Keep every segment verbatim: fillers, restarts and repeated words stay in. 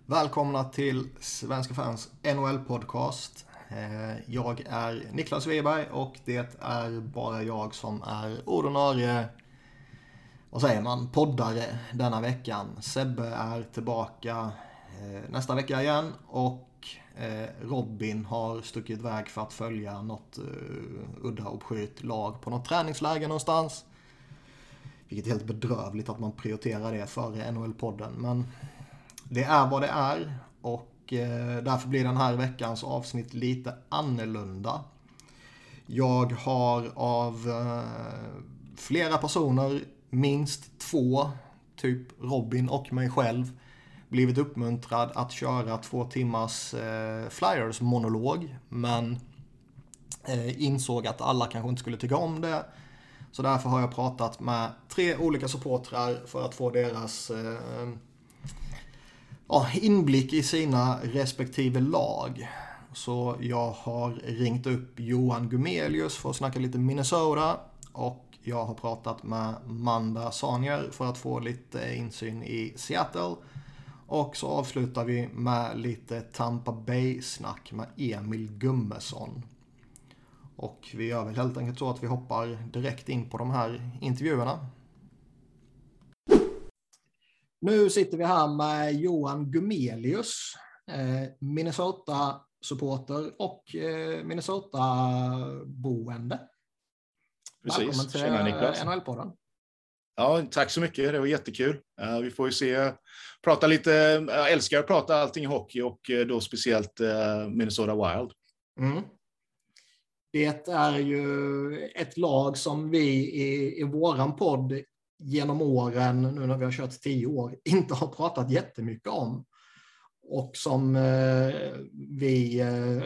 Välkomna till Svenska fans N H L-podcast. Jag är Niklas Wiberg och det är bara jag som är ordinarie, vad säger man, poddare denna veckan. Sebbe är tillbaka nästa vecka igen och Robin har stuckit iväg för att följa något udda obskyrt lag på något träningsläge någonstans. Vilket är helt bedrövligt att man prioriterar det före N H L-podden, men det är vad det är och eh, därför blir den här veckans avsnitt lite annorlunda. Jag har av eh, flera personer, minst två, typ Robin och mig själv, blivit uppmuntrad att köra två timmars eh, Flyers-monolog, men eh, insåg att alla kanske inte skulle tycka om det. Så därför har jag pratat med tre olika supportrar för att få deras eh, Ja, inblick i sina respektive lag. Så jag har ringt upp Johan Gumelius för att snacka lite Minnesota. Och jag har pratat med Manda Sanier för att få lite insyn i Seattle. Och så avslutar vi med lite Tampa Bay-snack med Emil Gummesson. Och vi gör väl helt enkelt så att vi hoppar direkt in på de här intervjuerna. Nu sitter vi här med Johan Gumelius, eh, Minnesota-supporter och eh, Minnesota-boende. Precis, tjena Niklas. N H L-podden. Ja, tack så mycket, det var jättekul. Uh, vi får ju se, prata lite, jag älskar att prata allting hockey och uh, då speciellt uh, Minnesota Wild. Mm. Det är ju ett lag som vi i, i våran podd genom åren, nu när vi har kört tio år, inte har pratat jättemycket om. Och som eh, vi eh,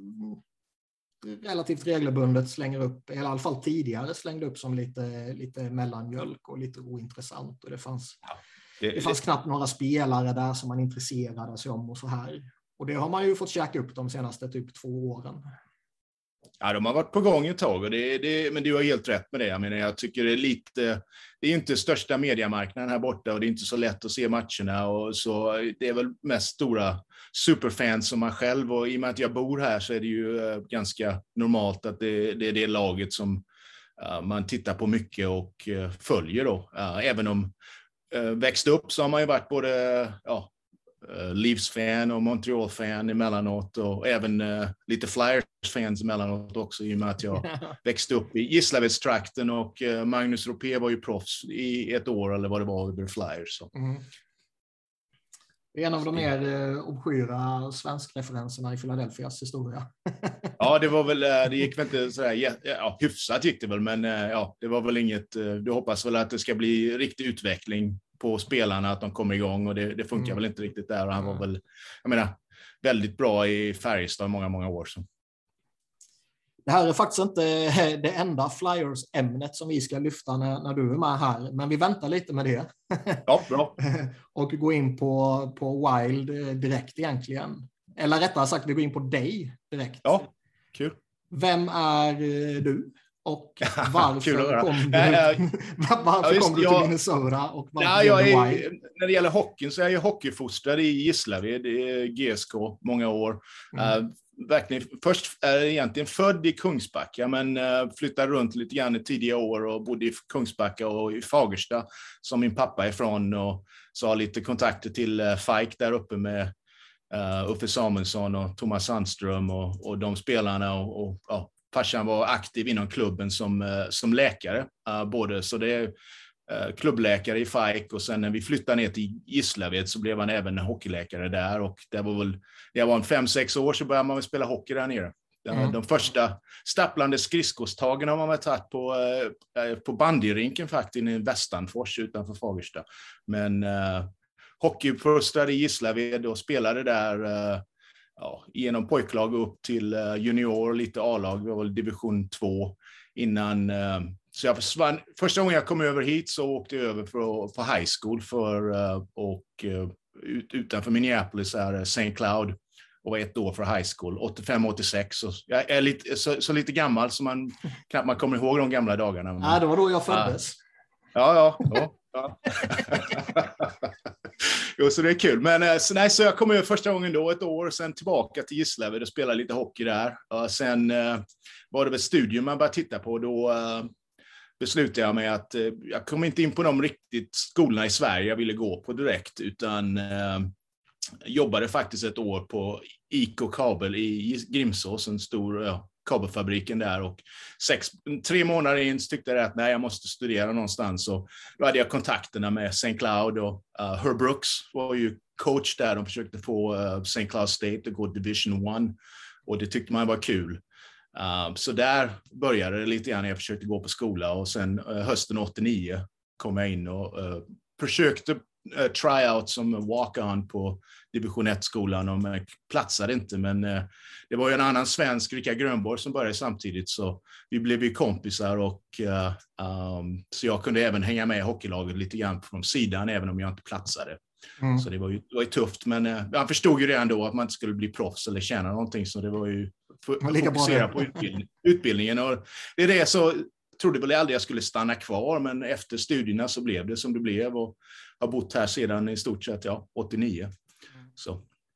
relativt regelbundet slänger upp, eller i alla fall tidigare slängde upp som lite, lite mellanmjölk och lite ointressant. Och det fanns, ja, det, det fanns det... knappt några spelare där som man intresserade sig om och så här. Och det har man ju fått käka upp de senaste typ två åren. Ja, de har varit på gång ett tag, och det, det, men du har helt rätt med det. Jag menar, jag tycker det är lite, det är inte största mediemarknaden här borta och det är inte så lätt att se matcherna, och så det är väl mest stora superfans som man själv, och i och med att jag bor här så är det ju uh, ganska normalt att det, det är det laget som uh, man tittar på mycket och uh, följer då. Uh, även om uh, växte upp så har man ju varit både ja, Uh, Leafs-fan och Montreal-fan emellanåt, och även uh, lite Flyers-fans emellanåt också, i och med att jag växte upp i Gislaveds-trakten och uh, Magnus Ropé var ju proffs i ett år eller vad det var över Flyers. Så. Mm. Det är en av de mer uh, obskyra svenskreferenserna i Philadelphias historia. Ja, det var väl, uh, det gick väl inte sådär, ja, ja, hyfsat gick det väl, men uh, ja, det var väl inget, uh, du hoppas väl att det ska bli riktig utveckling på spelarna, att de kommer igång, och det, det funkar mm. väl inte riktigt där, och han var väl, jag menar, väldigt bra i Färjestad många, många år. Så. Det här är faktiskt inte det enda Flyers-ämnet som vi ska lyfta när, när du är med här, men vi väntar lite med det. Ja, bra. Och gå in på, på Wild direkt egentligen. Eller rättare sagt, vi går in på dig direkt. Ja, kul. Vem är du? Och varför kom du, varför ja, kom du till jag, Minnesota? Och ja, jag är, när det gäller hockeyn så är jag hockeyfostrad i Gislaved, G S K, många år. Mm. Uh, verkligen, först är jag egentligen född i Kungsbacka, men uh, flyttade runt lite grann i tidiga år och bodde i Kungsbacka och i Fagersta, som min pappa är från, och så har lite kontakter till uh, Fike där uppe med uh, Uffe Samuelsson och Thomas Sandström och, och de spelarna, och, och ja, farsan var aktiv inom klubben som, som läkare, uh, både så det är uh, klubbläkare i Fike, och sen när vi flyttade ner till Gislaved så blev han även hockeyläkare där, och det var väl, jag var en fem, sex år så började man spela hockey där nere. Mm. De första stapplande skridskostagen har man väl tagit på, uh, på bandyrinken faktiskt i Västanfors utanför Fagersta, men uh, hockeyfostrad i Gislaved och spelade där uh, ja, genom pojklag upp till uh, junior, lite A-lag, vi var väl division två innan. Uh, så jag försvann. Första gången jag kom över hit så åkte jag över för, för high school för, uh, och uh, ut, utanför Minneapolis är Saint Cloud, och var ett år för high school, åttiofem åttiosex. Så jag är lite, så, så lite gammal så man knappt man kommer ihåg de gamla dagarna. Men, ja, det var då jag föddes. Uh, ja, ja. ja, ja. jo, så det är kul. Men så, nej, så jag kom över första gången då, ett år, sen tillbaka till Gislaved och spelade lite hockey där. Och sen uh, var det väl studium man började titta på. Då uh, beslutade jag mig att uh, jag kom inte in på de riktigt skolorna i Sverige jag ville gå på direkt, utan uh, jobbade faktiskt ett år på I K Kabel i Grimsås, en stor uh, kabelfabriken där, och sex, tre månader in tyckte jag att nej, jag måste studera någonstans, och då hade jag kontakterna med Saint Cloud, och uh, Herb Brooks var ju coach där. De försökte få uh, Saint Cloud State att gå Division one, och det tyckte man var kul. Uh, så där började det lite grann när jag försökte gå på skola, och sen uh, hösten åttionio kom jag in och uh, försökte Uh, tryout som walk-on på division ett-skolan, och man platsade inte, men uh, det var ju en annan svensk, Rickard Grönborg, som började samtidigt, så vi blev ju kompisar, och uh, um, så jag kunde även hänga med i hockeylaget lite grann från sidan, även om jag inte platsade. Mm. Så det var ju, det var ju tufft, men uh, han förstod ju redan då att man inte skulle bli proffs eller tjäna någonting, så det var ju för, fokusera på utbildning, utbildningen, och det är det. Så trodde väl aldrig jag skulle stanna kvar, men efter studierna så blev det som det blev, och har bott här sedan i stort sett ja, åttionio. Så.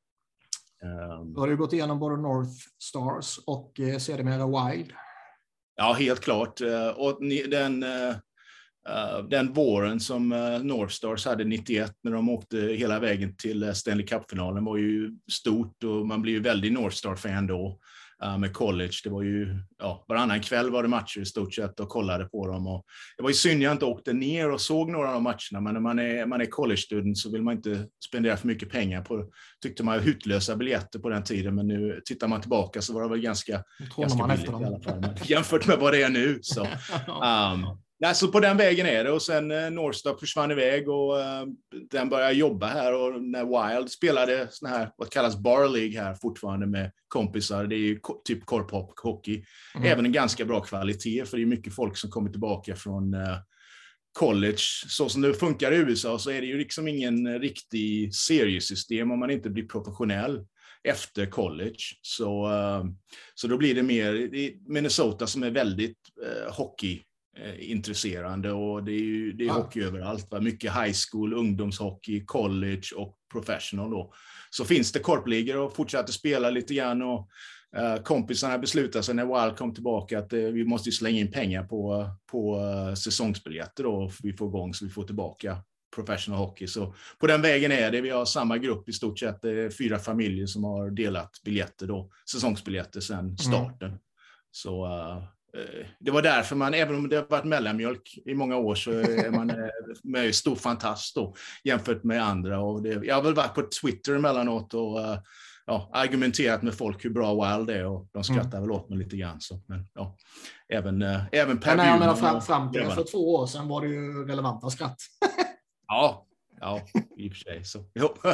Um, Då har du gått igenom både North Stars och eh, sedermera Wild. Ja, helt klart. Uh, och ni, den, uh, uh, den våren som uh, North Stars hade nittioett, när de åkte hela vägen till uh, Stanley Cup-finalen, var ju stort, och man blev ju väldigt North Star-fan då. Uh, med college, det var ju ja, varannan kväll var det matcher i stort sett, och kollade på dem, och det var ju synd jag inte åkte ner och såg några av de matcherna, men när man är, man är college-student så vill man inte spendera för mycket pengar på, tyckte man hutlösa biljetter på den tiden, men nu tittar man tillbaka så var det väl ganska, ganska billigt i alla fall, jämfört med vad det är nu. Så, um, nej, så på den vägen är det, och sen uh, Northstar försvann iväg, och uh, den började jobba här, och när Wild spelade sån här, vad kallas Bar League här fortfarande med kompisar, det är ju ko- typ korphop hockey, mm. även en ganska bra kvalitet, för det är mycket folk som kommer tillbaka från uh, college. Så som det funkar i U S A så är det ju liksom ingen riktig seriesystem om man inte blir professionell efter college. Så, uh, så då blir det mer i Minnesota, som är väldigt uh, hockey intresserande, och det är ju det är ah. hockey överallt, va? Mycket high school, ungdomshockey, college och professional då. Så finns det korpligor, och fortsatte spela lite grann, och uh, kompisarna beslutade sig när Wild kom tillbaka att uh, vi måste slänga in pengar på, på uh, säsongsbiljetter då, för vi får igång så vi får tillbaka professional hockey. Så på den vägen är det. Vi har samma grupp i stort sett, det är fyra familjer som har delat biljetter då, säsongsbiljetter sedan starten. Mm. Så uh, det var därför man, även om det har varit mellanmjölk i många år, så är man med stor fantast då, jämfört med andra. Och det, jag har väl varit på Twitter emellanåt och ja, argumenterat med folk hur bra Wild är, och de skrattar mm. väl åt mig lite grann. Så, men ja, även, även Per Bjurman. Jag menar fram, fram till för två år sedan var det ju relevanta skratt. ja, ja, i och för sig. Så.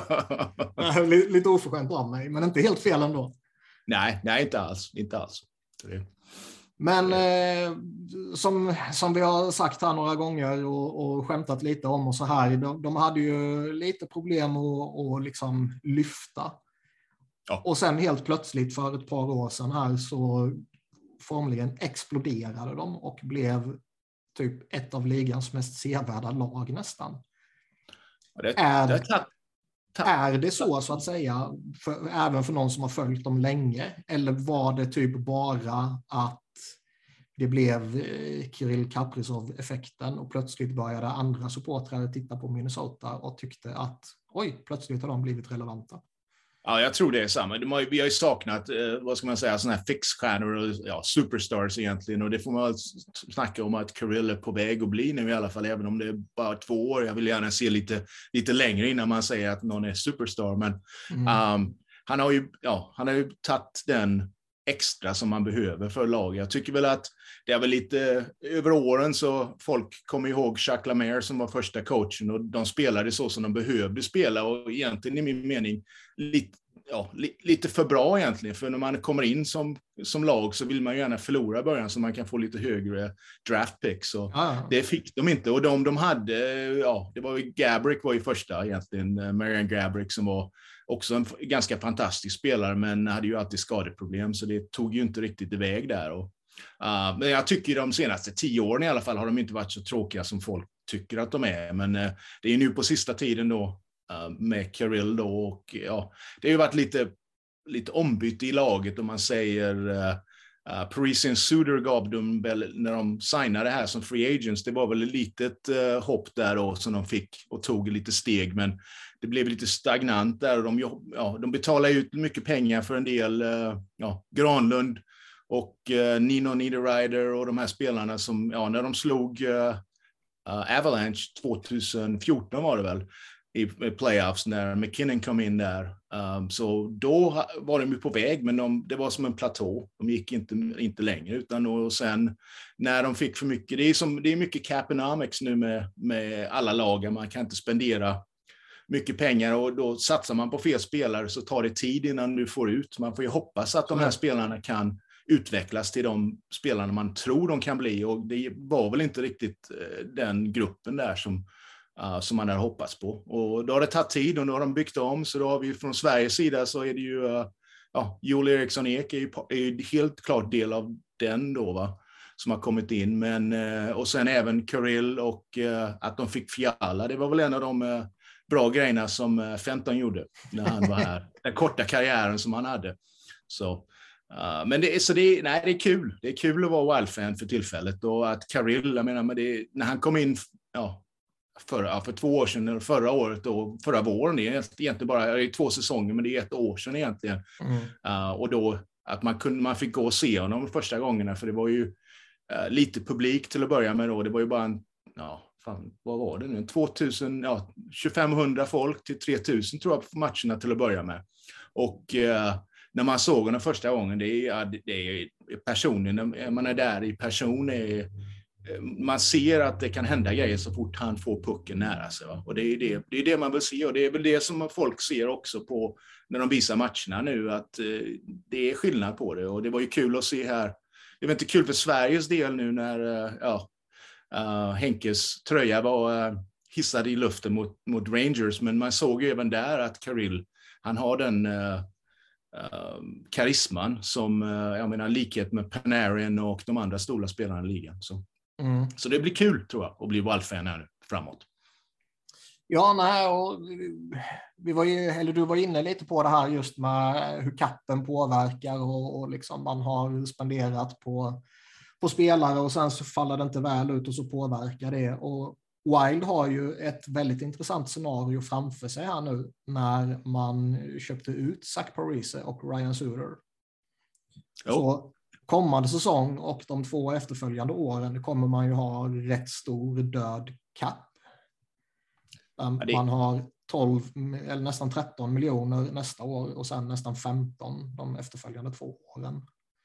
Lite oförskämt av mig, men inte helt fel ändå. Nej, nej inte alls. Inte alls. Det... Men eh, som, som vi har sagt här några gånger och, och skämtat lite om och så här, de, de hade ju lite problem att, att liksom lyfta. Ja. Och sen helt plötsligt för ett par år sedan här så formligen exploderade de och blev typ ett av ligans mest sevärda lag nästan. Ja, det, är, det ta, ta, är det så så att säga, för, även för någon som har följt dem länge? Eller var det typ bara att det blev Kirill Kaprizov-effekten och plötsligt började andra supportrare titta på Minnesota och tyckte att oj, plötsligt har de blivit relevanta? Ja, jag tror det är samma. De har, vi har ju saknat, eh, vad ska man säga, sådana här fixstjärnor och ja, superstars egentligen. Och det får man snacka om att Kirill är på väg att bli nu i alla fall, även om det är bara två år. Jag vill gärna se lite, lite längre innan man säger att någon är superstar. Men mm. um, han har ju, ja, han har ju tagit den extra som man behöver för laget. Jag tycker väl att det är väl lite över åren så folk kommer ihåg Jacques Lemaire som var första coachen, och de spelade så som de behövde spela, och egentligen i min mening lite, ja, li, lite för bra egentligen, för när man kommer in som, som lag så vill man gärna förlora i början så man kan få lite högre draft picks, och ah. det fick de inte, och de de hade, ja, det var ju Gabrick var ju första egentligen, Marian Gabrick, som var också en ganska fantastisk spelare, men hade ju alltid skadeproblem, så det tog ju inte riktigt iväg där. Och, uh, men jag tycker de senaste tio åren i alla fall har de inte varit så tråkiga som folk tycker att de är. Men uh, det är nu på sista tiden då uh, med Kirill då. Och, ja, det har ju varit lite, lite ombyte i laget om man säger... Uh, Uh, Parisian Suter gav dem väl, när de signade här som free agents, det var väl ett litet uh, hopp där då som de fick och tog lite steg, men det blev lite stagnant där och de, ja, de betalade ut mycket pengar för en del, uh, ja, Granlund och uh, Nino Niederreiter och de här spelarna som, ja, när de slog uh, uh, Avalanche tjugohundrafjorton var det väl, i playoffs när McKinnon kom in där. Um, så då var de ju på väg, men de, det var som en platå. De gick inte, inte längre. Utan och sen när de fick för mycket, det är, som, det är mycket caponomics nu med, med alla lagar. Man kan inte spendera mycket pengar och då satsar man på fel spelare så tar det tid innan du får ut. Man får ju hoppas att de här spelarna kan utvecklas till de spelarna man tror de kan bli, och det var väl inte riktigt den gruppen där som Uh, som man hade hoppats på. Och då har det tagit tid och nu har de byggt om, så då har vi från Sveriges sida så är det ju uh, ja, Joel Eriksson Ek är ju, är ju helt klart del av den då, va, som har kommit in, men uh, och sen även Kirill och uh, att de fick Fiala, det var väl en av de uh, bra grejerna som uh, Fenton gjorde när han var här, den korta karriären som han hade. Så uh, men det är så det nej det är kul. Det är kul att vara Wild-fan för tillfället, och att Kirill, jag menar, men det, när han kom in, ja, För, ja, för två år sedan, förra året och förra våren, det är egentligen bara det är två säsonger, men det är ett år sedan egentligen. Mm. Uh, och då att man, kunde, man fick gå och se honom första gångerna, för det var ju uh, lite publik till att börja med då. Det var ju bara en, ja, fan, vad var det nu? tvåtusen, ja, tjugofemhundra folk till tre tusen tror jag på matcherna till att börja med. Och uh, när man såg honom första gången, det är, det är personen, när man är där i person, är man ser att det kan hända grejer så fort han får pucken nära sig. Va? Och det är det, det är det man vill se, och det är väl det som folk ser också på när de visar matcherna nu, att eh, det är skillnad på det. Och det var ju kul att se här. Det var inte kul för Sveriges del nu när uh, ja, uh, Henkes tröja var uh, hissad i luften mot, mot Rangers, men man såg ju även där att Kirill, han har den uh, uh, karisman som uh, jag menar, likhet med Panarin och de andra stora spelarna i ligan. Så. Mm. Så det blir kul, tror jag, att bli Wild-fan här nu framåt. Ja, nej, och vi var ju, eller du var inne lite på det här just med hur kappen påverkar, och, och liksom man har spenderat på, på spelare och sen så faller det inte väl ut och så påverkar det. Och Wild har ju ett väldigt intressant scenario framför sig här nu när man köpte ut Zach Parise och Ryan Suter. Jo. Så kommande säsong och de två efterföljande åren kommer man ju ha rätt stor död kapp. Ja, det... Man har tolv eller nästan tretton miljoner nästa år och sen nästan femton de efterföljande två åren.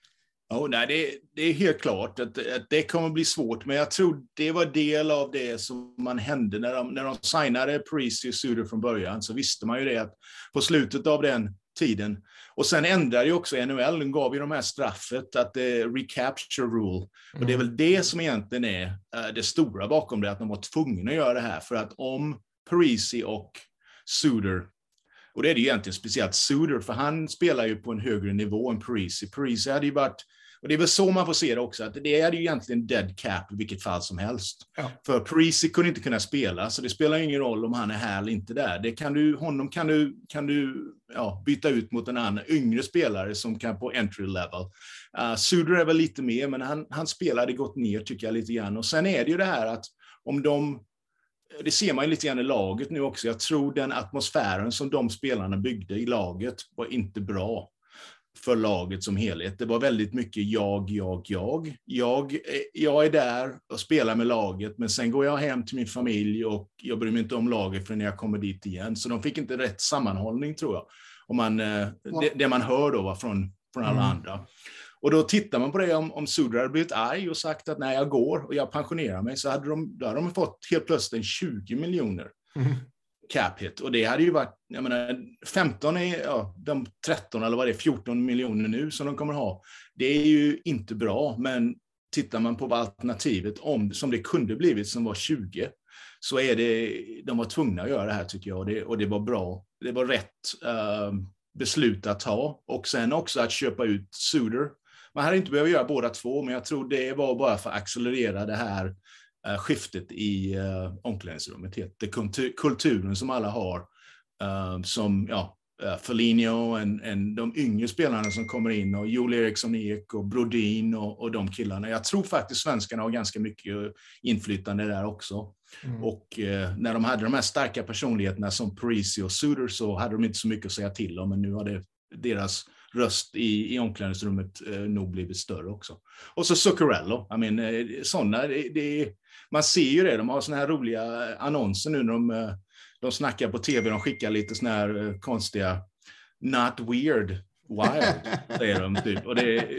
Oh, nej, det, det är helt klart att, att det kommer bli svårt, men jag tror det var del av det som man hände när de, när de signade Parise och Suter från början, så visste man ju det att på slutet av den tiden. Och sen ändrade ju också N H L, den gav ju de här straffet att det är recapture rule. Mm. Och det är väl det som egentligen är uh, det stora bakom det, att de var tvungna att göra det här. För att om Parise och Suter, och det är det ju egentligen speciellt Suter, för han spelar ju på en högre nivå än Parise. Parise hade ju varit, och det är väl så man får se det också, att det är ju egentligen dead cap i vilket fall som helst. Ja. För Parise kunde inte kunna spela, så det spelar ingen roll om han är här eller inte där. Det kan du, honom kan du, kan du ja, byta ut mot en annan yngre spelare som kan på entry level. Uh, Suter är väl lite mer, men han, han spelade gått ner tycker jag lite grann. Och sen är det ju det här att om de, det ser man ju lite grann i laget nu också, jag tror den atmosfären som de spelarna byggde i laget var inte bra för laget som helhet. Det var väldigt mycket jag, jag, jag. Jag, jag är där och spelar med laget, men sen går jag hem till min familj och jag bryr mig inte om laget förrän jag kommer dit igen. Så de fick inte rätt sammanhållning, tror jag. Och man, det, det man hör då var från, från alla mm. andra. Och då tittar man på det, om, om Suter hade blivit arg och sagt att nej, jag går och jag pensionerar mig, så hade de, då hade de fått helt plötsligt tjugo miljoner. Mm. Cap hit. Och det hade ju varit, jag menar, femton är, ja, de tretton eller vad det är, fjorton miljoner nu som de kommer ha. Det är ju inte bra, men tittar man på alternativet om, som det kunde blivit som var tjugo, så är det, de var tvungna att göra det här tycker jag, och det, och det var bra. Det var rätt uh, beslut att ta, och sen också att köpa ut Suter. Man hade inte behövt göra båda två, men jag tror det var bara för att accelerera det här Uh, skiftet i uh, omklädningsrummet. Det kultur, kulturen som alla har uh, som ja, uh, Foligno, en, en, de yngre spelarna som kommer in, och Joel Eriksson Ek och Brodin och, och de killarna. Jag tror faktiskt svenskarna har ganska mycket inflytande där också. Mm. Och eh, när de hade de här starka personligheterna som Parisi och Suter, så hade de inte så mycket att säga till om, men nu har det, deras röst i, i omklädningsrummet eh, nog blivit större också. Och så Zuccarello, I mean, eh, sådana, det, det, man ser ju det, de har såna här roliga annonser nu när de, eh, de snackar på tv, de skickar lite såna här eh, konstiga not weird, wild, säger de typ. Och det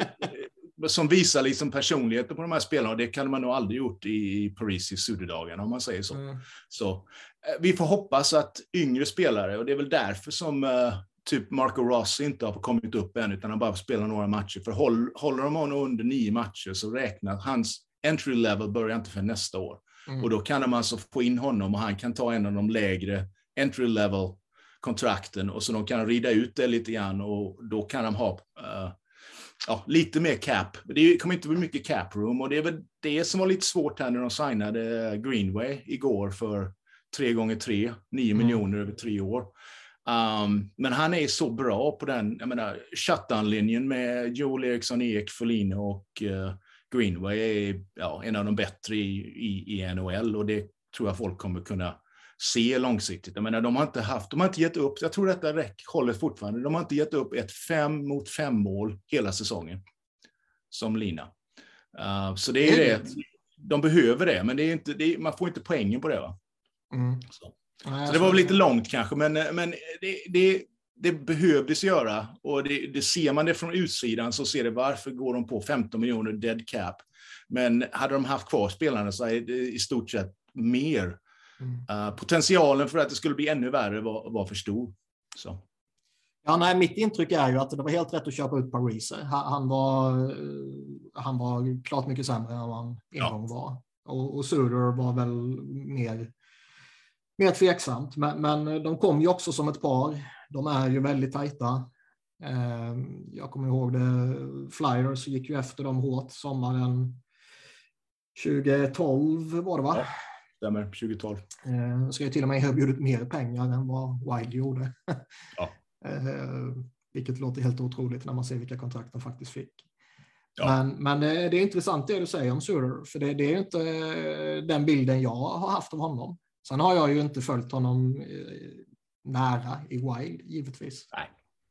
som visar liksom personligheten på de här spelarna, och det kan man nog aldrig gjort i Paris i Suderdagarna, om man säger så. Mm. Så vi får hoppas att yngre spelare, och det är väl därför som uh, typ Marco Rossi inte har kommit upp än, utan han bara spelar några matcher. För håll, håller de honom under nio matcher så räknar hans entry level börjar inte för nästa år. Mm. Och då kan de alltså få in honom, och han kan ta en av de lägre entry level kontrakten, och så de kan rida ut det lite grann, och då kan de ha uh, ja, lite mer cap. Det kommer inte bli mycket cap room, och det är väl det som var lite svårt här när de signade Greenway igår för tre gånger tre, nio mm. miljoner över tre år. Um, men han är så bra på den, jag menar, shutdown-linjen med Joel Eriksson Ek, Foligno och uh, Greenway är ja, en av de bättre i, i, i N H L, och det tror jag folk kommer kunna se långsiktigt. Jag menar, de har inte haft, de har inte gett upp, jag tror detta räck håller fortfarande, de har inte gett upp ett fem mot fem mål hela säsongen som lina. Uh, så det är det, det, de behöver det, men det är inte, det är, man får inte poängen på det, va? Mm. Så. Ja, så det var väl lite långt kanske, men, men det, det, det behövdes göra, och det, det ser man det från utsidan, så ser det varför går de på femton miljoner dead cap, men hade de haft kvar spelarna så är det i stort sett mer. Mm. Uh, potentialen för att det skulle bli ännu värre var, var för stor. Så. Ja, nej, mitt intryck är ju att det var helt rätt att köpa ut Parisi. Han, han, var, han var klart mycket sämre än vad han en gång ja. var. Och, och Suter var väl mer, mer tveksamt. Men, men de kom ju också som ett par. De är ju väldigt tajta. Eh, jag kommer ihåg det. Flyers gick ju efter dem hårt sommaren tjugohundratolv var det, va? Ja. Stämmer, tjugohundratolv. Eh, ska ju till och med ha bjudit mer pengar än vad Wild gjorde. Ja. eh, vilket låter helt otroligt när man ser vilka kontrakt de faktiskt fick. Ja. Men, men det, det är intressant det du säger om Suter, för det, det är inte den bilden jag har haft av honom. Sen har jag ju inte följt honom eh, nära i Wild, givetvis. Nej.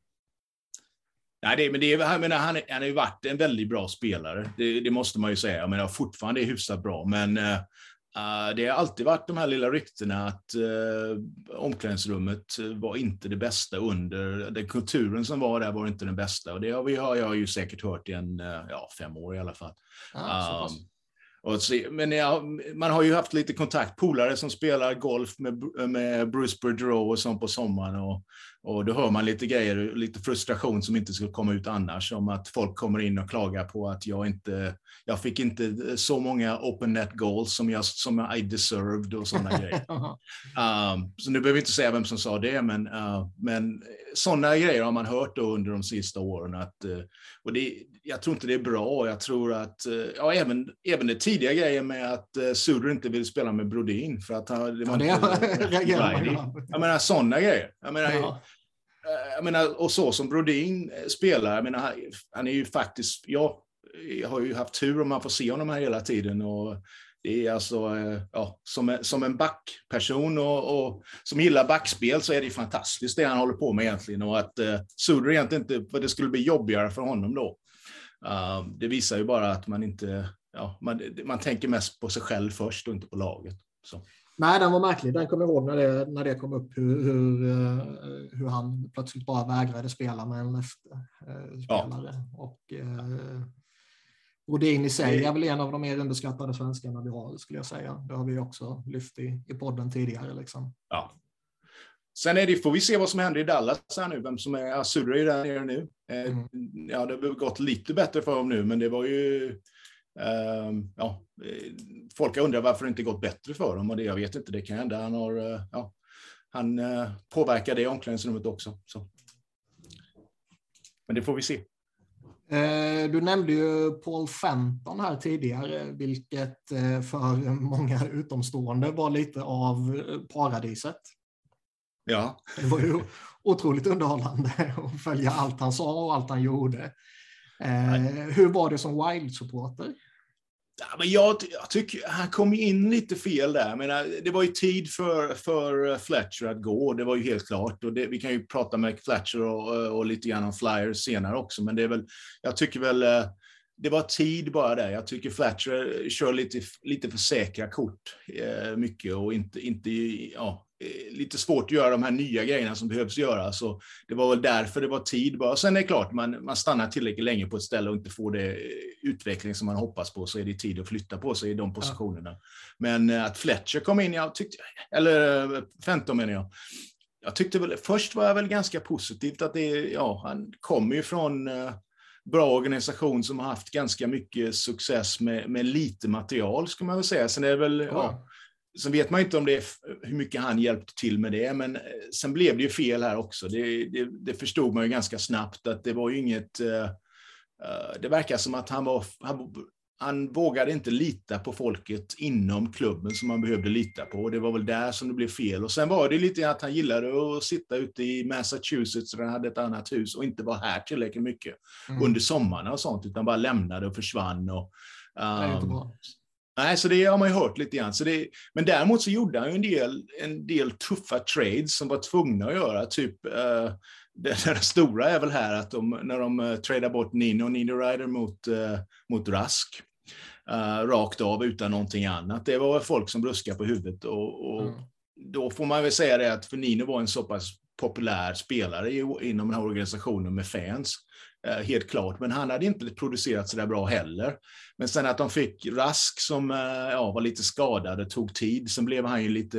Nej, det, men det är, jag menar, han, han har ju varit en väldigt bra spelare. Det, det måste man ju säga. Jag menar, fortfarande är hyfsat bra, men eh, Uh, det har alltid varit de här lilla ryktena att uh, omklädningsrummet var inte det bästa under, den kulturen som var där var inte den bästa, och det har, vi, har jag ju säkert hört i en, uh, ja, fem år i alla fall. Ah, um, och så, men ja, man har ju haft lite kontakt, polare som spelar golf med, med Bruce Boudreau och sånt på sommaren, och, och då hör man lite grejer, lite frustration som inte skulle komma ut annars, om att folk kommer in och klagar på att jag inte, jag fick inte så många open net goals som jag som I deserved och sådana grejer. Um, så nu behöver vi inte säga vem som sa det, men, uh, men sådana grejer har man hört då under de sista åren, att, uh, och det, jag tror inte det är bra. Jag tror att, uh, ja, även, även det tidiga grejen med att uh, Suter inte vill spela med Brodin för att han, det var ja, inte det jag menar sådana grejer. Jag menar, ja. jag menar, och så som Brodin spelar, jag menar, han, han är ju faktiskt, ja, jag har ju haft tur om man får se honom här hela tiden, och det är alltså, ja, som, som en backperson och, och som gillar backspel, så är det fantastiskt det han håller på med egentligen, och att uh, Suter egentligen inte, för det skulle bli jobbigare för honom då. Uh, det visar ju bara att man inte, ja, man, man tänker mest på sig själv först och inte på laget. Så. Nej, den var märklig. Den kommer jag ihåg när det, när det kom upp, hur, hur, hur han plötsligt bara vägrade spela med en spelare. Ja. Och eh, Brodin i sig är väl en av de mer underskattade svenskarna vi har, skulle jag säga. Det har vi också lyft i, i podden tidigare. Liksom. Ja. Sen är det, får vi se vad som händer i Dallas här nu, vem som är, Suter är ju där nere nu. Eh, mm. Ja, det har gått lite bättre för dem nu, men det var ju, Uh, ja, folk undrar varför det inte gått bättre för dem, och det jag vet inte, det kan hända. Han har, uh, ja, han uh, påverkar det omklädningsrummet också. Så. Men det får vi se. Uh, du nämnde ju Paul Fenton här tidigare, vilket uh, för många utomstående var lite av paradiset. Ja. Det var ju otroligt underhållande att följa allt han sa och allt han gjorde. Eh, hur var det som Wild-supporter? Ja, men jag, jag tycker han kom in lite fel där. Jag menar, det var ju tid för, för Fletcher att gå, det var ju helt klart. Och det, vi kan ju prata med Fletcher och, och lite grann om Flyers senare också, men det är väl, jag tycker väl det var tid bara där. Jag tycker Fletcher kör lite, lite för säkra kort eh, mycket och inte, inte ja, lite svårt att göra de här nya grejerna som behövs göra. Så det var väl därför det var tid bara. Sen är det klart, man, man stannar tillräckligt länge på ett ställe och inte får det utveckling som man hoppas på, så är det tid att flytta på sig i de positionerna. Ja. Men att Fletcher kom in, jag tyckte, eller Fenton menar jag, jag tyckte väl, först var jag väl ganska positivt att det, ja, han kommer ju från uh, bra organisation som har haft ganska mycket success med, med lite material, ska man väl säga. Sen är det väl, ja. ja Sen vet man inte om det är, hur mycket han hjälpte till med det, men sen blev det ju fel här också. Det, det, det förstod man ju ganska snabbt att det var ju inget... Uh, det verkar som att han, var, han, han vågade inte lita på folket inom klubben som man behövde lita på. Och det var väl där som det blev fel. Och sen var det lite att han gillade att sitta ute i Massachusetts där han hade ett annat hus och inte var här tillräckligt mycket mm. under sommarna och sånt, utan bara lämnade och försvann. Och, um, det är inte bra. Nej, så det har man ju hört lite grann. Så det, men däremot så gjorde han ju en del, en del tuffa trades som var tvungna att göra. Typ, uh, det, det stora är väl här att de, när de uh, tradar bort Nino och Nino Ryder mot, uh, mot Rask, uh, rakt av utan någonting annat. Det var folk som bruskade på huvudet. Och, och mm. då får man väl säga det att för Nino var en så pass populär spelare i, inom den här organisationen med fans. Uh, helt klart, men han hade inte producerat så där bra heller. Men sen att de fick Rask som uh, ja, var lite skadad, tog tid. Sen blev han ju lite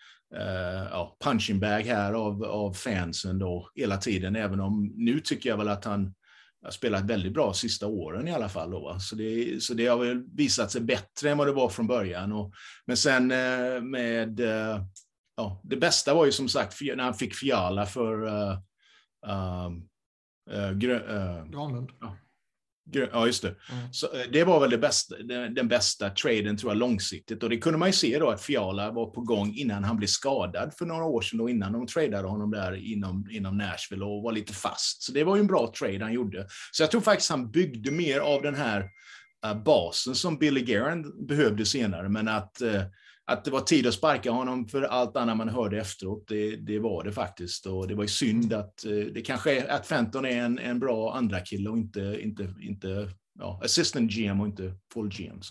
uh, ja, punching bag här av, av fansen då hela tiden. Även om nu tycker jag väl att han har spelat väldigt bra sista åren i alla fall. Då, så, det, så det har väl visat sig bättre än vad det var från början. Och, men sen uh, med uh, ja, det bästa var ju som sagt när han fick Fiala för uh, um, Uh, grö, uh, Granlund. Ja. Grö, ja, just det. Mm. Så, uh, det var väl det bästa, den, den bästa traden tror jag långsiktigt. Och det kunde man ju se då att Fiala var på gång innan han blev skadad för några år sedan och innan de tradade honom där inom, inom Nashville och var lite fast. Så det var ju en bra trade han gjorde. Så jag tror faktiskt han byggde mer av den här uh, basen som Billy Guerin behövde senare. Men att uh, Att det var tid att sparka honom för allt annat man hörde efteråt, det, det var det faktiskt. Och det var ju synd att det kanske är att Fenton är en, en bra andra kille och inte, inte, inte ja, assistant G M och inte full G M. Så.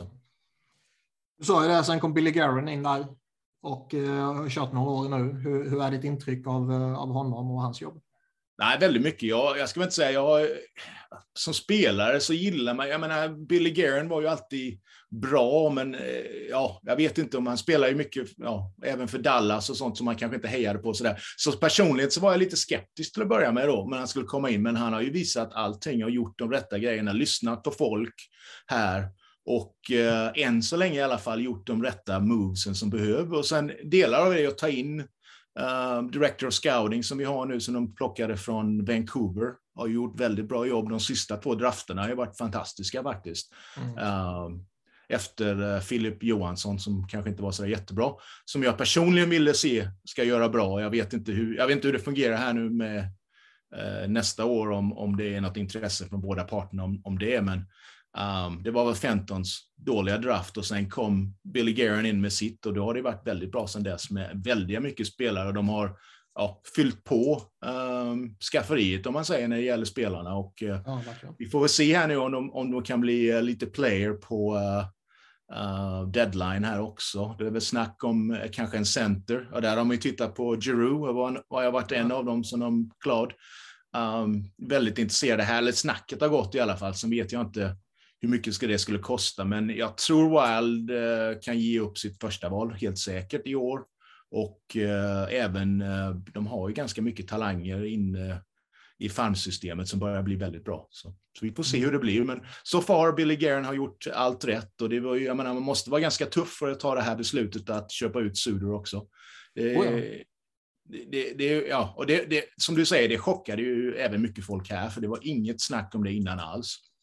Du sa ju det, sen kom Billy Guerin in där och uh, har kört några år nu. Hur, hur är ditt intryck av, uh, av honom och hans jobb? Nej, väldigt mycket. Jag, jag ska väl inte säga, jag, som spelare så gillar man, jag menar, Billy Guerin var ju alltid bra, men ja, jag vet inte om han spelar ju mycket, ja, även för Dallas och sånt som man kanske inte hejade på sådär. Så personligen så var jag lite skeptisk till att börja med då, men han skulle komma in, men han har ju visat allting och gjort de rätta grejerna, lyssnat på folk här och eh, än så länge i alla fall gjort de rätta movesen som behöver. Och sen delar av det att ta in Uh, Director of Scouting som vi har nu som de plockade från Vancouver har gjort väldigt bra jobb. De sista två drafterna har ju varit fantastiska faktiskt. Mm. Uh, efter uh, Philip Johansson som kanske inte var så jättebra. Som jag personligen ville se ska göra bra. Jag vet inte hur, jag vet inte hur det fungerar här nu med uh, nästa år om, om det är något intresse från båda parterna om, om det. Men Um, det var väl Fentons dåliga draft och sen kom Billy Guerin in med sitt och då har det varit väldigt bra sedan dess med väldigt mycket spelare och de har ja, fyllt på um, skafferiet om man säger när det gäller spelarna och uh, ja, vi får väl se här nu om de, om de kan bli uh, lite player på uh, uh, deadline här också. Det är väl snack om uh, kanske en center och där har man ju tittat på Giroux och var, var jag varit en ja. av dem som de klart um, väldigt intresserade här, eller snacket har gått i alla fall, så vet jag inte hur mycket ska det skulle kosta, men jag tror Wild eh, kan ge upp sitt första val helt säkert i år och eh, även eh, de har ju ganska mycket talanger inne i farmsystemet som börjar bli väldigt bra. Så, så vi får se hur det blir, men så far Billy Guerin har gjort allt rätt och det var ju, jag menar, man måste vara ganska tuff för att ta det här beslutet att köpa ut Suder också. Eh, oh ja. Det, det, det, ja, och det, det, som du säger, det chockade ju även mycket folk här, för det var inget snack om det innan alls.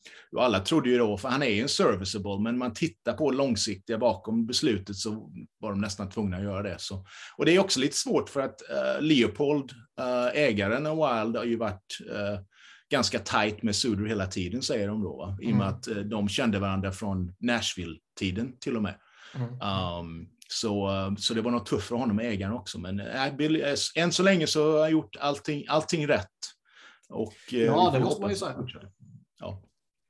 och alla trodde ju då, för han är ju en serviceable, men man tittar på långsiktiga bakom beslutet så var de nästan tvungna att göra det. Så. Och det är också lite svårt för att uh, Leopold, uh, ägaren av Wild, har ju varit uh, ganska tight med Suter hela tiden, säger de då. Va? I och med att uh, de kände varandra från Nashville-tiden till och med. Mm. Um, så, uh, så det var något tufft för honom med ägaren också. Men uh, Billy, uh, än så länge så har han gjort allting, allting rätt. Och, uh, ja, det måste man ju säga. Ja.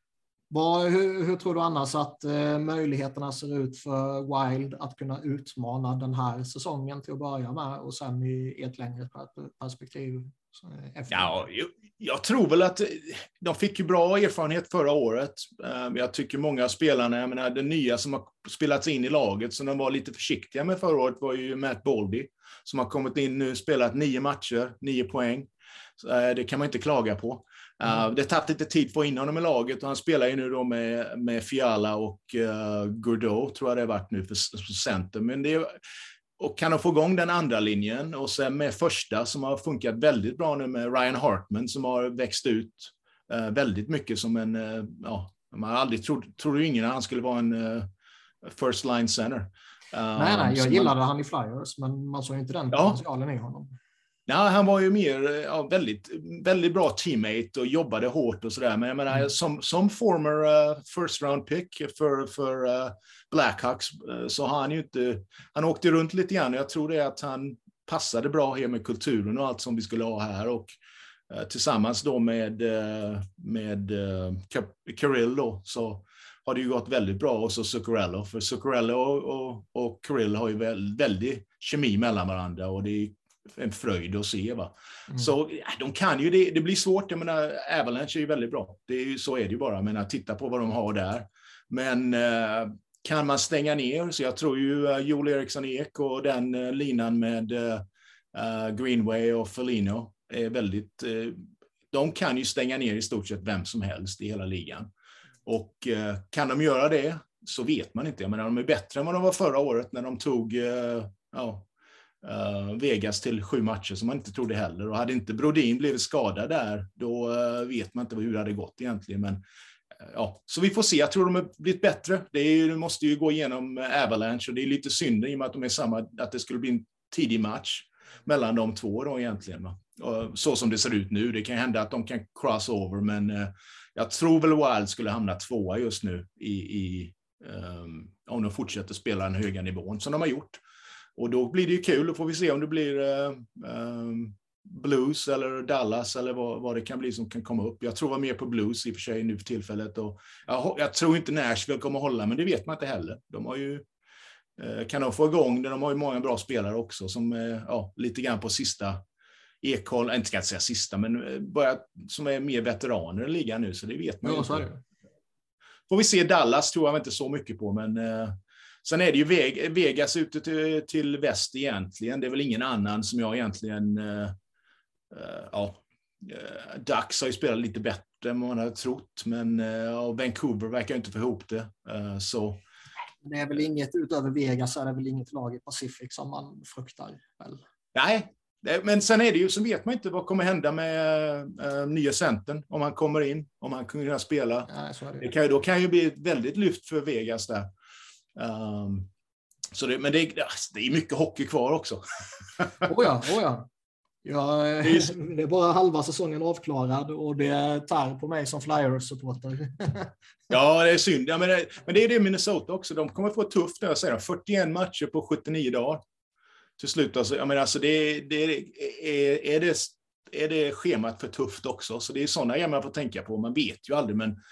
Vad, hur, hur tror du annars att eh, möjligheterna ser ut för Wild att kunna utmana den här säsongen till att börja med och sen i ett längre perspektiv? Efter? Ja, jag, jag tror väl att de fick ju bra erfarenhet förra året. Jag tycker många av spelarna, jag menar, det nya som har spelats in i laget som de var lite försiktiga med förra året var ju Matt Boldy som har kommit in nu och spelat nio matcher, nio poäng. Så, det kan man inte klaga på. Uh, det har tagit lite tid för att få in honom i laget och han spelar ju nu då med, med Fiala och uh, Gourdeau, tror jag det har varit nu för, för center. Men det är, och kan de få igång den andra linjen och sen med första som har funkat väldigt bra nu med Ryan Hartman som har växt ut uh, väldigt mycket som en, uh, ja, man har aldrig trott, trodde ju ingen att han skulle vara en uh, first line center. Uh, nej, nej, jag gillade man, han i Flyers, men man såg inte den potentialen ja. i honom. Ja, han var ju mer ja, väldigt, väldigt bra teammate och jobbade hårt och sådär. Men jag menar, mm. som, som former uh, first round pick för, för uh, Blackhawks uh, så har han ju inte, han åkte runt lite grann och jag tror det är att han passade bra här med kulturen och allt som vi skulle ha här och uh, tillsammans då med, uh, med uh, Kirill då så har det ju gått väldigt bra och så Zuccarello, för Zuccarello och, och, och Kirill har ju väl, väldigt kemi mellan varandra och det är en fröjd att se va. Mm. Så de kan ju det, det blir svårt, jag menar Avalanche är ju väldigt bra. Det är ju, så är det ju bara, jag menar titta på vad de har där. Men eh, kan man stänga ner så jag tror ju uh, Joel Eriksson Ek och den uh, linan med uh, Greenway och Foligno är väldigt uh, de kan ju stänga ner i stort sett vem som helst i hela ligan. Och uh, kan de göra det så vet man inte. Jag menar de är bättre än vad de var förra året när de tog uh, ja Uh, Vegas till sju matcher som man inte trodde heller. Och hade inte Brodin blivit skadad där, då uh, vet man inte hur det hade gått egentligen. Men, uh, ja. Så vi får se, jag tror de har blivit bättre. Det är ju, de måste ju gå igenom Avalanche och det är lite synd i och med att de är samma, att det skulle bli en tidig match mellan de två då egentligen. Uh, så som det ser ut nu, det kan hända att de kan cross over, men uh, jag tror väl Wild skulle hamna tvåa just nu i, i, um, om de fortsätter spela den höga nivån som de har gjort. Och då blir det ju kul, och får vi se om det blir uh, um, Blues eller Dallas eller vad, vad det kan bli som kan komma upp. Jag tror var mer på Blues i och för sig nu för tillfället. Och jag, jag tror inte Nashville kommer hålla, men det vet man inte heller. De har ju, uh, kan de få igång det, de har ju många bra spelare också som uh, ja, lite grann på sista Ekholm, inte ska jag säga sista, men uh, bara, som är mer veteraner i ligan nu, så det vet man ju ja, inte. Får vi se Dallas tror jag inte så mycket på, men uh, sen är det ju Vegas ute till, till väst egentligen. Det är väl ingen annan som jag egentligen... Uh, uh, ja, uh, Ducks har ju spelat lite bättre än man hade trott. Men uh, Vancouver verkar inte få ihop det. Uh, så. Det är väl inget utöver Vegas, är det väl inget lag i Pacific som man fruktar? Väl? Nej, men sen är det ju, så vet man inte vad kommer hända med uh, nya centern. Om han kommer in, om han kunna spela. Nej, så är det. Det kan, då kan ju bli ett väldigt lyft för Vegas där. Um, så det, men det, det är mycket hockey kvar också. oh ja, oh ja. Ja, det är bara halva säsongen avklarad och det tar på mig som Flyers-supporter. Ja, det är synd. Ja, men, det, men det är det Minnesota också. De kommer få tufft där, säger fyrtioen matcher på sjuttionio dagar. Till slut, alltså, jag menar, alltså det, det är, är, det, är det schemat för tufft också. Så det är sådana grejer man får tänka på. Man vet ju aldrig, men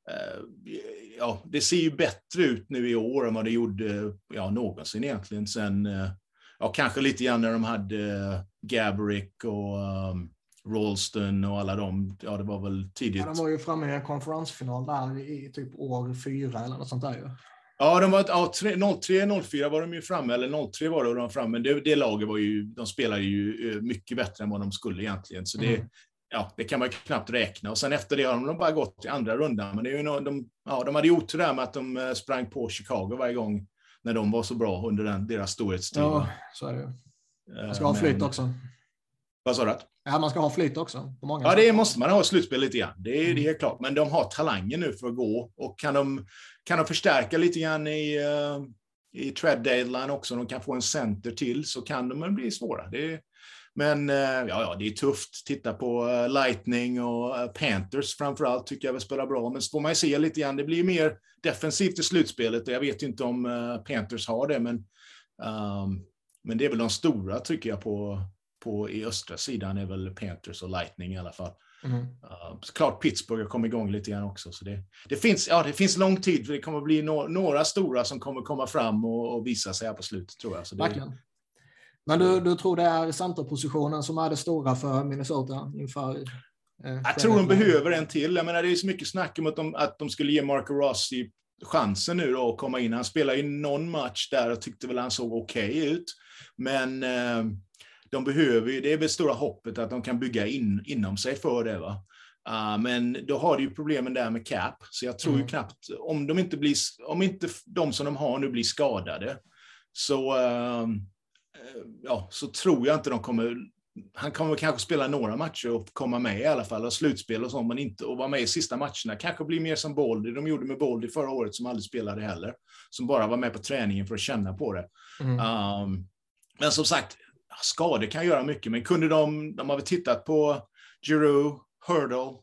ja, det ser ju bättre ut nu i år än vad det gjorde ja, någonsin egentligen. Sen, ja, kanske lite grann när de hade Gaborik och um, Rolston och alla de, ja det var väl tidigt. Ja, de var ju framme i en konferensfinal där i typ år fyra eller något sånt där ju. Ja, de var, ja noll tre noll fyra var de ju framme, eller noll tre var det de framme, men det, det laget var ju, de spelade ju mycket bättre än vad de skulle egentligen, så det mm. Ja, det kan man knappt räkna. Och sen efter det har de bara gått till andra rundan. Men det är ju no, de, ja, de hade gjort det där med att de sprang på Chicago varje gång när de var så bra under den, deras storhetstid. Ja, så är det. Man ska ha flytt också. Vad sa du? Ja, man ska ha flyt också. På många ja, det sätt. måste man ha i slutspel lite grann. Det är, Mm. det är klart. Men de har talangen nu för att gå. Och kan de, kan de förstärka lite grann i, uh, i trade deadline också, de kan få en center till, så kan de bli svåra. Det är, men uh, ja, ja, det är tufft. Titta på uh, Lightning och uh, Panthers framförallt tycker jag väl spelar bra. Men så får man ju se lite grann. Det blir mer defensivt i slutspelet. Och jag vet inte om uh, Panthers har det, men, um, men det är väl de stora tycker jag på... På, i östra sidan är väl Panthers och Lightning i alla fall. Mm. Uh, klart Pittsburgh har kommit igång lite grann också. Så det, det, finns, ja, det finns lång tid för det kommer bli no, några stora som kommer komma fram och, och visa sig här på slutet tror jag. Så det, verkligen. Men du, du tror det är centerpositionen som är det stora för Minnesota inför... Eh, jag tror de behöver en till. Jag menar, det är så mycket snack om att de, att de skulle ge Marco Rossi chansen nu då att komma in. Han spelade i någon match där och tyckte väl han såg okej okay ut. Men... Eh, de behöver ju, det är väl stora hoppet att de kan bygga in, inom sig för det va. Uh, men då har det ju problemen där med cap. Så jag tror mm. ju knappt, om de inte blir, om inte de som de har nu blir skadade, så, uh, ja, så tror jag inte de kommer, han kommer kanske spela några matcher och komma med i alla fall, och slutspel och sånt, men inte och vara med i sista matcherna. Kanske blir mer som Boldy, de gjorde med Boldy förra året som aldrig spelade heller. Som bara var med på träningen för att känna på det. Mm. Um, men som sagt, skador kan göra mycket, men kunde de, de har väl tittat på Giroux, Hurdle,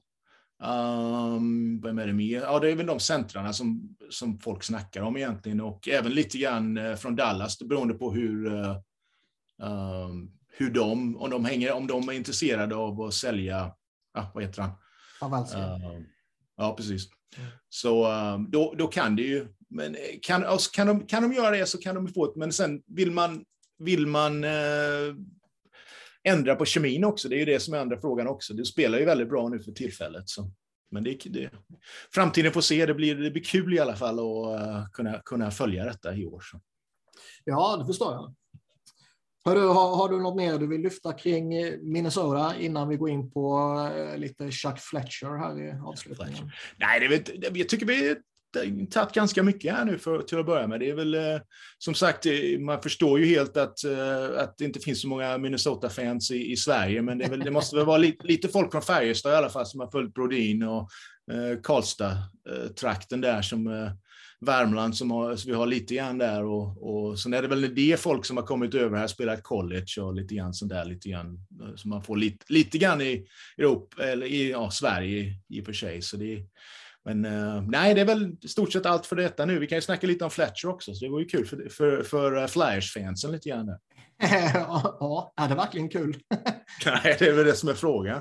um, vem är det mer? Ja, det är väl de centrarna som, som folk snackar om egentligen, och även lite grann från Dallas, beroende på hur, uh, um, hur de, om de hänger, om de är intresserade av att sälja, ah, vad heter han? Uh, ja, precis. Mm. Så um, då, då kan det ju, men kan, alltså, kan, de, kan de göra det så kan de få ett, men sen vill man Vill man eh, ändra på kemin också? Det är ju det som är andra frågan också. Det spelar ju väldigt bra nu för tillfället. Så. Men det, det, framtiden får se. Det blir, det blir kul i alla fall att uh, kunna, kunna följa detta i år. Så. Ja, det förstår jag. Har du, har, har du något mer du vill lyfta kring Minnesota innan vi går in på uh, lite Chuck Fletcher här i avslutningen? Fletcher. Nej, det vet, jag tycker vi tagit ganska mycket här nu för, till att börja med. Det är väl eh, som sagt, man förstår ju helt att, eh, att det inte finns så många Minnesota-fans i, i Sverige, men det, är väl, det måste väl vara lite, lite folk från Färjestad i alla fall som har följt Brodin och eh, Karlstad-trakten eh, där som eh, Värmland som har, så vi har lite grann där, och, och sen är det väl det folk som har kommit över här, spelat college och lite grann sånt där, lite grann så man får lite, lite grann i Europa eller i ja, Sverige i och för sig, så det är. Men uh, nej, det är väl stort sett allt för detta nu. Vi kan ju snacka lite om Fletcher också, så det var ju kul för, för, för Flyers-fansen lite grann. Ja, är det verkligen kul? Nej, det är väl det som är frågan.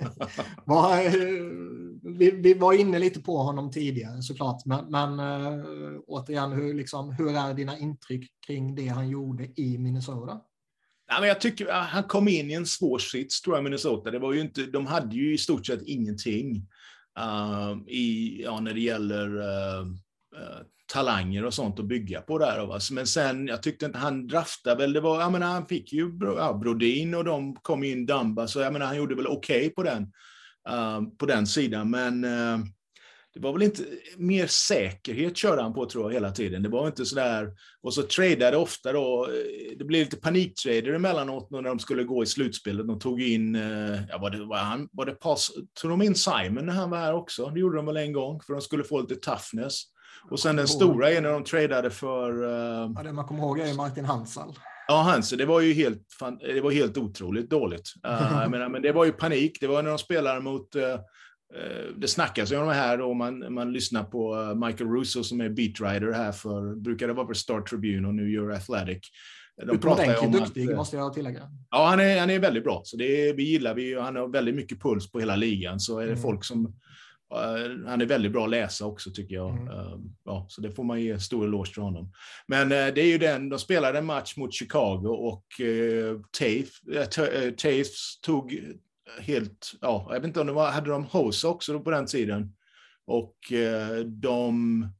vi, vi var inne lite på honom tidigare såklart, men, men uh, återigen, hur, liksom, hur är dina intryck kring det han gjorde i Minnesota? Ja, men jag tycker han kom in i en svår sits, tror jag, Minnesota. Det var ju inte, de hade ju i stort sett ingenting. Uh, i, ja, när det gäller uh, uh, talanger och sånt att bygga på där. Va? Men sen, jag tyckte inte han draftade väl, det var, jag menar, han fick ju ja, Brodin och de kom in Dumba, så jag menar, han gjorde väl okej okay på den uh, på den sidan, men uh, det var väl inte mer säkerhet körde han på, tror jag, hela tiden. Det var inte så där, och så tradade ofta då, det blev lite paniktrader emellanåt när de skulle gå i slutspelet. De tog in, ja, var det, var han, var det pass, tog de in Simon när han var här också? Det gjorde de väl en gång, för de skulle få lite toughness. Och sen den stora är när de tradade för... Uh, ja, det man kommer ihåg är Martin Hansal. Ja, Hansen, det var ju helt, det var helt otroligt dåligt. Uh, jag menar, men det var ju panik. Det var när de spelade mot... Uh, det snackas ju om det här, och man, man lyssnar på Michael Russo som är beatwriter här för, brukade vara för Star Tribune och nu gör Athletic. De pratar ju om duktig, att, måste jag tillägga. Ja, han är, han är väldigt bra, så det är, vi gillar vi, och han har väldigt mycket puls på hela ligan, så är det mm. folk som uh, han är väldigt bra att läsa också, tycker jag. Mm. Uh, ja, så det får man ge stor eloge till honom. Men uh, det är ju den, de spelade en match mot Chicago, och uh, Taves uh, Taves tog helt, ja, jag vet inte om det var, hade de Hosa också på den tiden, och eh, de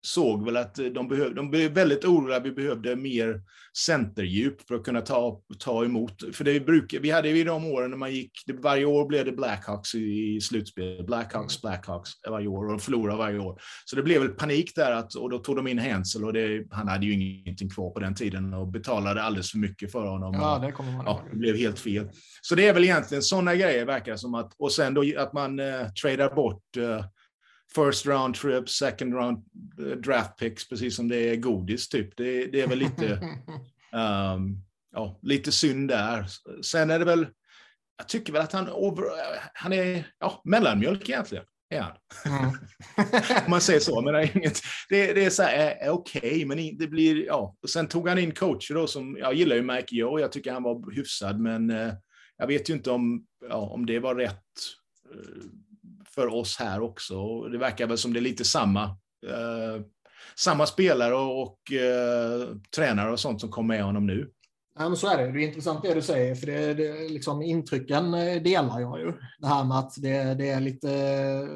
såg väl att de behövde, de blev väldigt oroliga, vi behövde mer centerdjup för att kunna ta, ta emot. För det brukar, vi hade ju de åren när man gick, det, varje år blev det Blackhawks i, i slutspel. Blackhawks, Blackhawks varje år och de förlorade varje år. Så det blev väl panik där att, och då tog de in Hansel och det, han hade ju ingenting kvar på den tiden och betalade alldeles för mycket för honom. Ja, det kommer man ja, det blev helt fel. Så det är väl egentligen sådana grejer verkar som att, och sen då att man eh, tradar bort eh, first round trips, second round draft picks, precis som det är godis typ. Det, det är väl lite, um, ja, lite synd där. Sen är det väl, jag tycker väl att han, over, han är ja, mellanmjölk egentligen. Är han. Mm. Om man säger så, men det är, inget, det, det är så här, är okej, okay, men det blir, ja. Och sen tog han in coacher då som, jag gillar ju Mike Yeo, jag tycker han var hyfsad, men uh, jag vet ju inte om, ja, om det var rätt uh, för oss här också. Det verkar väl som det är lite samma eh, samma spelare och, och eh, tränare och sånt som kommer med honom nu. Ja, men så är det. Det är intressant det du säger, för det, det liksom intrycken delar jag ju. Det här med att det, det är lite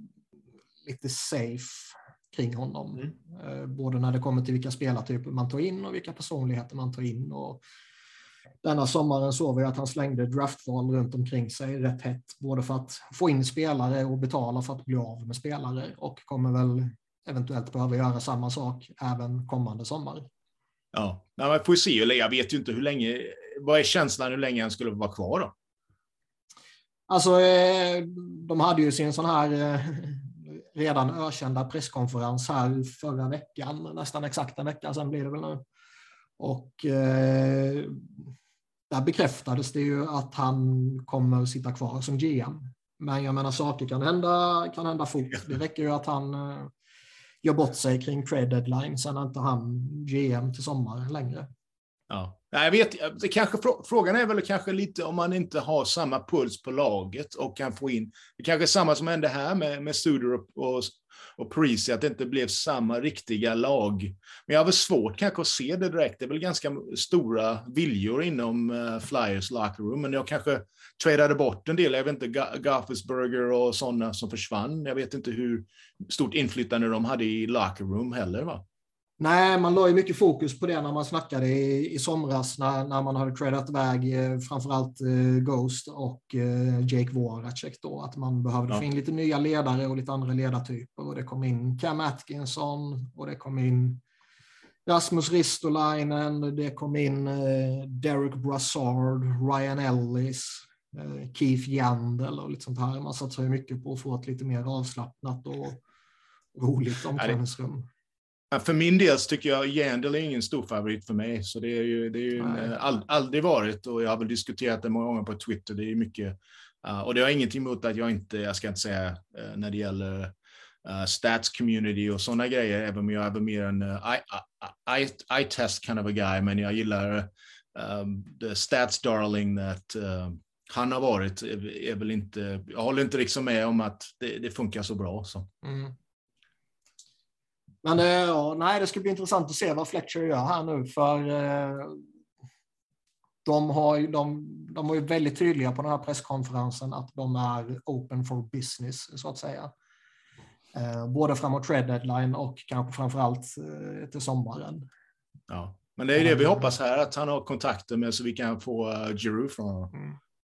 lite safe kring honom. Mm. Både när det kommer till vilka spelartyper man tar in och vilka personligheter man tar in. Och denna sommaren såg vi att han slängde draftval runt omkring sig rätt hett. Både för att få in spelare och betala för att bli av med spelare. Och kommer väl eventuellt behöva göra samma sak även kommande sommar. Ja, man får se. Jag vet ju inte hur länge, vad är känslan hur länge han skulle vara kvar då? Alltså, de hade ju sin sån här redan ökända presskonferens här förra veckan. Nästan exakt en vecka sedan blir det väl nu. Och eh, där bekräftades det ju att han kommer sitta kvar som G M. Men jag menar, saker kan hända, kan hända fort. Det räcker ju att han eh, gör bort sig kring trade deadline, sen är inte han G M till sommaren längre. Ja, jag vet, det kanske, frågan är väl kanske lite om man inte har samma puls på laget och kan få in, det kanske är samma som hände här med, med Suter och, och, och Parisi, att det inte blev samma riktiga lag. Men jag har väl svårt kanske att se det direkt. Det är väl ganska stora viljor inom uh, Flyers locker room, men jag kanske tradade bort en del. Jag vet inte, Goffesberger och sådana som försvann. Jag vet inte hur stort inflytande de hade i locker room heller, va? Nej, man la ju mycket fokus på det när man snackade i, i somras när, när man hade tradat iväg eh, framförallt eh, Ghost och eh, Jake Voracek då, att man behövde ja. få in lite nya ledare och lite andra ledartyper, och det kom in Cam Atkinson och det kom in Rasmus Ristolainen, det kom in eh, Derek Brassard, Ryan Ellis, eh, Keith Yandel och lite sånt här. Man satsar ju mycket på att få ett lite mer avslappnat och roligt omklädningsrum. För min del tycker jag Yandel är ingen stor favorit för mig, så det är ju, det är ju en, all, aldrig varit, och jag har väl diskuterat det många gånger på Twitter. Det är mycket, uh, och det har ingenting emot att jag inte, jag ska inte säga uh, när det gäller uh, stats community och sådana grejer, även om jag är mer en uh, I, I, I test kind of a guy, men jag gillar um, the stats darling that uh, han har varit, är, är väl inte, jag håller inte liksom med om att det, det funkar så bra så. Mm. Men ja, nej, det ska bli intressant att se vad Fletcher gör här nu, för eh, de, har ju, de, de var ju väldigt tydliga på den här presskonferensen att de är open for business, så att säga. Eh, både framåt trade deadline och kanske framförallt eh, till sommaren. Ja, men det är det vi hoppas här, att han har kontakter med så vi kan få uh, Giroux från honom. Mm.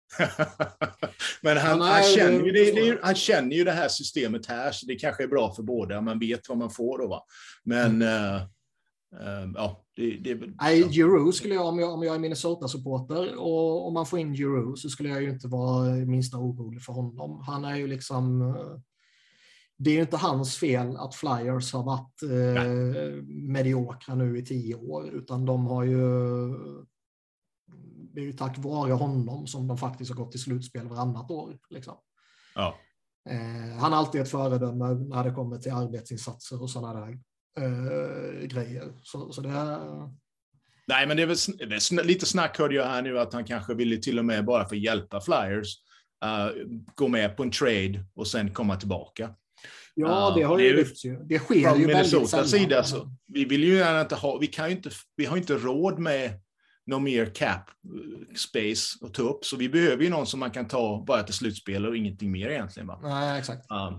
Men han, ja, nej, han, känner ju det, det, han känner ju det här systemet här, så det kanske är bra för båda. Man vet vad man får då, va? Men mm. uh, uh, ja, det, det nej, Giroux skulle jag, om jag, om jag är Minnesota-supporter och om man får in Giroux, så skulle jag ju inte vara minsta orolig för honom. Han är ju liksom, det är ju inte hans fel att Flyers har varit uh, mediokra nu i tio år, utan de har ju, det är ju tack vare honom som de faktiskt har gått till slutspel varannat år. Liksom. Ja. Eh, han är alltid ett föredöme när det kommer till arbetsinsatser och sådana där eh, grejer. Så, så det är... Nej, men det är väl, det är lite snack hörde jag här nu att han kanske ville till och med bara för att hjälpa Flyers uh, gå med på en trade och sen komma tillbaka. Ja, det har ju uh, lyfts ju. Det sker ju väldigt sällan. Sida, så vi vill ju gärna inte ha, vi kan ju inte, vi har inte råd med någon mer cap space att ta upp, så vi behöver ju någon som man kan ta bara till slutspel och ingenting mer egentligen, va? Nej, exakt. Um,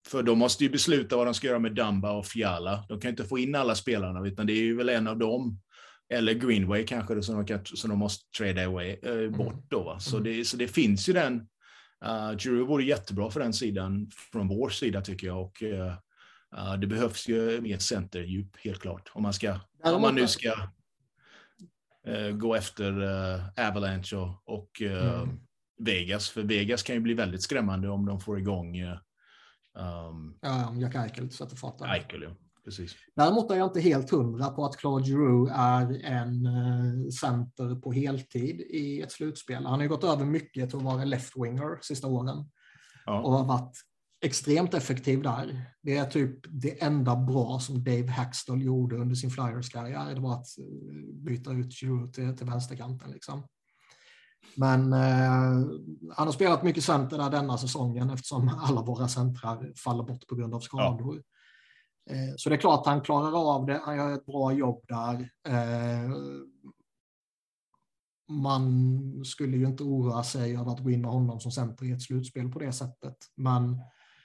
för de måste ju besluta vad de ska göra med Dumba och Fiala. De kan inte få in alla spelarna, utan det är ju väl en av dem, eller Greenway kanske, som de, kan, som de måste trade away, äh, bort då. Va? Så, det, så det finns ju den. Uh, Giroud vore jättebra för den sidan, från vår sida tycker jag. Och uh, uh, det behövs ju mer centerdjup, helt klart. Om man, ska, om man nu ska uh, gå efter uh, Avalanche och, och uh, mm. Vegas. För Vegas kan ju bli väldigt skrämmande om de får igång uh, um, ja, om Jack Eichel sätter fart där. Eichel, ja. Precis. Däremot är jag inte helt hundra på att Claude Giroux är en uh, center på heltid i ett slutspel. Han har ju gått över mycket till att vara left-winger sista åren. Ja. Och har varit extremt effektiv där. Det är typ det enda bra som Dave Haxtell gjorde under sin Flyers-karriär. Det var att uh, byta ut Giroux till, till vänsterkanten liksom. Men uh, han har spelat mycket center där denna säsongen, eftersom alla våra centrar faller bort på grund av skador. Ja. Så det är klart att han klarar av det. Han gör ett bra jobb där. Man skulle ju inte oroa sig av att gå in med honom som center i ett slutspel på det sättet. Men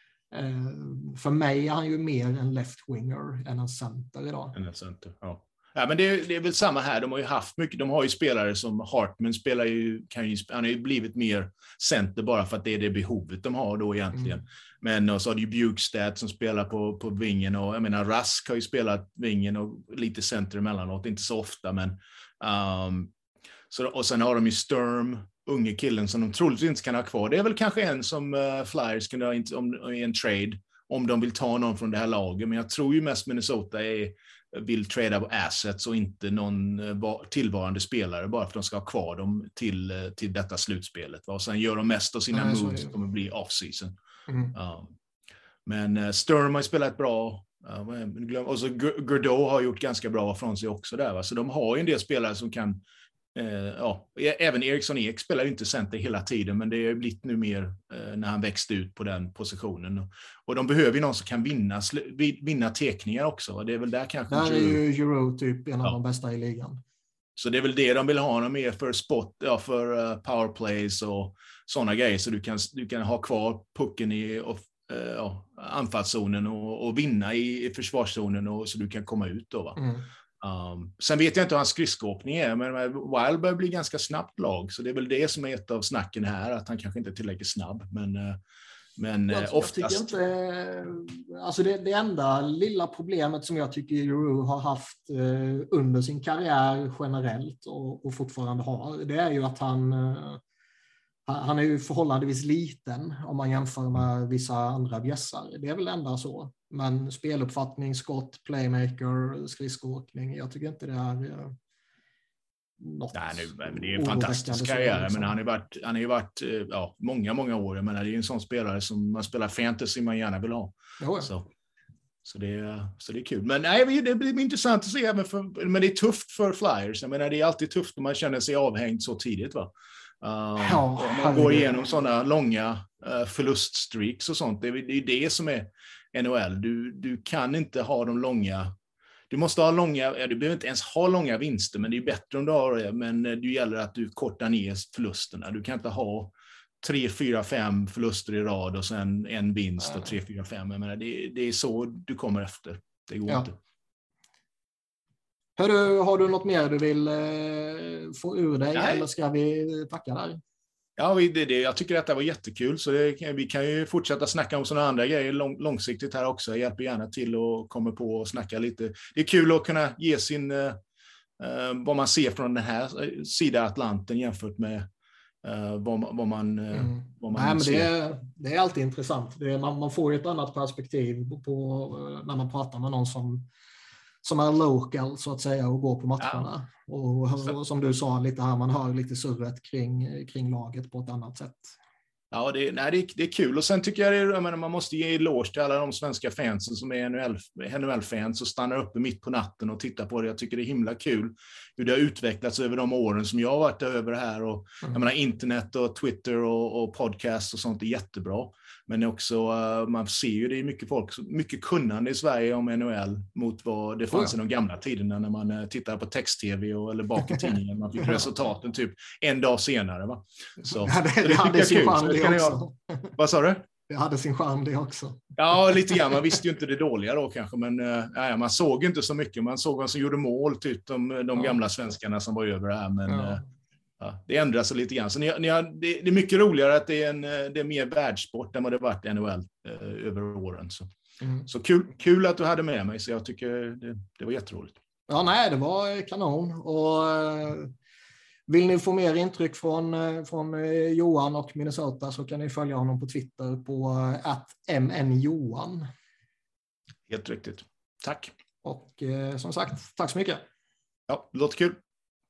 för mig är han ju mer en left-winger än en center idag. En center, ja. Ja, men det är, det är väl samma här. De har ju haft mycket. De har ju spelare som Hartman spelar ju, kan ju, han har ju blivit mer center bara för att det är det behovet de har då egentligen. Mm. Men och så har det ju Bjugstad som spelar på, på vingen, och jag menar Rask har ju spelat vingen och lite center emellanåt, inte så ofta, men um, så, och sen har de ju Sturm, unge killen som de troligtvis inte kan ha kvar. Det är väl kanske en som uh, Flyers kunde ha in, om, i en trade om de vill ta någon från det här laget, men jag tror ju mest Minnesota är vill trada på assets och inte någon tillvarande spelare bara för att de ska ha kvar dem till, till detta slutspelet. Och sen gör de mest av sina Nej, moves kommer bli off-season. Mm. Um, men Sturm har spelat bra. Uh, och så Godot har gjort ganska bra från sig också där. Va? Så de har ju en del spelare som kan Uh, ja, även Eriksson Ek spelar ju inte center hela tiden, men det har blivit nu mer uh, när han växte ut på den positionen. Och, och de behöver ju någon som kan vinna, vinna tekningar också. Det är väl där kanske... Där är ju Giroux typ en av ja. de bästa i ligan. Så det är väl det de vill ha, någon mer för spot, ja, för uh, powerplays och sådana grejer, så du kan, du kan ha kvar pucken i och, uh, ja, anfallszonen och, och vinna i, i försvarszonen, och, så du kan komma ut då, va? Mm. Um, sen vet jag inte hur hans skridskoåkning är, men Wild börjar bli ganska snabbt lag, så det är väl det som är ett av snacken här, att han kanske inte är tillräckligt snabb, men, men jag, oftast... Jag tycker inte, alltså det, det enda lilla problemet som jag tycker Giroux har haft eh, under sin karriär generellt och, och fortfarande har, det är ju att han eh, han är ju förhållandevis liten om man jämför med vissa andra bjässar. Det är väl ändå så. Men speluppfattning, skott, playmaker, skridskoåkning, jag tycker inte det är eh, något. Nej, nu, men det är en fantastisk karriär. Men han har varit, han har ju varit ja, många, många år. Jag menar, det är en sån spelare som man spelar fantasy man gärna vill ha. Ja. Så, så, det, så det är kul. Men nej, det blir intressant att se. Även för, men det är tufft för Flyers. Jag menar, det är alltid tufft när man känner sig avhängd så tidigt, va? Uh, ja, man går igenom sådana långa uh, förluststreaks och sånt. Det är, det är det som är N H L. Du, du kan inte ha de långa... Du måste ha långa... Ja, du behöver inte ens ha långa vinster, men det är bättre om du har det. Men det gäller att du kortar ner förlusterna. Du kan inte ha tre, fyra, fem förluster i rad och sen en vinst och tre, fyra, fem. Jag menar, det, det är så du kommer efter. Det går ja. inte. Hörru, har du något mer du vill eh, få ur dig? Nej. Eller ska vi tacka där? Ja, vi, det, det, jag tycker att det var jättekul. Så det, vi kan ju fortsätta snacka om sådana andra grejer lång, långsiktigt här också. Jag hjälper gärna till och kommer på och snacka lite. Det är kul att kunna ge sin, eh, vad man ser från den här sidan Atlanten jämfört med eh, vad, vad man, eh, mm. vad man Nej, men ser. det, är, det är alltid intressant. Det är, man, man får ju ett annat perspektiv på, på, när man pratar med någon som som är local så att säga och går på matcherna. Ja. Och, och som du sa lite här, man hör lite surret kring, kring laget på ett annat sätt. Ja, det, nej, det, det är kul. Och sen tycker jag, det, jag menar, man måste ge eloge till alla de svenska fansen som är N H L-fans och stannar uppe mitt på natten och tittar på det. Jag tycker det är himla kul hur det har utvecklats över de åren som jag har varit över här. Och, mm. jag menar, internet och Twitter och, och podcast och sånt är jättebra. Men också, uh, man ser ju det är mycket folk, mycket kunnande i Sverige om N H L mot vad det fanns oh ja. i de gamla tiderna när man uh, tittade på text-tv och, eller bak i tidningen. Man fick resultaten typ en dag senare. Va? Så, ja, det, så det, det hade sin charm det också. Jag, vad sa du? Det hade sin charm det också. Ja, lite grann. Man visste ju inte det dåliga då kanske, men äh, nej, man såg inte så mycket. Man såg vad som gjorde mål, typ de, de Ja. gamla svenskarna som var över det här. Men Ja. äh, ja, det ändras så lite grann. Så ni, ni har, det, det är mycket roligare att det är, en, det är mer världssport än vad det varit i N H L äh, över åren. Så, mm. så kul, kul att du hade med mig, så jag tycker det, det var jätteroligt. Ja, nej, det var kanon. Och vill ni få mer intryck från, från Johan och Minnesota så kan ni följa honom på Twitter på at mnjohan. Helt riktigt. Tack. Och eh, som sagt, tack så mycket. Ja, det låter kul.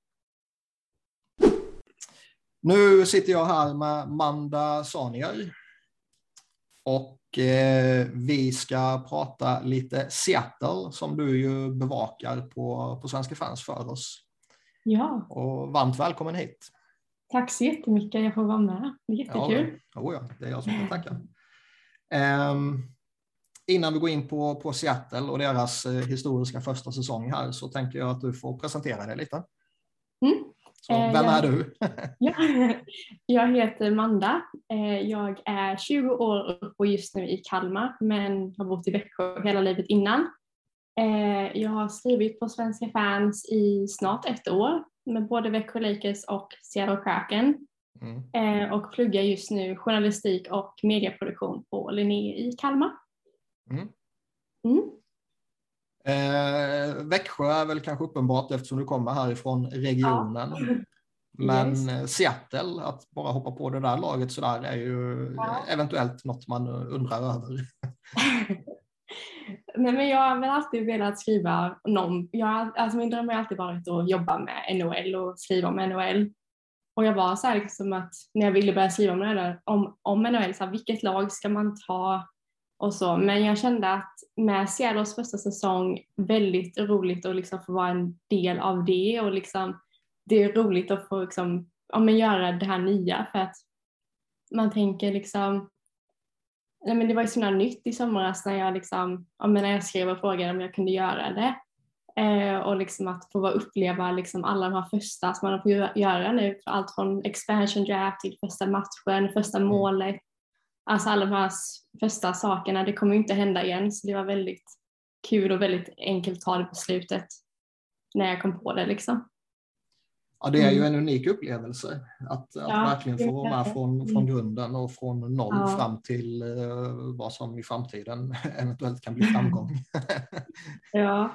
Nu sitter jag här med Manda Sanier. Och eh, vi ska prata lite Seattle som du ju bevakar på, på Svenska fans för oss. Ja. Och varmt välkommen hit. Tack så jättemycket, jag får vara med. Det är jättekul. Ja, oh ja, det är jag som kan tacka. Um, innan vi går in på, på Seattle och deras eh, historiska första säsong här så tänker jag att du får presentera dig lite. Mm. Så, vem eh, är du? ja, jag heter Manda. Eh, jag är tjugo år och just nu i Kalmar, men har bott i Växjö hela livet innan. Eh, jag har skrivit på Svenska fans i snart ett år med både Växjö Lakers och Seattle Kraken. Mm. Eh, och pluggar just nu journalistik och medieproduktion på Linné i Kalmar. Mm. Mm. Eh, Växjö är väl kanske uppenbart eftersom du kommer härifrån regionen. Ja. Men yes. Seattle, att bara hoppa på det där laget så där är ju ja. eventuellt något man undrar över. Nej, men jag har väl alltid velat skriva någon, jag, alltså min dröm har alltid varit att jobba med N H L och skriva om N H L. Och jag var så här liksom att när jag ville börja skriva om, det, om, om N H L, så här, vilket lag ska man ta och så. Men jag kände att med Seattles första säsong, väldigt roligt att liksom få vara en del av det. Och liksom, det är roligt att få liksom, ja, men göra det här nya, för att man tänker liksom, nej, men det var ju sådana nytt i somras när jag, liksom, ja, men när jag skrev och frågade om jag kunde göra det. Eh, och liksom att få uppleva liksom alla de här första som man får göra nu. Allt från expansion draft till första matchen, första målet. Alltså alla de här första sakerna, det kommer inte hända igen. Så det var väldigt kul och väldigt enkelt att ta det beslutet när jag kom på det liksom. Ja, det är ju en unik upplevelse att, att ja, verkligen få vara med från, från grunden och från noll ja. fram till uh, vad som i framtiden eventuellt kan bli framgång. Ja.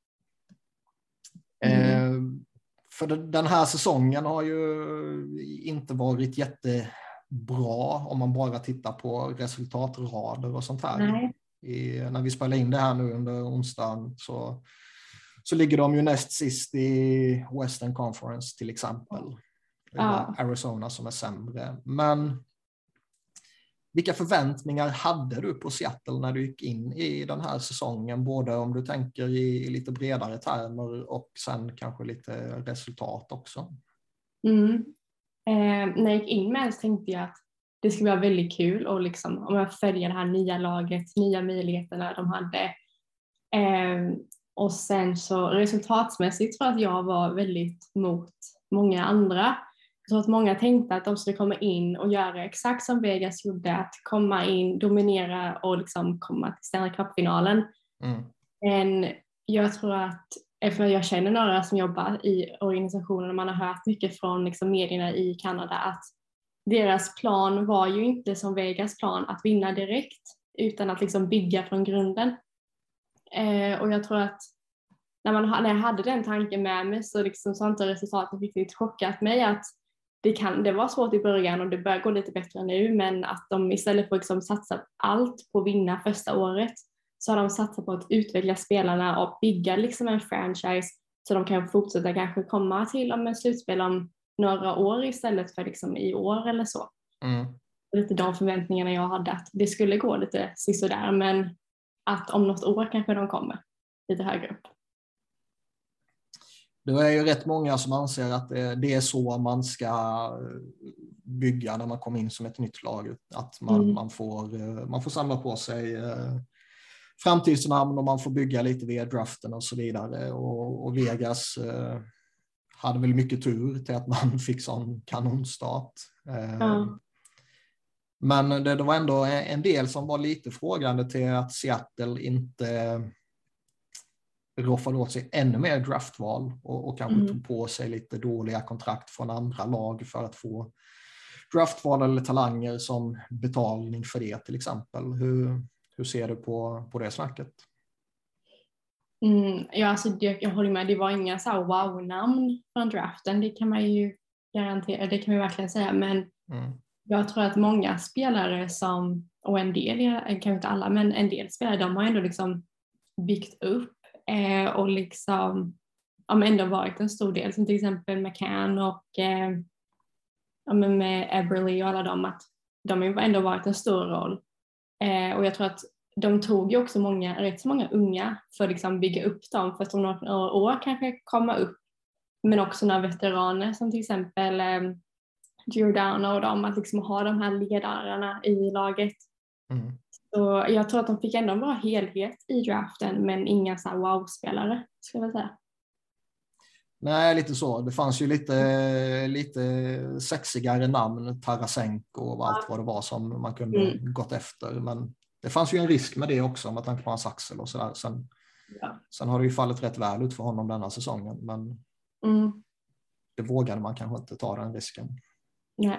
Mm. Eh, för den här säsongen har ju inte varit jättebra om man bara tittar på resultatrader och sånt här. I, när vi spelar in det här nu under onsdagen så så ligger de ju näst sist i Western Conference till exempel. Ja. Arizona som är sämre. Men vilka förväntningar hade du på Seattle när du gick in i den här säsongen? Både om du tänker i lite bredare termer och sen kanske lite resultat också. Mm. Eh, när jag gick in med så tänkte jag att det skulle vara väldigt kul och liksom, om jag följer det här nya laget, nya möjligheterna de hade. Eh, Och sen så resultatsmässigt tror jag att jag var väldigt mot många andra. Jag tror att många tänkte att de skulle komma in och göra exakt som Vegas gjorde. Att komma in, dominera och liksom komma till Stanley Cup-finalen. Mm. Men jag tror att, eftersom jag känner några som jobbar i organisationen och man har hört mycket från liksom medierna i Kanada, att deras plan var ju inte som Vegas plan att vinna direkt utan att liksom bygga från grunden. Eh, och jag tror att när, man, när jag hade den tanken med mig så, liksom, så har inte resultatet riktigt chockat mig. Att det, kan, det var svårt i början och det börjar gå lite bättre nu, men att de istället för att liksom, satsa allt på att vinna första året så har de satsat på att utveckla spelarna och bygga liksom, en franchise så de kan fortsätta kanske komma till om en slutspel om några år istället för liksom, i år eller så. Mm. Lite de förväntningarna jag hade att det skulle gå lite sisådär, men att om något år kanske de kommer lite högre upp. Det är ju rätt många som anser att det är så man ska bygga när man kommer in som ett nytt lag. Att man, mm. man, får, man får samla på sig framtidsnamn och man får bygga lite via draften och så vidare. Och, och Vegas hade väl mycket tur till att man fick sån kanonstart. Mm. Men det, det var ändå en del som var lite frågande till att Seattle inte roffade åt sig ännu mer draftval och, och kanske mm. tog på sig lite dåliga kontrakt från andra lag för att få draftval eller talanger som betalning för det till exempel. Hur, hur ser du på, på det snacket? Mm, ja, alltså det, jag håller med, det var inga så här wow-namn från draften, det kan man ju garantera, det kan vi verkligen säga, men mm. jag tror att många spelare som, och en del, kanske inte alla, men en del spelare, de har ändå liksom byggt upp eh, och liksom ja, ändå varit en stor del, som till exempel McCann och eh, ja, med Eberle och alla dem, att de har ändå varit en stor roll. Eh, och jag tror att de tog ju också många, rätt så många unga för att liksom bygga upp dem, för att om några år kanske komma upp. Men också några veteraner som till exempel eh, Giordano och dem, att liksom ha de här ledarna i laget. Mm. Så jag tror att de fick ändå en bra helhet i draften, men inga så här wow-spelare, skulle jag säga. Nej, lite så. Det fanns ju lite, lite sexigare namn, Tarasenko och allt vad det var som man kunde mm. gått efter. Men det fanns ju en risk med det också med tanke på hans axel och sådär. Sen, ja. sen har det ju fallit rätt väl ut för honom denna säsongen. Men mm. det vågade man kanske inte ta den risken. Nej.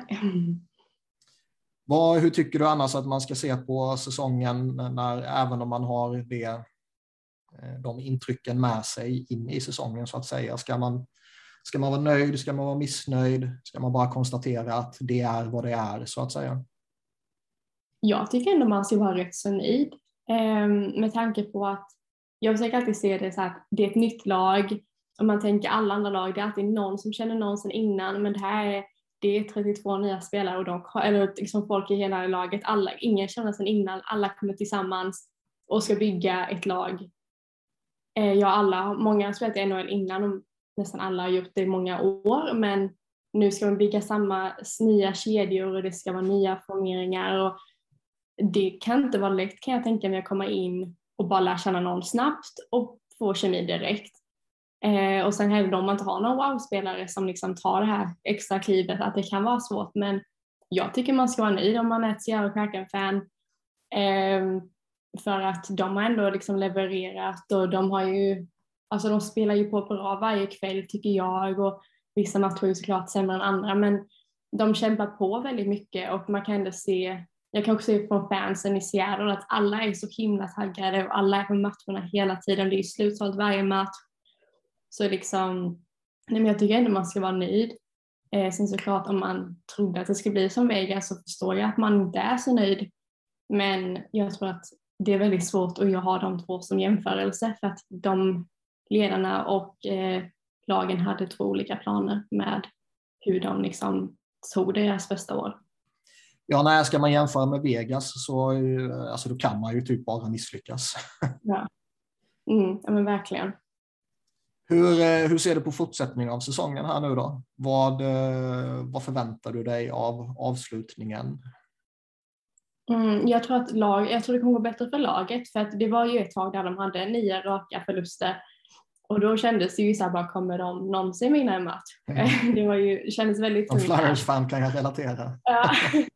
Vad, hur tycker du annars att man ska se på säsongen när, även om man har det, de intrycken med sig in i säsongen så att säga? Ska man, ska man vara nöjd? Ska man vara missnöjd? Ska man bara konstatera att det är vad det är så att säga? Jag tycker ändå man ska vara rätt så nöjd eh, med tanke på att jag försöker alltid se det så att det är ett nytt lag och man tänker alla andra lag, det är alltid någon som känner någon sedan innan, men det här är, det är trettiotvå nya spelare och de, eller liksom folk i hela laget, alla, ingen känner sedan innan, alla kommer tillsammans och ska bygga ett lag. Eh, ja, alla, många har spelat i N H L innan och nästan alla har gjort det i många år, men nu ska man bygga samma nya kedjor och det ska vara nya formeringar och det kan inte vara lätt, kan jag tänka mig, att komma in och bara lära känna någon snabbt och få kemi direkt. Eh, och sen heller om man inte har någon wow-spelare som liksom tar det här extra klivet, att det kan vara svårt, men jag tycker man ska vara nöjd om man är ett Seattle Kraken-fan. Eh, för att de har ändå liksom levererat och de har ju, alltså de spelar ju på bra varje kväll tycker jag, och vissa matcher är såklart sämre än andra, men de kämpar på väldigt mycket och man kan ändå se, jag kan också se från fansen i Seattle att alla är så himla taggade och alla är på matcherna hela tiden, det är ju slutsålt varje match. Så liksom, nej men jag tycker ändå man ska vara nöjd. Eh, sen såklart om man trodde att det skulle bli som Vegas så förstår jag att man inte är så nöjd. Men jag tror att det är väldigt svårt att ha de två som jämförelse för att de ledarna och eh, lagen hade två olika planer med hur de liksom tog deras första år. Ja, när ska man jämföra med Vegas så alltså, då kan man ju typ bara misslyckas. Ja, mm, ja men verkligen. Hur, hur ser du på fortsättningen av säsongen här nu då? Vad, vad förväntar du dig av avslutningen? Mm, jag tror att lag, jag tror det kommer gå bättre för laget, för att det var ju ett tag där de hade nio raka förluster och då kändes det ju så här, bara kommer de någonsin vinna en match? Mm. Det var ju, det kändes väldigt tungt. Som Flyers-fan kan jag relatera. Ja.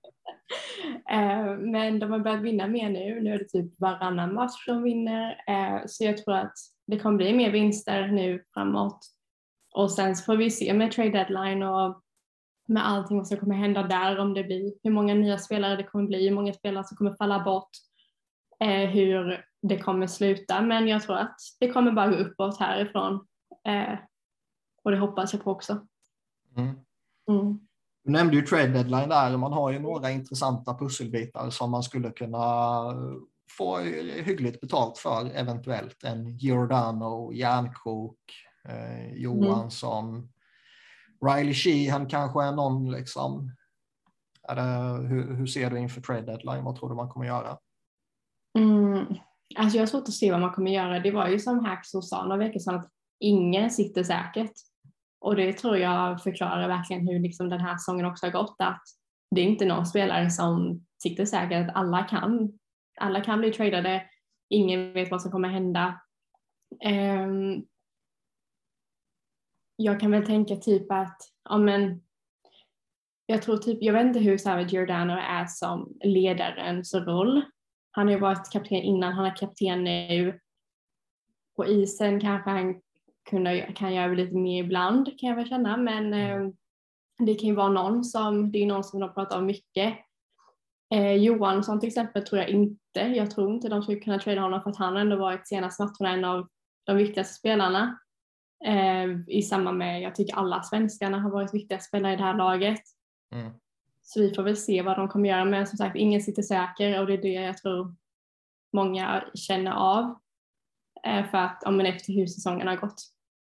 Men de har börjat vinna mer nu, nu är det typ varannan match de vinner, så jag tror att det kommer bli mer vinster nu framåt och sen så får vi se med trade deadline och med allting som kommer hända där, om det blir hur många nya spelare det kommer bli, hur många spelare som kommer falla bort, eh, hur det kommer sluta, men jag tror att det kommer bara gå uppåt härifrån eh, och det hoppas jag på också. Mm. Mm. Du nämnde ju trade deadline där, man har ju några intressanta pusselbitar som man skulle kunna få hyggligt betalt för, eventuellt en Giordano, Järnkrok, eh, Johansson, mm. Riley Shea, han kanske är någon liksom, är det, hur, hur ser du inför trade deadline, vad tror du man kommer göra? Mm. Alltså jag har svårt att se vad man kommer göra, det var ju som Hackso sa några veckor sedan att ingen sitter säkert och det tror jag förklarar verkligen hur liksom den här säsongen också har gått, att det är inte någon spelare som sitter säkert, att alla kan alla kan bli tradade, ingen vet vad som kommer hända. Um, jag kan väl tänka typ att ja, men, jag tror typ, jag vet inte hur så här Giordano är som ledarens roll. Han har ju varit kapten innan, han är kapten nu. På isen kanske han kunde, kan göra lite mer ibland, kan jag väl känna. Men eh, det kan ju vara någon som, det är någon som de pratar om mycket. Eh, Johansson till exempel tror jag inte. Jag tror inte de skulle kunna trada honom för att han ändå varit senaste matcherna en av de viktigaste spelarna. Eh, I samband med, jag tycker alla svenskarna har varit viktiga spelare i det här laget. Mm. Så vi får väl se vad de kommer göra. Men som sagt, ingen sitter säker och det är det jag tror många känner av. Eh, för att om en efter hur säsongen har gått.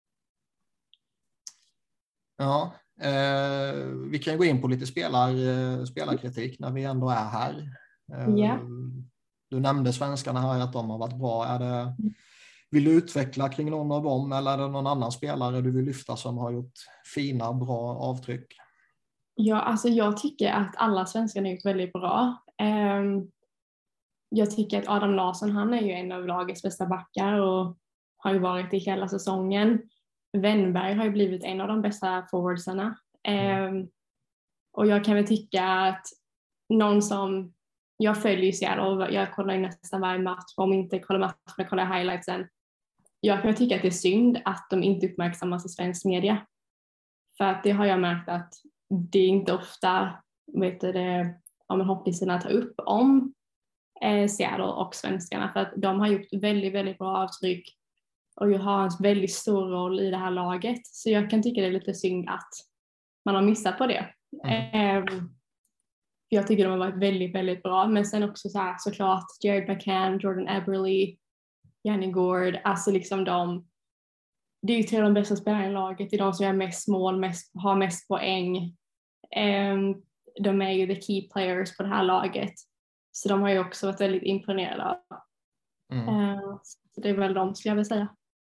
Ja, eh, vi kan gå in på lite spelar, eh, spelarkritik när vi ändå är här. Eh, Yeah. Du nämnde svenskarna här, att de har varit bra. Är det, vill du utveckla kring någon av dem, eller är det någon annan spelare du vill lyfta som har gjort fina, bra avtryck? Ja, alltså jag tycker att alla svenskar har gjort väldigt bra. Um, jag tycker att Adam Larsson, han är ju en av lagets bästa backar och har ju varit i hela säsongen. Wennberg har ju blivit en av de bästa forwardsarna. Um, och jag kan väl tycka att någon som, jag följer ju Seattle, jag kollar ju nästan varje match, om inte kollar matchen, jag kollar highlightsen. Jag kan tycka att det är synd att de inte uppmärksammas i svensk media. För att det har jag märkt att det är inte ofta, vet du det, om hockeysidan tar upp om eh, Seattle och svenskarna. För att de har gjort väldigt, väldigt bra avtryck och har en väldigt stor roll i det här laget. Så jag kan tycka det är lite synd att man har missat på det. Mm. Eh, jag tycker de har varit väldigt, väldigt bra. Men sen också så här, såklart Jared McCann, Jordan Eberle, Yanni Gourde, alltså liksom de, det är ju tre av de bästa spelarna i laget. Det är de som gör mest mål, mest, har mest poäng. Um, de är ju the key players på det här laget. Så de har ju också varit väldigt imponerade av. Mm. Uh, så det är väl de, skulle jag vilja säga.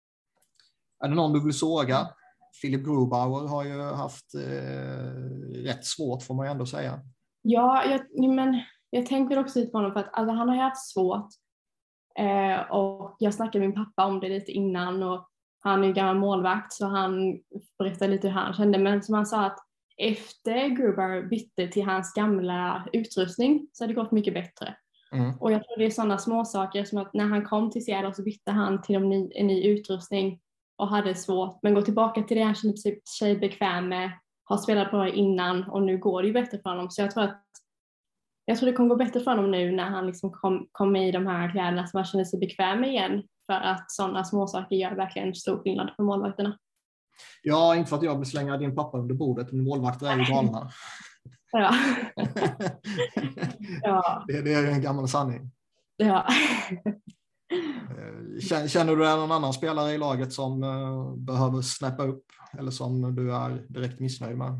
Är det någon du vill såga? Philip Grubauer har ju haft eh, rätt svårt, får man ju ändå säga. Ja, jag, men jag tänker också lite på honom för att alltså, han har ju haft svårt. Uh, och jag snackade med min pappa om det lite innan och han är ju gammal målvakt så han berättade lite hur han kände. Men som han sa att efter Gruber bytte till hans gamla utrustning så hade det gått mycket bättre. Mm. Och jag tror det är sådana små saker som att när han kom till Seattle så bytte han till en ny, en ny utrustning och hade svårt. Men gå tillbaka till det han kände sig bekväm med, har spelat bra innan och nu går det ju bättre för honom. Så jag tror att jag tror det kommer gå bättre för honom nu när han liksom kom, kom i de här kläderna som han känner sig bekväm med igen. För att sådana små saker gör verkligen en stor skillnad för målvakterna. Ja, inte för att jag vill slänga din pappa under bordet, men målvakter är ju galna. Ja. Ja. Det, det är ju en gammal sanning. Ja. Känner du någon annan spelare i laget som uh, behöver snappa upp eller som du är direkt missnöjd med?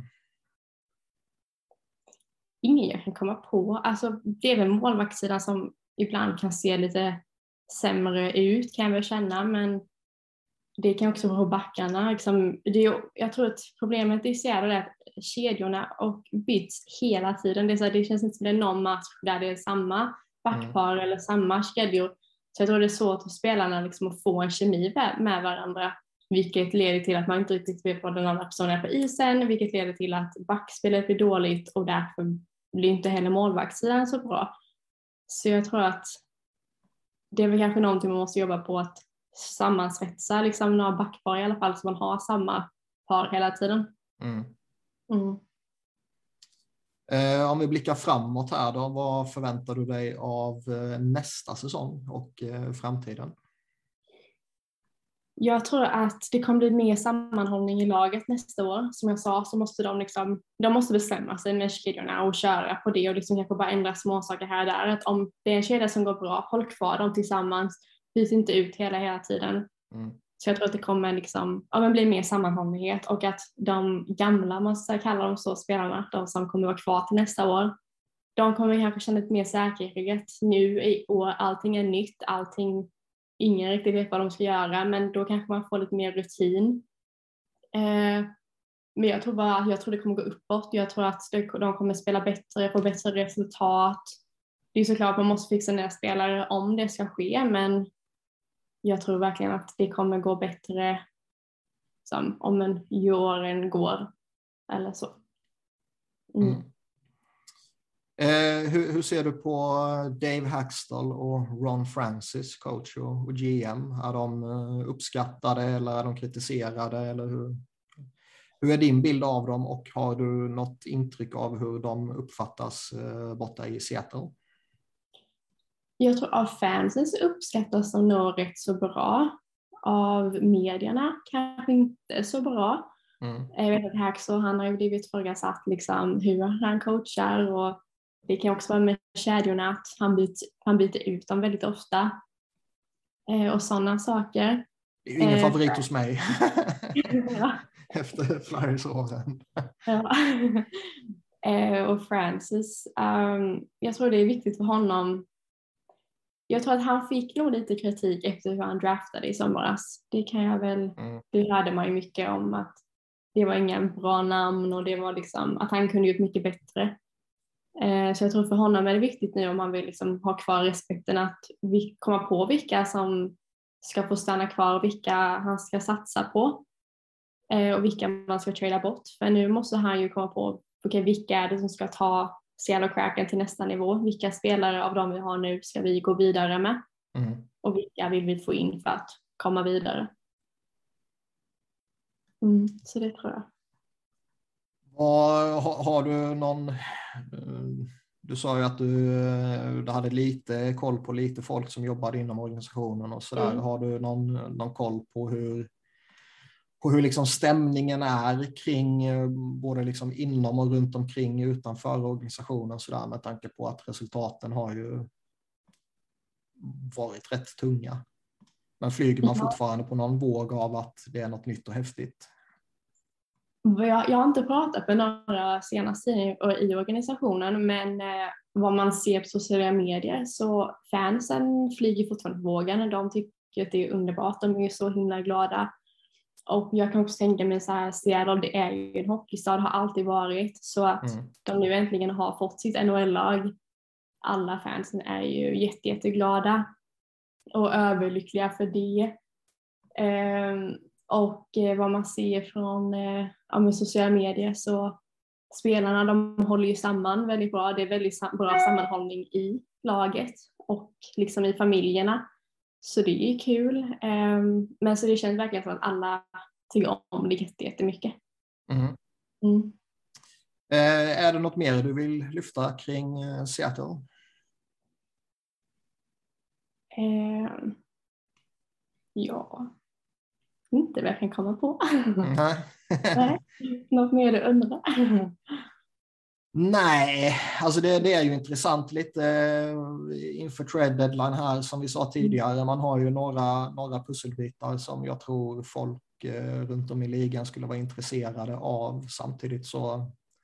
Ingen jag kan komma på. Alltså, det är väl målvaktssidan som ibland kan se lite sämre ut, kan jag väl känna, men det kan också vara på backarna. Liksom, det är, jag tror att problemet i Seattle är att kedjorna och byts hela tiden. Det, är så här, det känns inte som det är någon match där det är samma backpar mm. eller samma kedjor. Så jag tror det är svårt för spelarna liksom att få en kemi med varandra, vilket leder till att man inte riktigt vet vad den andra personen är på isen, vilket leder till att backspelet blir dåligt och därför blir inte heller målvaktssidan så bra. Så jag tror att det är väl kanske någonting man måste jobba på, att sammansvetsa liksom några backpar i alla fall så man har samma par hela tiden. Mm. Mm. Eh, om vi blickar framåt här då, vad förväntar du dig av eh, nästa säsong och eh, framtiden? Jag tror att det kommer bli mer sammanhållning i laget nästa år. Som jag sa så måste de liksom, de måste bestämma sig med kedjorna och köra på det och liksom kanske bara ändra små saker här och där. Att om det är en kedja som går bra, håll kvar dem tillsammans, byt inte ut hela hela tiden. Mm. Så jag tror att det kommer liksom, ja, men bli mer sammanhållighet och att de gamla, man ska kalla dem så, spelarna, de som kommer vara kvar till nästa år, de kommer kanske känna lite mer säkerhet nu i år. Allting är nytt, allting, ingen riktigt vet vad de ska göra, men då kanske man får lite mer rutin. Eh, men jag tror bara, jag tror det kommer gå uppåt. Jag tror att de kommer spela bättre, få bättre resultat. Det är såklart man måste fixa ner spelare om det ska ske, men jag tror verkligen att det kommer gå bättre som om en åren går eller så. Mm. Mm. Eh, hur, hur ser du på Dave Haxtell och Ron Francis, coach och, och G M? Är de uh, uppskattade eller är de kritiserade? Eller hur, hur är din bild av dem och har du något intryck av hur de uppfattas uh, borta i Seattle? Jag tror av fansen så uppskattas de nog rätt så bra. Av medierna kanske inte så bra. Mm. Jag vet att Haxtell, han har ju blivit frågasatt liksom hur han coachar, och det kan också vara med kedjorna att han byter, han byter ut dem väldigt ofta. Eh, och sådana saker. Det är ju ingen eh, favorit hos mig. Ja. Efter Flyers-åren. Ja. eh, och Francis, um, jag tror det är viktigt för honom. Jag tror att han fick nog lite kritik efter hur han draftade i somras. Det kan jag väl, mm. det hörde man ju mycket om att det var ingen bra namn och det var liksom att han kunde gjort mycket bättre. Eh, så jag tror för honom är det viktigt nu om man vill liksom ha kvar respekten att vi komma på vilka som ska få stanna kvar och vilka han ska satsa på. Eh, och vilka man ska trada bort. För nu måste han ju komma på okay, vilka är det som ska ta Seattle Kraken till nästa nivå. Vilka spelare av dem vi har nu ska vi gå vidare med? Mm. Och vilka vill vi få in för att komma vidare? Mm, så det tror jag. Har, har du någon... Du sa ju att du, du hade lite koll på lite folk som jobbade inom organisationen och sådär. Mm. Har du någon, någon koll på hur, på hur liksom stämningen är kring både liksom inom och runt omkring utanför organisationen så där, med tanke på att resultaten har ju varit rätt tunga. Men flyger man fortfarande på någon våg av att det är något nytt och häftigt? Jag, jag har inte pratat med några senaste i, i organisationen, men eh, vad man ser på sociala medier så fansen flyger fortfarande på vågen. De tycker att det är underbart, de är så himla glada. Och jag kan också tänka mig så här, Seattle, det är ju en hockeystad, har alltid varit, så att mm. de nu äntligen har fått sitt N H L-lag. Alla fansen är ju jätte, jätteglada och överlyckliga för det. Um, och eh, vad man ser från eh, ja, med sociala medier så spelarna, de håller ju samman väldigt bra. Det är väldigt sam- bra sammanhållning i laget och liksom i familjerna. Så det är kul. Um, men så det känns verkligen som att alla tycker om det jätte, jättemycket. Mm. Mm. Eh, är det något mer du vill lyfta kring eh, Seattle? Um, ja, inte vad jag kan komma på. Nej. Nej, något mer du undrar? Nej, alltså det, det är ju intressant lite inför trade deadline här som vi sa tidigare. Man har ju några, några pusselbitar som jag tror folk eh, runt om i ligan skulle vara intresserade av. Samtidigt så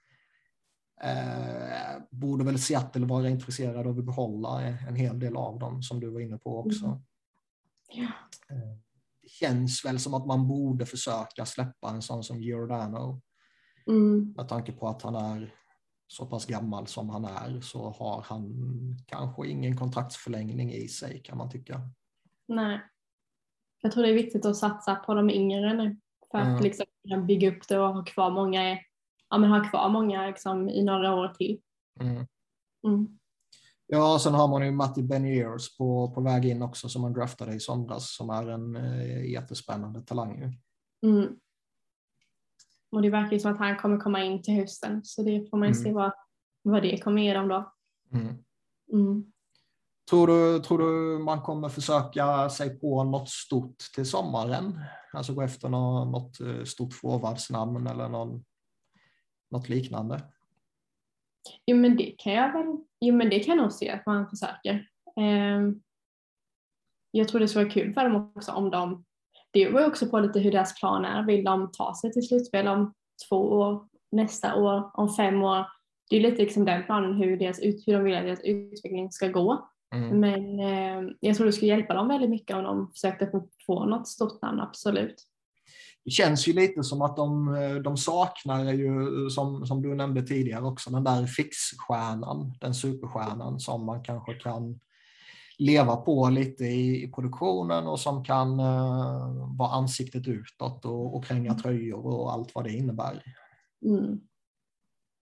eh, borde väl Seattle vara intresserad av att behålla en hel del av dem som du var inne på också. Mm. Ja. Det känns väl som att man borde försöka släppa en sån som Giordano. Mm. Med tanke på att han är så pass gammal som han är så har han kanske ingen kontraktsförlängning i sig, kan man tycka. Nej. Jag tror det är viktigt att satsa på de yngre nu för att mm. liksom bygga upp det och ha kvar många, ja, men ha kvar många liksom, i några år till. Mm. Mm. Ja, sen har man ju Matti Beniers på, på väg in också som man draftade i somras som är en eh, jättespännande talang ju. Mm. Och det verkar som att han kommer komma in till hösten. Så det får man mm. se vad, vad det kommer ge dem då. Mm. Mm. Tror du, tror du man kommer försöka sig på något stort till sommaren? Alltså gå efter något, något stort forwardsnamn eller någon, något liknande? Jo men det kan jag väl. Jo men det kan jag nog se att man försöker. Um, jag tror det skulle vara kul för dem också om de. Det var också på lite hur deras plan är. Vill de ta sig till slutspel om två år, nästa år, om fem år? Det är lite liksom den planen hur, deras, hur de vill att deras utveckling ska gå. Mm. Men eh, jag tror det skulle hjälpa dem väldigt mycket om de försökte få något stort namn, absolut. Det känns ju lite som att de, de saknar ju, som, som du nämnde tidigare också, den där fixstjärnan, den superstjärnan som man kanske kan leva på lite i, i produktionen och som kan uh, vara ansiktet utåt och, och kränga tröjor och allt vad det innebär. Mm.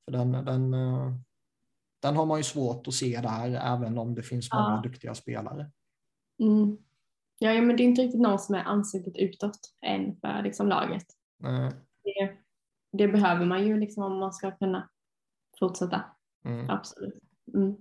För den, den, den har man ju svårt att se där, även om det finns många Ja. duktiga spelare. Mm. Ja, ja, men det är inte riktigt någon som är ansiktet utåt än för liksom, laget. Mm. Det, det behöver man ju liksom, om man ska kunna fortsätta. Mm. Absolut. Mm.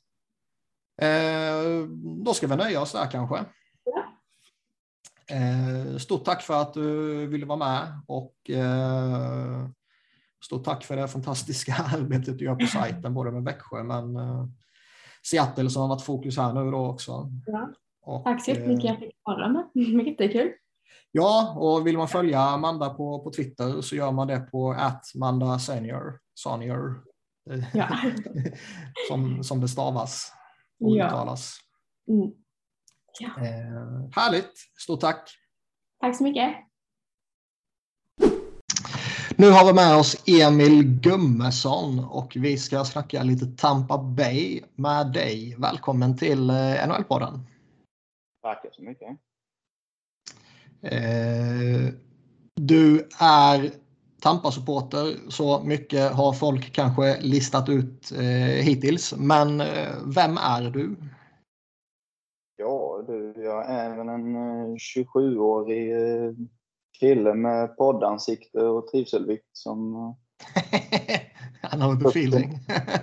Eh, då ska vi nöja oss där kanske. Ja. Eh, stort tack för att du ville vara med, och eh, stort tack för det fantastiska arbetet du gör på sajten, både med Växjö men eh, Seattle som har varit fokus här nu då också. Ja. Och, Tack så mycket, jag fick vara med. Jättekul. Ja, och vill man följa Amanda på, på Twitter så gör man det på at Manda Senior, Senior. Ja. som, som det stavas och Ja. uttalas. Mm. Ja. Eh, härligt, stort tack. Tack så mycket. Nu har vi med oss Emil Gummesson och vi ska snacka lite Tampa Bay med dig. Välkommen till N H L-podden. Tack så mycket. Eh, du är Tampa-supporter, så mycket har folk kanske listat ut eh, hittills. Men eh, vem är du? Ja, du, jag är väl en eh, tjugosjuårig eh, kille med poddansikte och trivselvikt som eh, Han har inte feeling.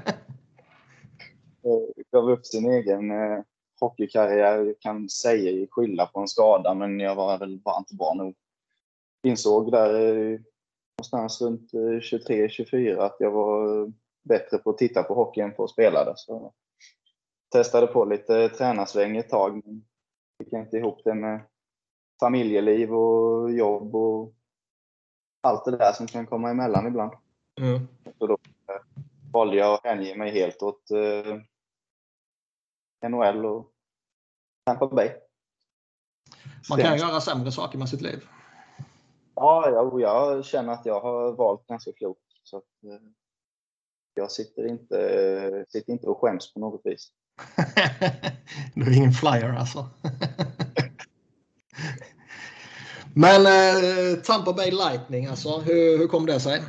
gav upp sin egen eh, hockeykarriär. Jag kan säga skylla på en skada, men jag var väl bara inte bra nog. Insåg där eh, någonstans runt eh, tjugotre tjugofyra att jag var bättre på att titta på hockey än på att spela det. Så testade på lite tränarsväng ett tag, men fick inte ihop det med familjeliv och jobb och allt det där som kan komma emellan ibland. Mm. Så då valde jag att hänge mig helt åt eh, N H L och Tampa Bay. Man kan göra sämre saker med sitt liv. Ja, jag, jag känner att jag har valt ganska klokt. Så att, eh, jag sitter inte, eh, sitter inte och skäms på något vis. Du är ingen flyer alltså. Men eh, Tampa Bay Lightning alltså, hur, hur kom det sig?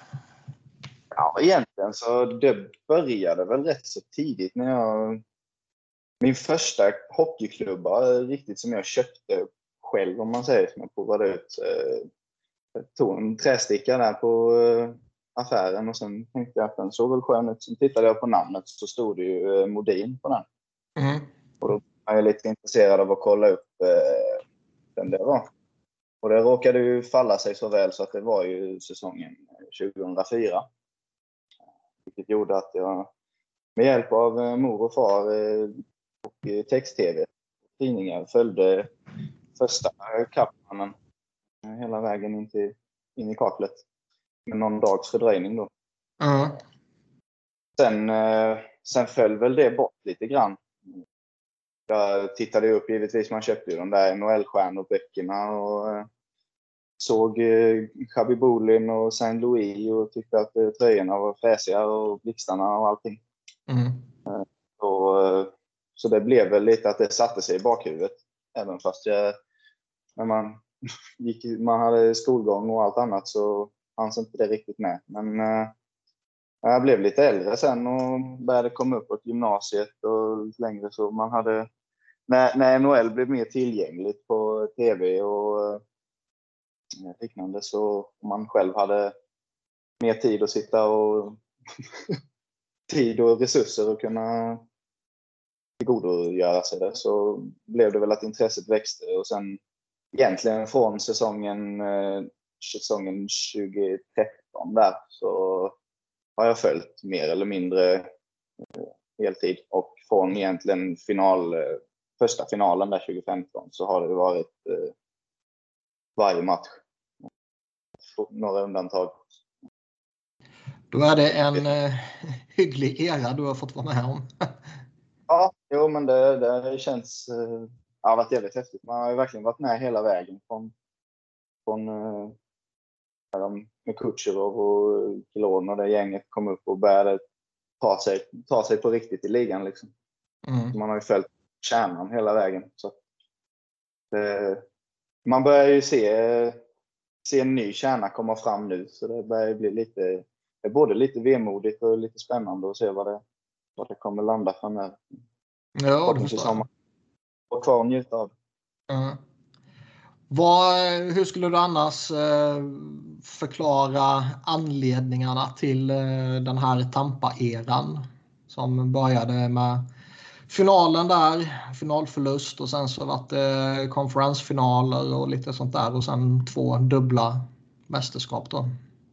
Ja, egentligen så det började väl rätt så tidigt när jag... Min första hockeyklubba riktigt som jag köpte själv, om man säger, som jag provade ut. Jag tog en trästicka där på affären och sen tänkte jag att den såg väl skön ut. Sen tittade jag på namnet så stod det ju Modin på den. Mm. Och då var jag lite intresserad av att kolla upp eh, vem det var. Och det råkade ju falla sig så väl så att det var ju säsongen tjugohundrafyra. Vilket gjorde att jag med hjälp av eh, mor och far eh, och text-tv tidningar följde första kappmannen hela vägen in, till, in i kaklet. Med någon dags fördröjning då. Mm. Sen, eh, sen föll väl det bort lite grann. Jag tittade upp, givetvis man köpte ju de där N H L-stjärnor-böckerna och eh, såg eh, Khabibulin och Saint Louis och tyckte att eh, tröjorna var fräsiga och blixtarna och allting. Mm. Eh, och, eh, så det blev väl lite att det satte sig i bakhuvudet. Även fast jag, när man, gick, man hade skolgång och allt annat så fanns inte det riktigt med. Men eh, jag blev lite äldre sen och började komma upp på gymnasiet och längre så man hade, när, när N H L blev mer tillgängligt på tv och eh, liknande, så man själv hade mer tid att sitta och tid och resurser att kunna tillgodogöra sig det, så blev det väl att intresset växte. Och sen egentligen från säsongen, eh, säsongen tjugotretton där så har jag följt mer eller mindre eh, heltid. Och från egentligen final, eh, första finalen där tjugofemton så har det varit eh, varje match. Några undantag. Då är det en eh, hygglig era du har fått vara med om. Ja, jo, men det, det känns eh, ja, varit jävligt häftigt. Man har ju verkligen varit med hela vägen från, från eh, med Kutjerov och Kilon och det gänget kom upp och började ta sig, ta sig på riktigt i ligan liksom. Mm. Man har ju följt kärnan hela vägen. Så eh, man börjar ju se, se en ny kärna komma fram nu, så det börjar bli lite, det är både lite vemodigt och lite spännande att se vad det, vad det kommer landa framöver. Ja, det förstår jag. Och kvar och njuta av. Mm. Vad, hur skulle du annars eh, förklara anledningarna till eh, den här Tampa-eran som började med finalen där, finalförlust och sen så var det konferensfinaler och lite sånt där och sen två dubbla mästerskap då?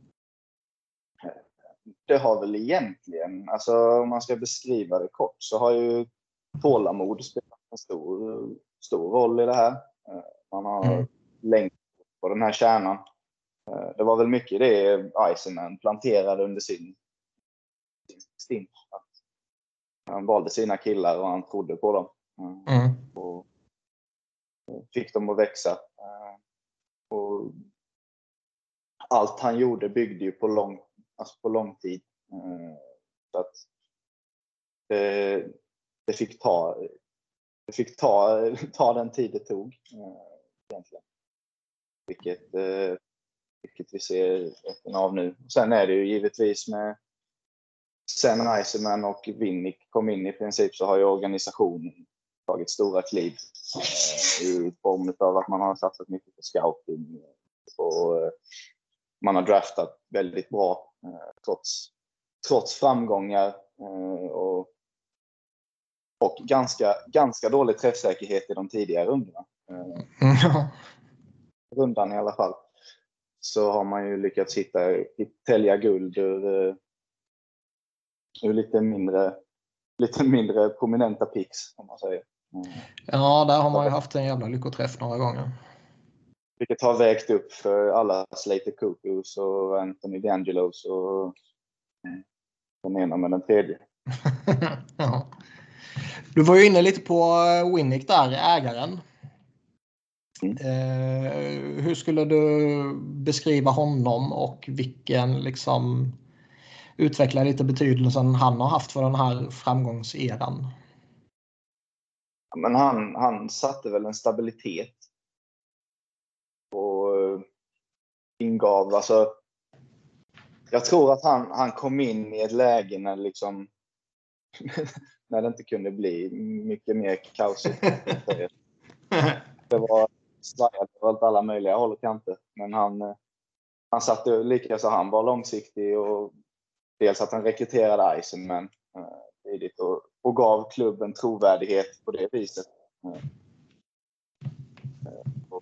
Det har väl egentligen, alltså om man ska beskriva det kort, så har ju tålamod spelat en stor, stor roll i det här. Man har mm. längt på den här kärnan. Det var väl mycket det Yzerman planterade under sin stint. Han valde sina killar och han trodde på dem. Mm. Och fick dem att växa. Och allt han gjorde byggde ju på lång, alltså på lång tid. Så att det, det fick ta det fick ta, ta den tid det tog egentligen. Vilket, vilket vi ser efter av nu. Sen är det ju givetvis med sen Yzerman och Winnick kom in i princip, så har ju organisationen tagit stora kliv i form av att man har satsat mycket på scouting och man har draftat väldigt bra trots, trots framgångar och, och ganska, ganska dålig träffsäkerhet i de tidigare rundorna. Mm. Rundan i alla fall. Så har man ju lyckats hitta, tälja guld ur, ur lite mindre lite mindre prominenta picks, om man säger. Mm. Ja, där har man ju haft en jävla lyckoträff några gånger. Vilket har vägt upp för alla Slater Cuckoos och Anthony DeAngelos och den ena med den tredje. Ja. Du var ju inne lite på Winnick där, ägaren. Mm. Eh, hur skulle du beskriva honom och vilken liksom utveckla lite betydelsen han har haft för den här framgångseran? Men han, han satte väl en stabilitet och ingav, alltså jag tror att han, han kom in i ett läge när liksom när det inte kunde bli mycket mer kaosigt. Det var svajat åt alla möjliga håll och kanter, men han, han satte lika så han var långsiktig och dels att han rekryterade Yzerman tidigt och, och gav klubben trovärdighet på det viset. Och,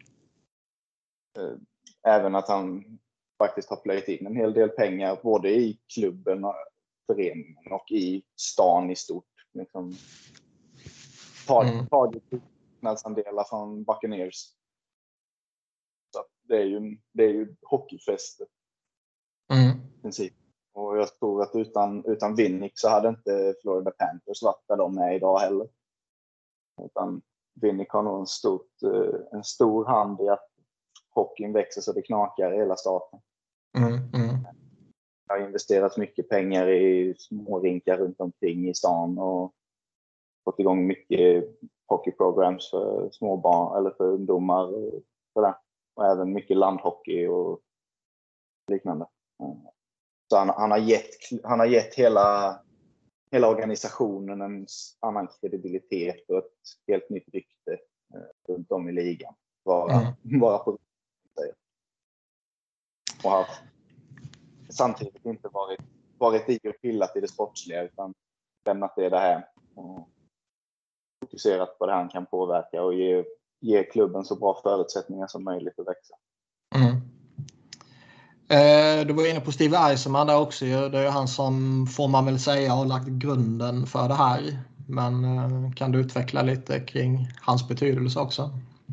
även att han faktiskt har plöjt in en hel del pengar både i klubben och föreningen och i stan i stort. Liksom, tagit marknadsandelar från Buccaneers. Så det är ju, det är ju hockeyfester. Mm. I princip. Och jag tror att utan, utan Winnick så hade inte Florida Panthers varit där de är idag heller. Utan Winnick har nog en, stort, en stor hand i att hockeyn växer så det knakar i hela staten. Mm, mm. Det har investerats mycket pengar i smårinkar runt omkring i stan och fått igång mycket hockeyprograms för småbarn eller för ungdomar och, sådär. Och även mycket landhockey och liknande. Så han, han har gett, han har gett hela, hela organisationen en annan kredibilitet och ett helt nytt rykte eh, runt om i ligan. Bara, mm. bara på och har samtidigt inte varit, varit i och pillat i det sportsliga utan lämnat det där och fokuserat på det han kan påverka och ge, ge klubben så bra förutsättningar som möjligt att växa. Mm. Eh, du var inne på Steve Yzerman där också. Det är han som, får man väl säga, har lagt grunden för det här. Men eh, kan du utveckla lite kring hans betydelse också?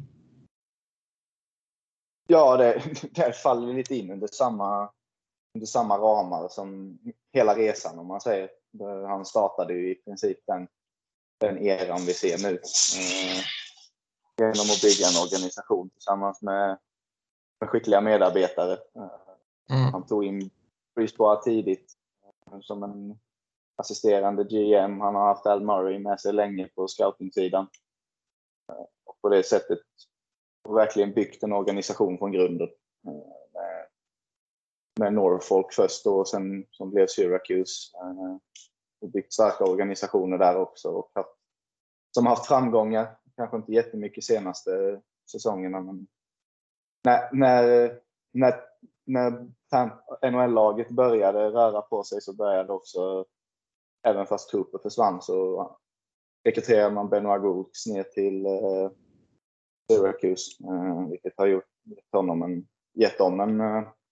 Ja, det, det faller lite in under samma, under samma ramar som hela resan, om man säger. Han startade ju i princip den, den eran vi ser nu. Eh, genom att bygga en organisation tillsammans med, med skickliga medarbetare. Mm. Han tog in Brisbois tidigt som en assisterande G M. Han har haft Al Murray med sig länge på scouting-sidan. Och på det sättet verkligen byggt en organisation från grunden. Med med Norfolk först och sen som blev Syracuse. Eh, och byggt starka organisationer där också. Och haft, som har haft framgångar. Kanske inte jättemycket senaste säsongerna. Men när, när, när, när N H L-laget började röra på sig så började också, även fast Cooper försvann, så rekryterade man Benoit Goulks ner till eh, Syracuse. Eh, vilket har gjort honom en, gett dem en,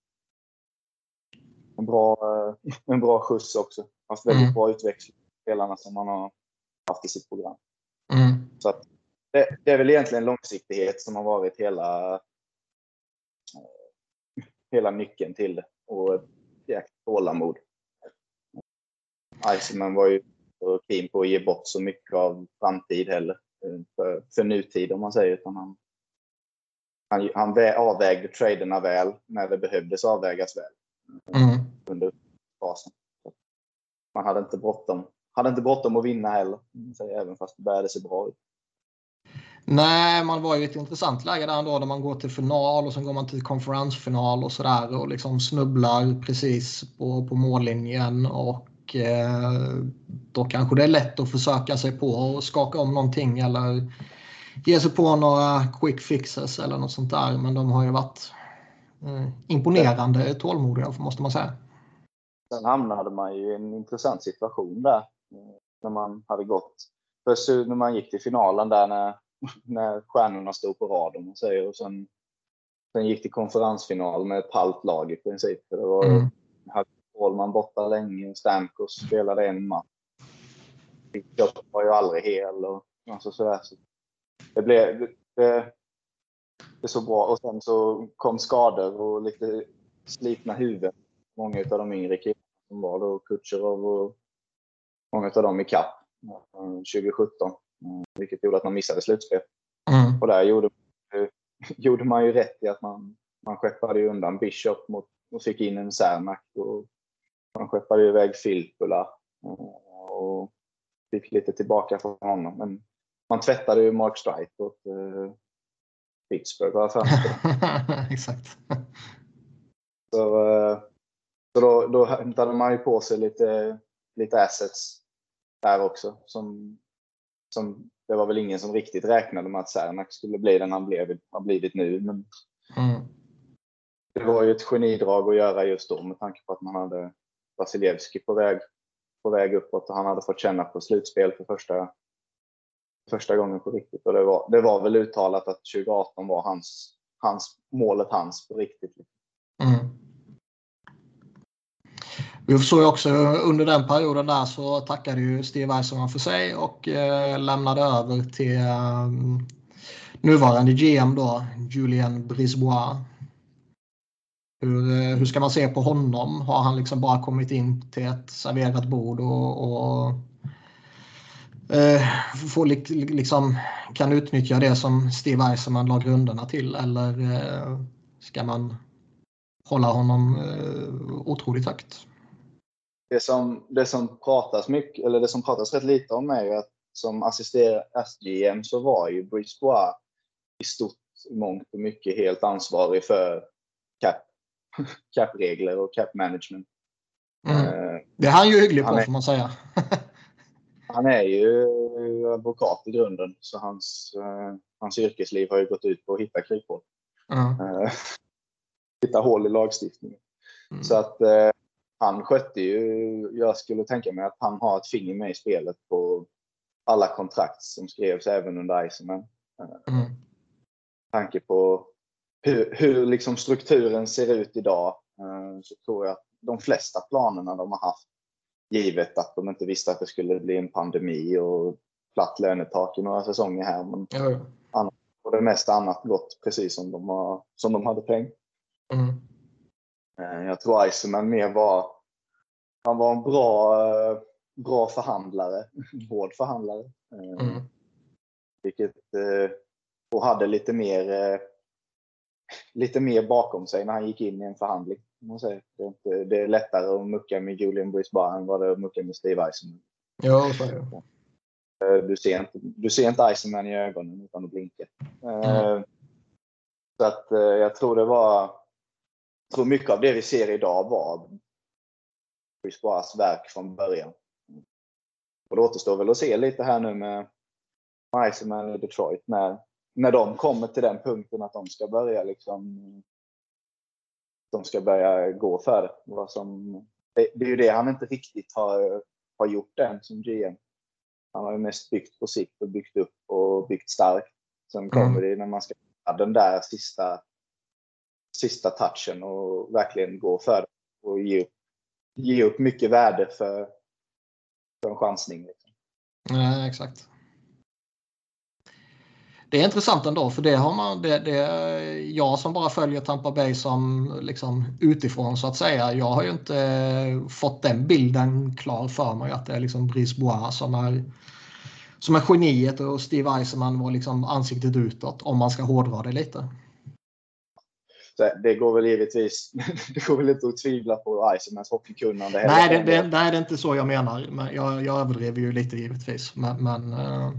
en, bra, en bra skjuts också. Haft väldigt mm. bra utväxling på spelarna som man har haft i sitt program. Mm. Så att det, det är väl egentligen långsiktighet som har varit hela hela nyckeln till det. Och ett jäkla tålamod. Iceman var ju så keen på att ge bort så mycket av framtid heller. För, för nutid om man säger. Utan han, han, han avvägde traderna väl när det behövdes avvägas väl. Mm. Under fasen. Man hade inte bråttom. Hade inte bråttom att vinna heller. Även fast det började se bra ut. Nej, man var ju i ett intressant läge där ändå, där man går till final och sen går man till konferensfinal och sådär och liksom snubblar precis på, på mållinjen och eh, då kanske det är lätt att försöka sig på och skaka om någonting eller ge sig på några quick fixes eller något sånt där, men de har ju varit eh, imponerande tålmodiga måste man säga. Sen hamnade man ju i en intressant situation där när man hade gått, först när man gick till finalen där när när stjärnorna stod på rad om man säger, och sen, sen gick till konferensfinal med ett halvt lag i princip. För det var mm. hade Ålman borta länge, Stamkos spelade en match. Jag var ju aldrig hel och alltså sådär. Så det blev det, det så bra, och sen så kom skador och lite slitna huvuden. Många av de yngre killarna som var då, Kucherov och många av dem i kapp tjugo sjutton. Vilket gjorde att man missade slutspel. Mm. Och där gjorde, gjorde man ju rätt i att man, man skeppade ju undan Bishop mot, och fick in en Cermak. Och man skeppade ju iväg Filppula och fick lite tillbaka från honom. Men man tvättade ju Mark Streit åt uh, Pittsburgh. Exakt. Så, uh, så då, då hämtade man ju på sig lite, lite assets där också. Som, som, det var väl ingen som riktigt räknade med att Cermak skulle bli den han blev, har blivit nu. Men mm. det var ju ett genidrag att göra just då med tanke på att man hade Vasilevski på väg, på väg uppåt och han hade fått känna på slutspel för första, första gången på riktigt. Och det var, det var väl uttalat att tjugo arton var hans, hans, målet hans på riktigt. Mm. Vi såg också under den perioden där så tackade ju Steve Yzerman för sig och eh, lämnade över till eh, nuvarande G M då, Julien Brisebois. Hur, eh, hur ska man se på honom? Har han liksom bara kommit in till ett serverat bord och, och eh, får li, liksom, kan utnyttja det som Steve Yzerman la grunderna till, eller eh, ska man hålla honom eh, otroligt högt? Det som, det som pratas mycket, eller det som pratas rätt lite om är ju att som assisterande S G M så var ju Brisebois i stort mångt och mycket helt ansvarig för cap, cap-regler och cap-management. Mm. Uh, det är han ju hygglig på, är, får man säga. Han är ju advokat i grunden, så hans, uh, hans yrkesliv har ju gått ut på att hitta kryphål. Mm. Uh, hitta hål i lagstiftningen. Mm. Så att uh, han skötte ju, jag skulle tänka mig att han har ett finger med i spelet på alla kontrakt som skrevs även under Yzerman. Mm. Tanke på hur, hur liksom strukturen ser ut idag, så tror jag att de flesta planerna de har haft, givet att de inte visste att det skulle bli en pandemi och platt lönetak i några säsonger här, men mm. annat, och det mesta annat gått precis som de, har, som de hade tänkt. Mm. Jag tror Yzerman mer var han var en bra, bra förhandlare, hård förhandlare. Mm. Vilket, och hade lite mer, lite mer bakom sig när han gick in i en förhandling. Man säger. Det, är inte, det är lättare att mucka med Julien Brisebois än vad det är att mucka med Steve Yzerman. Ja, så är det. Du ser inte, du ser inte Yzerman i ögonen utan att blinka. Mm. Så att jag tror det var jag tror mycket av det vi ser idag var Brisbois verk från början. Och det återstår väl att se lite här nu med Iceman i Detroit när, när de kommer till den punkten att de ska börja liksom de ska börja gå för det. Vad som, det, det är ju det han inte riktigt har, har gjort än som G M. Han har ju mest byggt på sikt och byggt upp och byggt starkt. Sen kommer mm. det när man ska ha den där sista sista touchen och verkligen gå för det och ge upp, ge upp mycket värde för, för en chansning. Liksom. Ja, exakt. Det är intressant ändå, för det har man det, det jag som bara följer Tampa Bay som liksom utifrån så att säga. Jag har ju inte fått den bilden klar för mig att det är liksom Brisbois som är som är geniet och Steve Eisenman var liksom ansiktet utåt om man ska hårdra det lite. Så det går väl givetvis det går väl inte att tvivla på Eisenmans hockeykunnande. Nej, det, det, nej, det är inte så jag menar. Men jag, jag överdriver ju lite givetvis. Men, men uh...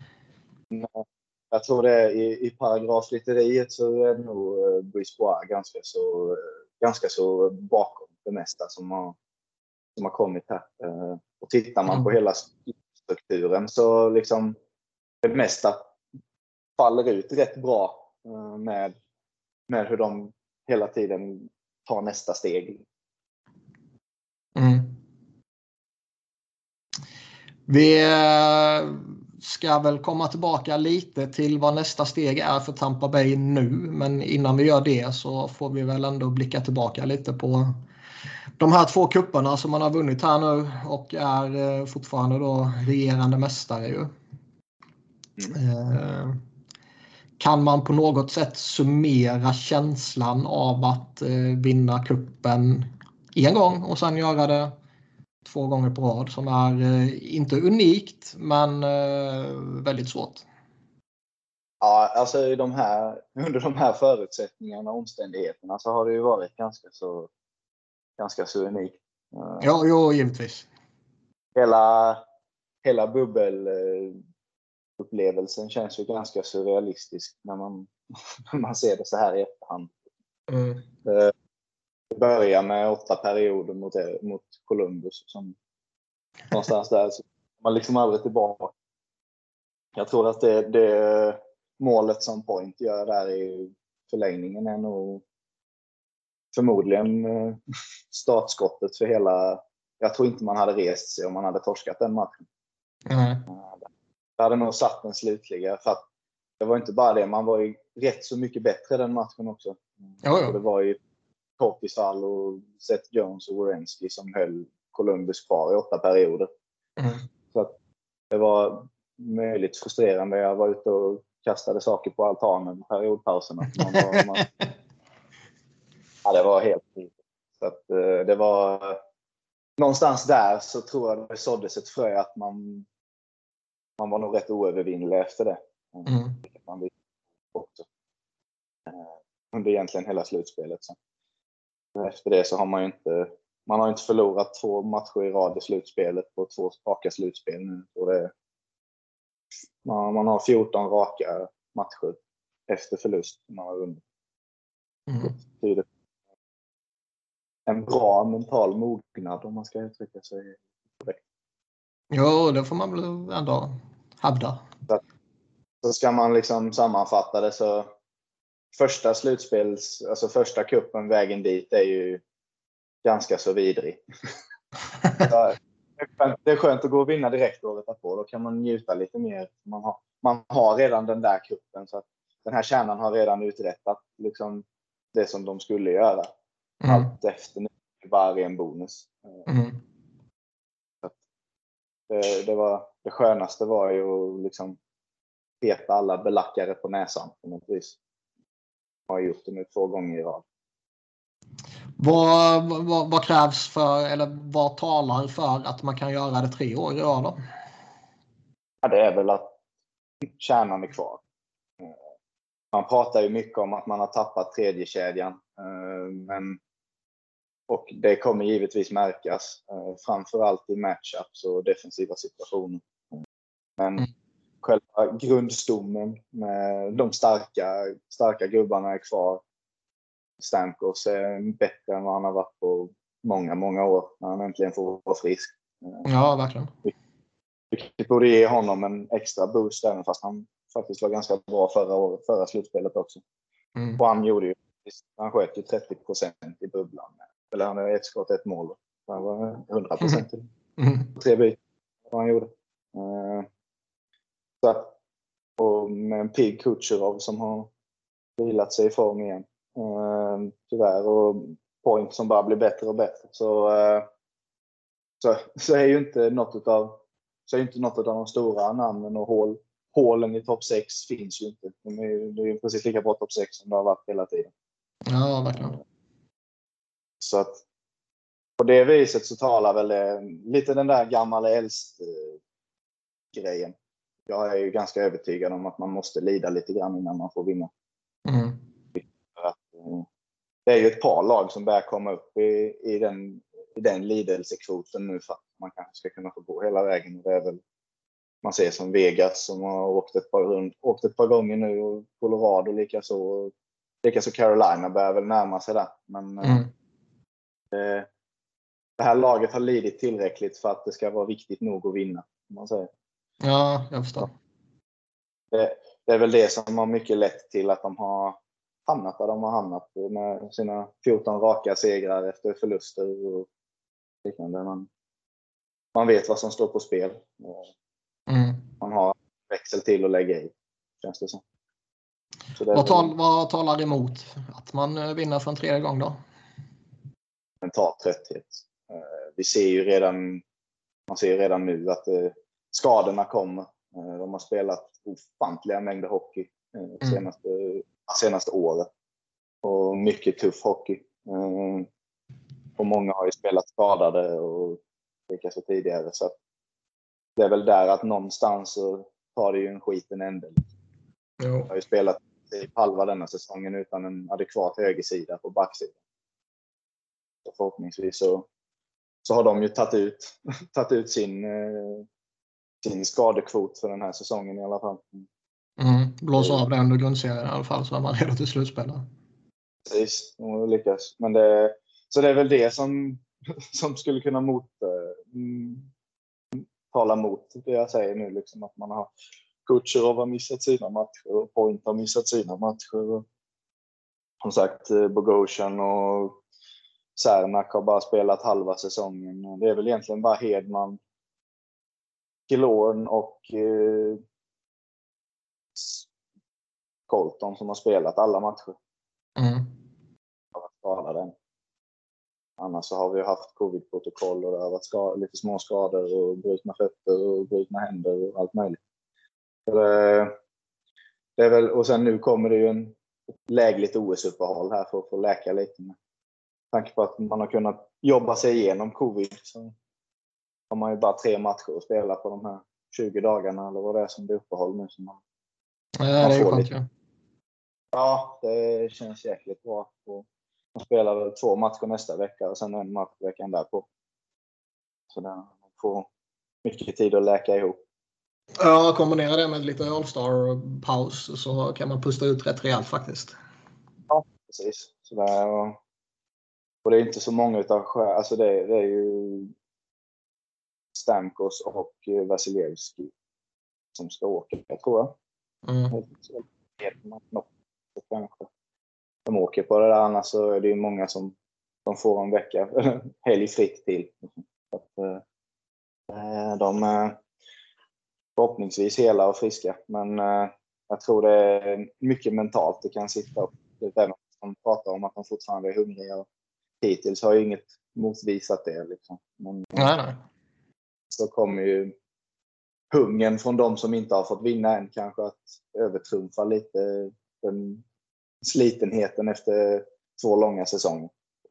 jag tror det är i, i paragrafliteriet så är nog uh, Brisbois ganska så, uh, ganska så bakom det mesta som har, som har kommit här. Uh, och tittar man mm. på hela strukturen så liksom det mesta faller ut rätt bra uh, med med hur de hela tiden tar nästa steg. Mm. Vi ska väl komma tillbaka lite till vad nästa steg är för Tampa Bay nu. Men innan vi gör det så får vi väl ändå blicka tillbaka lite på de här två kupparna som man har vunnit här nu och är fortfarande då regerande mästare ju. Mm. Eh, Kan man på något sätt summera känslan av att eh, vinna kuppen en gång och sen göra det två gånger på rad som är eh, inte unikt men eh, väldigt svårt? Ja, alltså i de här, under de här förutsättningarna och omständigheterna så har det ju varit ganska så, ganska så unikt. Uh, ja, jo, givetvis. Hela, hela bubbel... Uh, upplevelsen känns ju ganska surrealistisk när man, när man ser det så här i efterhand. Mm. Det börjar med åtta perioder mot, mot Columbus som någonstans där så man liksom aldrig tillbaka. Jag tror att det, det målet som Point gör där i förlängningen är nog förmodligen startskottet för hela. Jag tror inte man hade rest sig om man hade torskat den matchen. Mm. Jag hade nog satt den slutliga för att det var inte bara det, man var ju rätt så mycket bättre den matchen också. Ja, ja. Det var ju Korpisal och Seth Jones och Werenski som höll Columbus kvar i åtta perioder. Mm. Så att det var möjligt frustrerande. Jag var ute och kastade saker på altanen i periodpauserna. Man var, man... ja, det var helt fint. Så att det var någonstans där så tror jag det såddes ett frö att man Man var nog rätt oövervinnlig efter det. Mm. Man också. Under egentligen hela slutspelet. Så. Efter det så har man ju inte, man har inte förlorat två matcher i rad i slutspelet på två raka slutspel nu. Och det, man, man har fjorton raka matcher efter förlust. Man har vunnit. Mm. En bra mental mognad om man ska uttrycka sig korrekt. Jo, det får man väl ändå hävda. Så ska man liksom sammanfatta det så första slutspels, alltså första kuppen, vägen dit är ju ganska så vidrig. Så, det är skönt att gå och vinna direkt året därpå. Då kan man njuta lite mer. Man har, man har redan den där kuppen så att den här kärnan har redan uträttat liksom det som de skulle göra. Mm. Allt efter nu är bara en bonus. Mm. Det, det, var, det skönaste var ju att liksom peta alla belackare på näsan på något vis. Jag har gjort det nu två gånger i rad. Vad, vad, vad krävs för, eller vad talar för att man kan göra det tre år i rad då? Ja, det är väl att kärnan är kvar. Man pratar ju mycket om att man har tappat tredje kedjan, men och det kommer givetvis märkas, framförallt i matchups och defensiva situationer. Men mm. själva grundstommen med de starka, starka gubbarna är kvar. Stamkos är bättre än vad han har varit på många, många år när han äntligen får vara frisk. Ja, verkligen. Vilket borde ge honom en extra boost även fast han faktiskt var ganska bra förra året, förra slutspelet också. Mm. Och han gjorde ju, han sköt ju trettio procent i bubblan. Eller han hade ett skott, ett mål. Han var hundra procent i Mm. tre byten vad han gjorde. Uh, så att, och med en pigg Kucherov som har vilat sig i form igen. Uh, tyvärr. Och Point som bara blir bättre och bättre. Så, uh, så, så är ju inte något utav så är inte något av de stora namnen och hål, hålen i topp sex finns ju inte. De är ju, det är ju precis lika bra topp sex som det har varit hela tiden. Ja, verkligen. Så att på det viset så talar väl det, lite den där gamla äldst eh, grejen. Jag är ju ganska övertygad om att man måste lida lite grann innan man får vinna. Mm. Att, eh, det är ju ett par lag som börjar komma upp i, i, den, i den lidelsekvoten nu för att man kanske ska kunna få gå hela vägen. Det är väl, man ser som Vegas som har åkt ett par, rund, åkt ett par gånger nu och Colorado likaså. Likaså Carolina börjar väl närma sig där. Men Mm. eh, det här laget har lidit tillräckligt för att det ska vara viktigt nog att vinna. Man säger. Ja, jag förstår. Det, det är väl det som har mycket lätt till att de har hamnat där de har hamnat med sina fjorton raka segrar efter förluster och liknande. Man, man vet vad som står på spel. Mm. Man har växel till att lägga i, känns det som. Så det Vad, tal, vad talar emot att man vinner för en tredje gång då? Mental trötthet. Vi ser ju redan, man ser redan nu att skadorna kommer. De har spelat ofantliga mängder hockey senaste, mm. senaste året. Och mycket tuff hockey. Och många har ju spelat skadade och lika så tidigare. Så det är väl där att någonstans så tar det ju en skiten ände. Jag har ju spelat i halva denna säsongen utan en adekvat högersida på backsidan. Så förhoppningsvis så, så har de ju tagit ut, tagit ut sin, sin skadekvot för den här säsongen i alla fall. Mm, blåsa av den under grundserien i alla fall så är man redo till slutspelet. Precis, och lyckas. Men det, så det är väl det som, som skulle kunna mot, mm, tala mot det jag säger nu. Liksom, att man har Kucherov har missat sina matcher och Point har missat sina matcher. Och, som sagt, Bogosian och Cernak har bara spelat halva säsongen. Det är väl egentligen bara Hedman, Killorn och eh, Colton som har spelat alla matcher. Mm. Den. Annars så har vi haft covid-protokoll och det har varit skad- lite små skador och brutna fötter och brutna händer och allt möjligt. Det, det är väl, och sen nu kommer det ju en lägligt O S-uppehåll här för att få läka lite. Med tanke på att man har kunnat jobba sig igenom covid så har man ju bara tre matcher att spela på de här tjugo dagarna eller vad det är som det är uppehåll nu. Så man, ja, det är ju skönt. lite. Ja, det känns jäkligt bra. Man spelar väl två matcher nästa vecka och sen en match veckan därpå. Så där får mycket tid att läka ihop. Ja, kombinera det med lite All-Star-paus så kan man pusta ut rätt rejält faktiskt. Ja, precis. Så där, och det är inte så många utav alltså det, det är ju Stamkos och Vasilevski som ska åka, jag tror jag. Mm. De åker på det där, annars så är det ju många som, som får en vecka helgfritt till. Att, eh, de är förhoppningsvis hela och friska, men eh, jag tror det är mycket mentalt det kan sitta upp. Även om de pratar om att de fortfarande är hungriga och hittills har ju inget motvisat det. Liksom. Men, nej, nej. Så kommer ju hungern från de som inte har fått vinna än kanske att övertrumfa lite den slitenheten efter två långa säsonger.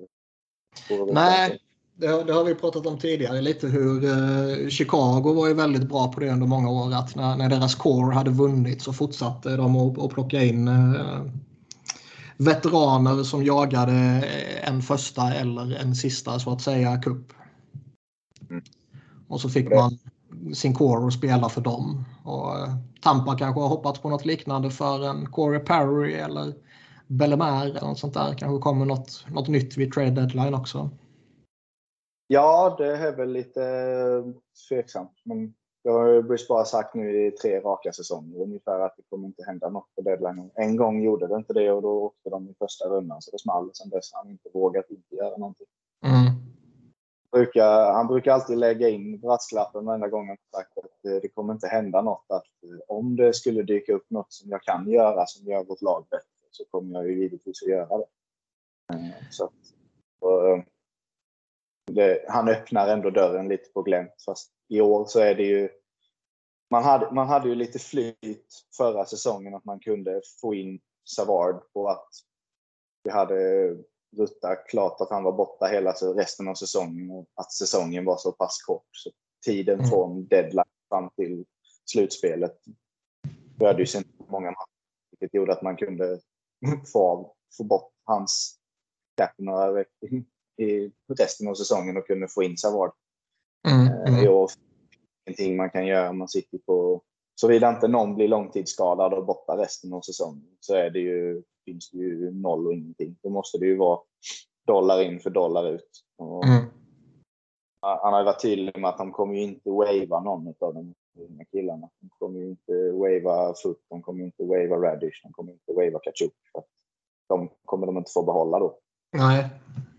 Nej, det har, det har vi pratat om tidigare lite hur eh, Chicago var ju väldigt bra på det under många år att när, när deras core hade vunnit så fortsatte de att, att plocka in eh, veteraner som jagade en första eller en sista så att säga kupp. Mm. Och så fick man sin core att spela för dem. Och Tampa kanske har hoppats på något liknande för en Corey Perry eller Bellemare eller något sånt där? Kanske kommer något, något nytt vid trade deadline också? Ja, det är väl lite tveksamt. Men jag har ju bara sagt nu i tre raka säsonger ungefär att det kommer inte hända något på deadline. En gång gjorde det inte det och då åkte de i första rundan så det small. Sen dess har han inte vågat inte göra någonting. Mm. Brukar, han brukar alltid lägga in brasklappen varenda gång han sagt att det kommer inte hända något. Att om det skulle dyka upp något som jag kan göra som gör vårt lag bättre så kommer jag ju givetvis att göra det. Så att, och, det, han öppnar ändå dörren lite på glänt. Fast i år så är det ju man hade, man hade ju lite flyt förra säsongen att man kunde få in Savard på att vi hade Rutta klart att han var borta hela resten av säsongen och att säsongen var så pass kort. Så tiden mm. från deadline fram till slutspelet började ju sen många matcher, vilket gjorde att man kunde få, få bort hans cap några veckor i resten av säsongen och kunde få in Savard. Mm. Mm. I år ingenting man kan göra. Man sitter på, såvida inte någon blir långtidsskadad och borta resten av säsongen så är det ju, finns det ju noll och ingenting. Då måste det ju vara dollar in för dollar ut. Och mm. Han har varit tydlig med att de kommer ju inte wava någon av de unga killarna. De kommer ju inte wava Foot, de kommer inte wava Radish, de kommer inte wava Kachuk. De kommer de inte få behålla då. Nej.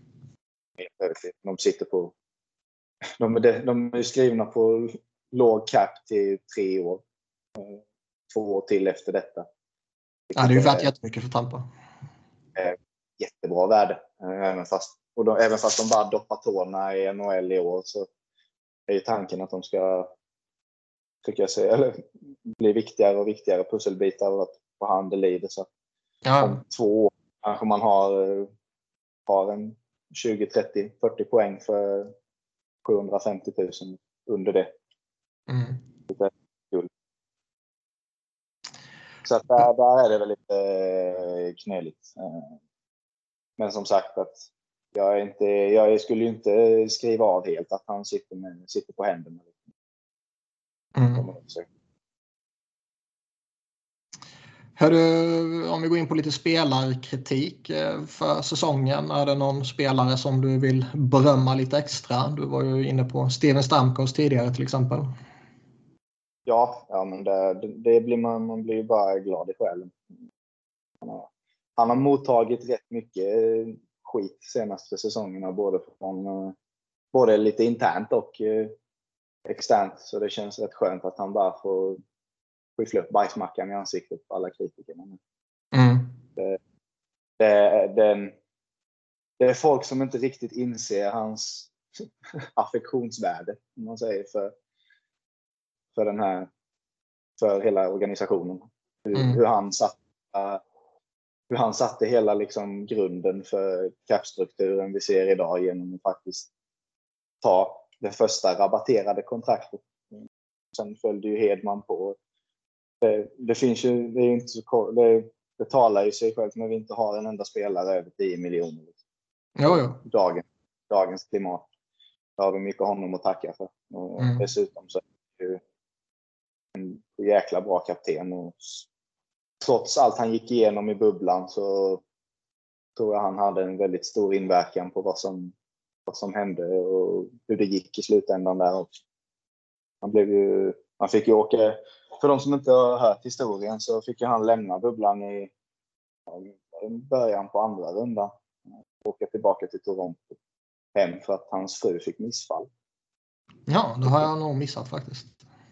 De sitter på de är, de är skrivna på låg cap till tre år. Två år till efter detta. Ja, det är ju värt jättemycket för Tampa. Jättebra värde. Även fast, och de, även fast de bara doppar tårna i N H L i år så är ju tanken att de ska tycker jag säga, eller bli viktigare och viktigare pusselbitar att få hand i livet. Så ja. Om två år kanske man har, har en tjugo, trettio, fyrtio poäng för sjuhundrafemtio tusen under det. Mm. Det är kul. Så att där, där är det väl lite knäligt. Men som sagt att jag, är inte, jag skulle ju inte skriva av helt att han sitter, med, sitter på händerna. Mm. Hörru, om vi går in på lite spelarkritik för säsongen. Är det någon spelare som du vill berömma lite extra? Du var ju inne på Steven Stamkos tidigare till exempel. Ja, ja men det, det blir man, man blir ju bara glad i själen. Han har, han har mottagit rätt mycket skit senaste säsongerna, både från både lite internt och externt. Så det känns rätt skönt att han bara får skyffla upp bajsmackan i ansiktet på alla kritikerna. Mm. Det, det, det, det är folk som inte riktigt inser hans affektionsvärde, om man säger, för, för den här, för hela organisationen. Hur, mm. hur han satt, uh, hur han satte hela liksom grunden för capstrukturen vi ser idag genom att faktiskt ta det första rabatterade kontraktet. Sen följde ju Hedman på. Det, det finns ju, det är inte så, det, det talar ju sig självt när vi inte har en enda spelare över tio miljoner. Jo, jo. Dagen, dagens klimat. Då har vi mycket honom att tacka för. Och mm. dessutom så är det ju en jäkla bra kapten. Och trots allt han gick igenom i bubblan så tror jag han hade en väldigt stor inverkan på vad som, vad som hände och hur det gick i slutändan där också. Han blev ju, han fick ju åka, för de som inte har hört historien så fick ju han lämna bubblan i, i början på andra rundan. Åka tillbaka till Toronto hem för att hans fru fick missfall. Ja, det har jag nog missat faktiskt.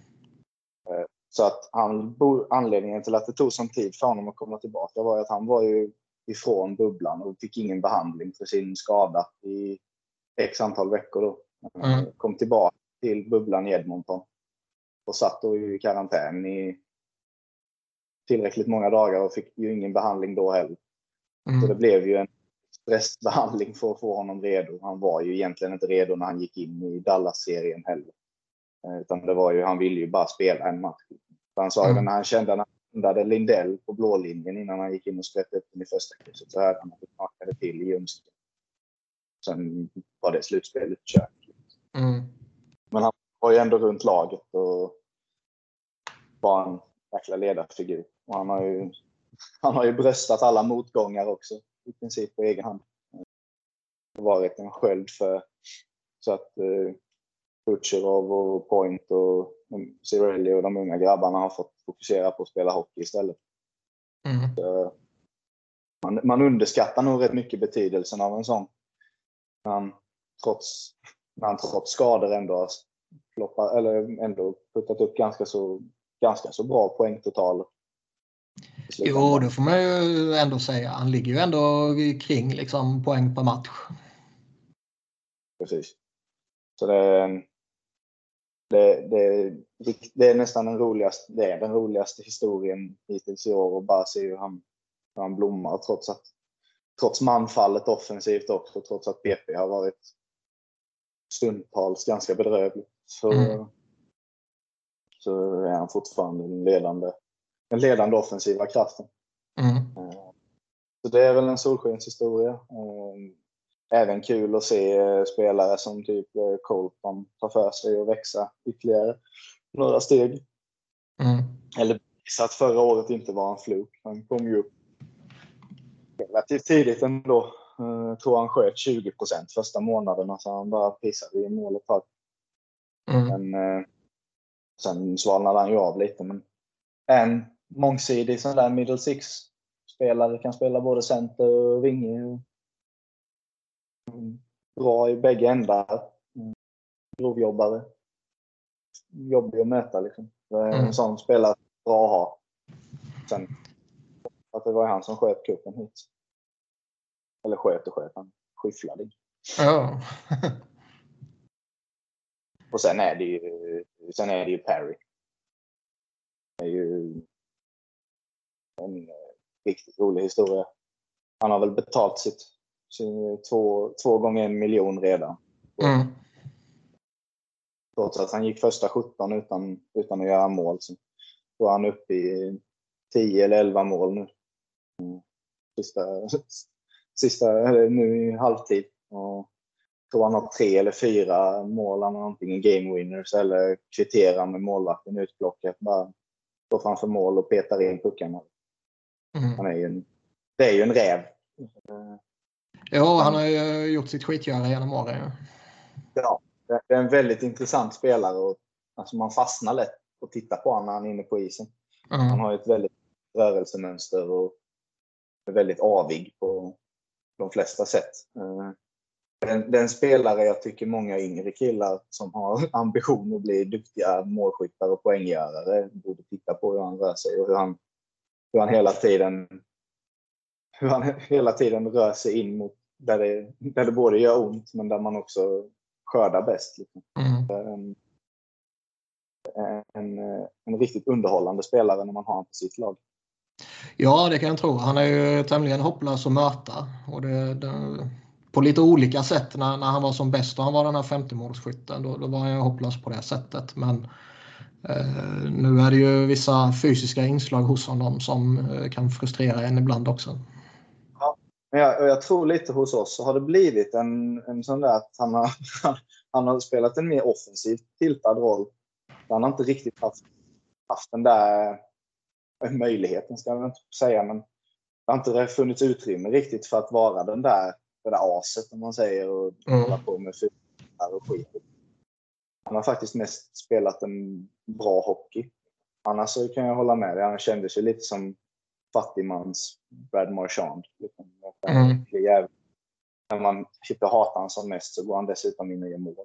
Så att han, anledningen till att det tog sån tid för honom att komma tillbaka var att han var ju ifrån bubblan och fick ingen behandling för sin skada i x antal veckor då. Mm. Kom tillbaka till bubblan i Edmonton och satt då i karantän i tillräckligt många dagar och fick ju ingen behandling då heller. Mm. Så det blev ju en stressbehandling för att få honom redo. Han var ju egentligen inte redo när han gick in i Dallas-serien heller. Utan det var ju, han ville ju bara spela en match. Så han sa ju mm. när han kände när han hade Lindell på blå linjen innan han gick in och sprättade upp den i första krysset så hade han knakade till i ljumsken. Sen var det slutspelet kört. Mm. Men han var ju ändå runt laget och var en jäkla ledarfigur. Och han har ju han har ju bröstat alla motgångar också i princip på egen hand. Det har varit en sköld för så att eh, Kucherov och Point och Cirelli och de unga grabbarna har fått fokusera på att spela hockey istället. Mm. Så, man, man underskattar nog rätt mycket betydelsen av en sån. Han trots, han trots skador ändå har floppat, eller ändå puttat upp ganska så, ganska så bra poängtotal. Jo, det får man ju ändå säga. Han ligger ju ändå kring liksom, poäng per match. Precis. Så det, det, det, det är nästan den roligaste, det är den roligaste historien hittills i år och bara se hur han, hur han blommar trots att trots manfallet offensivt också, trots att P P har varit stundtals ganska bedrövligt. Så, mm. så är han fortfarande den ledande, den ledande offensiva kraften. Mm. Så det är väl en solskenshistoria. Även kul att se spelare som typ Colton ta för sig och växa ytterligare några steg. Mm. Eller så att förra året inte var en fluk. Han kom ju upp relativt tidigt ändå. Jag tror han sköt tjugo procent första månaderna så han bara pissade i målet. Mm. Men eh, sen svalnade han ju av lite. Men en mångsidig sån där middle six-spelare kan spela både center och vinge. Bra i bägge ändar. Grovjobbare. Jobbig att möta liksom. En Mm. sån spelare bra att ha. Sen att det var han som sköt kuppen hit. Eller sköt och sköt. Han skyfflade. Ja. Och sen är det ju sen är det ju Perry. Det är ju en riktigt rolig historia. Han har väl betalt sitt sin, två, två gånger en miljon redan. Mm. Trots att han gick första sjutton utan, utan att göra mål. Så var han uppe i tio eller elva mål nu. Sista, sista eller nu i halvtid. Och tror han har tre eller fyra mål. Han har antingen game winners eller kvitterar med målvakten utplockat. Bara går framför mål och petar in puckarna. Mm. Han är ju en, det är ju en räv. Ja, han har ju gjort sitt skitgöra genom åren. Ja, det är en väldigt intressant spelare. Och, alltså man fastnar lätt och tittar på honom när han är inne på isen. Mm. Han har ett väldigt rörelsemönster och är väldigt avig på de flesta sätt. Den, den spelare jag tycker många yngre killar som har ambition att bli duktiga målskyttar och poänggörare borde titta på hur han rör sig och hur han, hur han hela tiden hur han hela tiden rör sig in mot där det, där det både gör ont men där man också skördar bäst. Liksom. Mm. En, en, en riktigt underhållande spelare när man har honom på sitt lag. Ja, det kan jag tro. Han är ju tämligen hopplös att möta. Och det, det, på lite olika sätt. När, när han var som bäst och han var den här femtio-målsskytten. Då, då var han ju hopplös på det sättet. Men eh, nu är det ju vissa fysiska inslag hos honom som eh, kan frustrera en ibland också. Ja, men jag, jag tror lite hos oss så har det blivit en, en sån där att han har, han har spelat en mer offensivt tiltad roll. Han har inte riktigt haft, haft den där möjligheten ska jag inte säga, men det har inte funnits utrymme riktigt för att vara den där, det där aset om man säger och mm. hålla på med fyrar och skit. Han har faktiskt mest spelat en bra hockey. Annars så kan jag hålla med dig. Han kände sig lite som fattigmans Brad Marchand. Liksom. Mm. När man typ hatar han som mest så går han dessutom in och gör mål.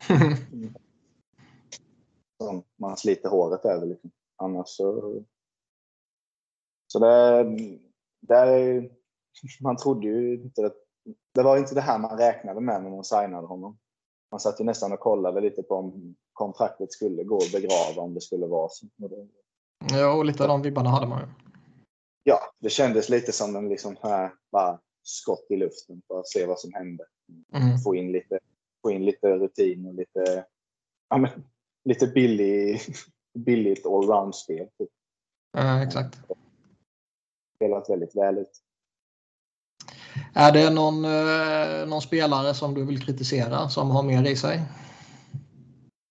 Så man sliter håret över liksom. Annars så Så det, det, man trodde ju inte att det var inte det här man räknade med när man signade honom. Man satt ju nästan och kollade lite på om kontraktet skulle gå och begrava om det skulle vara så. Ja, och lite av de vibbarna hade man ju. Ja, det kändes lite som en liksom här, bara skott i luften för att se vad som hände. Mm. Få in lite, få in lite rutin och lite, ja, men, lite billig, billigt allround-spel. Typ. Ja, exakt. Spelat väldigt väl ut. Är det någon, eh, någon spelare som du vill kritisera som har mer i sig?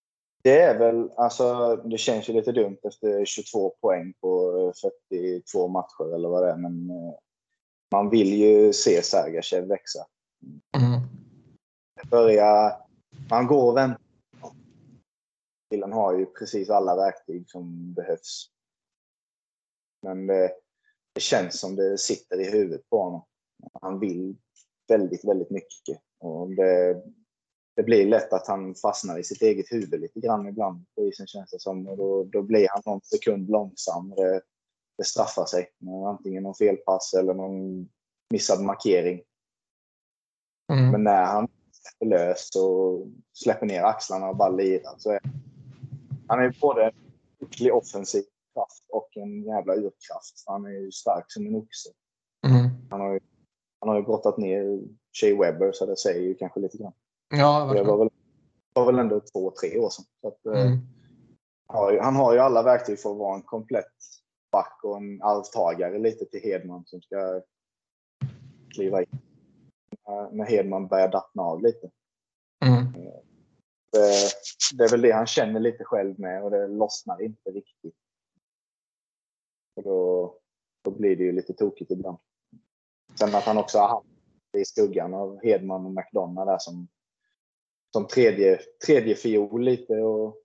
Det är väl, alltså det känns ju lite dumt efter tjugotvå poäng på fyrtiotvå matcher eller vad det är, men man vill ju se Sergachev växa. Mm. Börja, man går och väntar. Killen har ju precis alla verktyg som behövs. Men det, det känns som det sitter i huvudet på honom. Han vill väldigt, väldigt mycket. Och det, det blir lätt att han fastnar i sitt eget huvud lite grann ibland på isen, känns det som. Och då, då blir han någon sekund långsam. Det, det straffar sig. Antingen någon felpass eller någon missad markering. Mm. Men när han är lös och släpper ner axlarna och bara lirar, så är han är både en mycket offensiv kraft och en jävla urkraft. Han är ju stark som en oxe. Mm. Han har ju, han har ju brottat ner Shea Weber, så det säger ju kanske lite grann. Ja, det var väl, var väl ändå två, tre år sedan. Så att, mm. eh, han, har ju, han har ju alla verktyg för att vara en komplett back och en arvtagare lite till Hedman som ska kliva in. När Hedman börjar dattna av lite. Mm. Det, det är väl det han känner lite själv med, och det lossnar inte riktigt. Och då, då blir det ju lite tokigt ibland. Sen att han också har haft i skuggan av Hedman och McDonough där som, som tredje, tredje fiol lite. Och...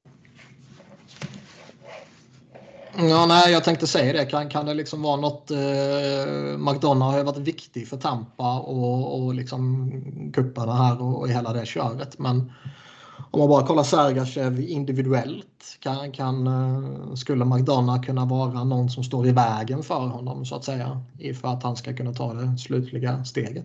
Ja, nej, jag tänkte säga det. Kan, kan det liksom vara något... Eh, McDonough har ju varit viktig för Tampa och, och liksom kupparna här och, och hela det köret. Men om man bara kollar Sergachev individuellt, kan, kan, skulle McDonough kunna vara någon som står i vägen för honom, så att säga, för att han ska kunna ta det slutliga steget?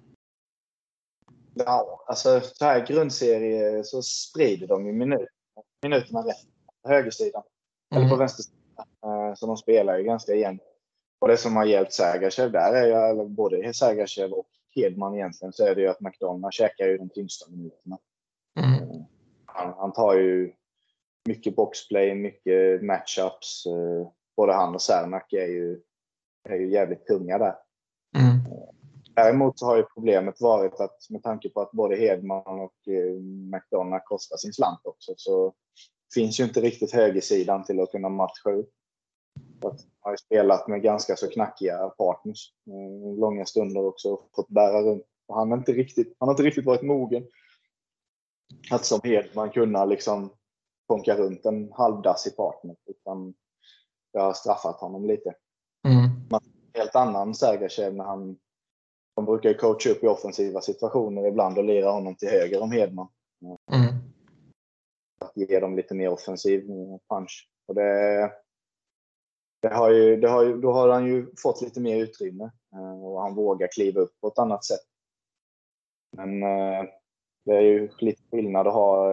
Ja, alltså så här grundserie så sprider de ju minut, minuterna rätt på högersidan. Mm. Eller på vänstersidan. Så de spelar ju ganska jämnt. Och det som har hjälpt Sergachev där är ju, eller både Sergachev och Hedman egentligen, så är det ju att McDonough käkar ju de tyngsta minuterna. Mm. Han, han tar ju mycket boxplay, mycket matchups. Både han och Cernak är ju, är ju jävligt tunga där. Mm. Däremot så har ju problemet varit att med tanke på att både Hedman och McDonough kostar sin slant också, så finns ju inte riktigt högersidan till att kunna matcha upp. Han har ju spelat med ganska så knackiga partners långa stunder också och fått bära runt. Han har inte riktigt, han har inte riktigt varit mogen att som Hedman kunna liksom konka runt en halvdassig partner, utan jag har straffat honom lite. Mm. Man är helt annan Sergachev när han de brukar ju coacha upp i offensiva situationer ibland och lira honom till höger om Hedman. Mm. Att ge dem lite mer offensiv punch. Och det, det har ju, det har ju, då har han ju fått lite mer utrymme och han vågar kliva upp på ett annat sätt. Men det är ju lite skillnad att ha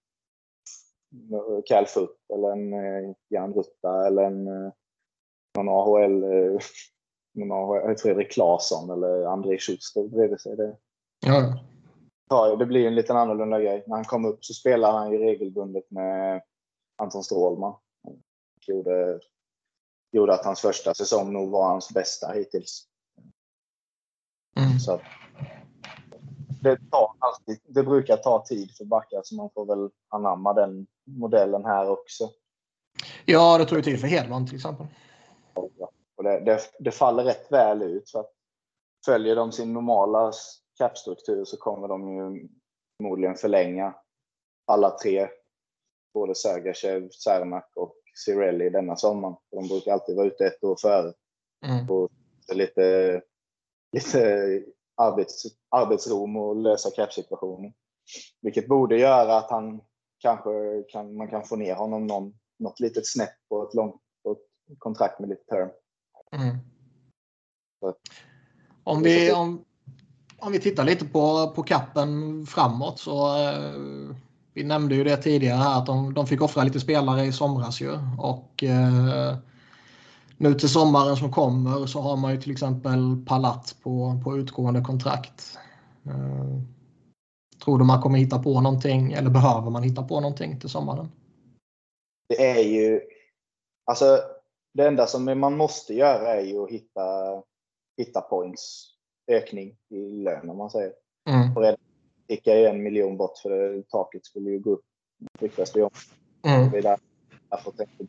Cal Foot eller en Jan Rutta eller en någon A H L, någon A H L Fredrik Claesson eller André Schuster bredvid sig. Det, ja. Ja, det blir en liten annorlunda grej. När han kom upp så spelar han ju regelbundet med Anton Strålman. Gjorde, gjorde att hans första säsong nog var hans bästa hittills. Mm. Så det, tar alltid, det brukar ta tid för backar, så man får väl anamma den modellen här också. Ja, det tog ju tid för Hedman till exempel. Och det, det, det faller rätt väl ut, så att följer de sin normala capstruktur så kommer de ju förmodligen förlänga alla tre, både Sergachev, Cernak och Cirelli denna sommar. De brukar alltid vara ute ett år före. Mm. Och lite, lite arbets, arbetsrom och lösa capsituationen. Vilket borde göra att han kanske kan, man kan få ner honom någon, något litet snett på ett långt på ett kontrakt med lite term. Mm. Så, om vi om, om vi tittar lite på, på kappen framåt, så eh, vi nämnde ju det tidigare här att de, de fick offra lite spelare i somras ju, och eh, nu till sommaren som kommer så har man ju till exempel Palat på, på utgående kontrakt. Eh, tror du man kommer hitta på någonting, eller behöver man hitta på någonting till sommaren? Det är ju, alltså det enda som man måste göra är ju att hitta, hitta points, ökning i lön om man säger. Mm. Och redan fick jag en miljon bort, för det, taket skulle ju gå upp. Mm. Det är där jag får tänka.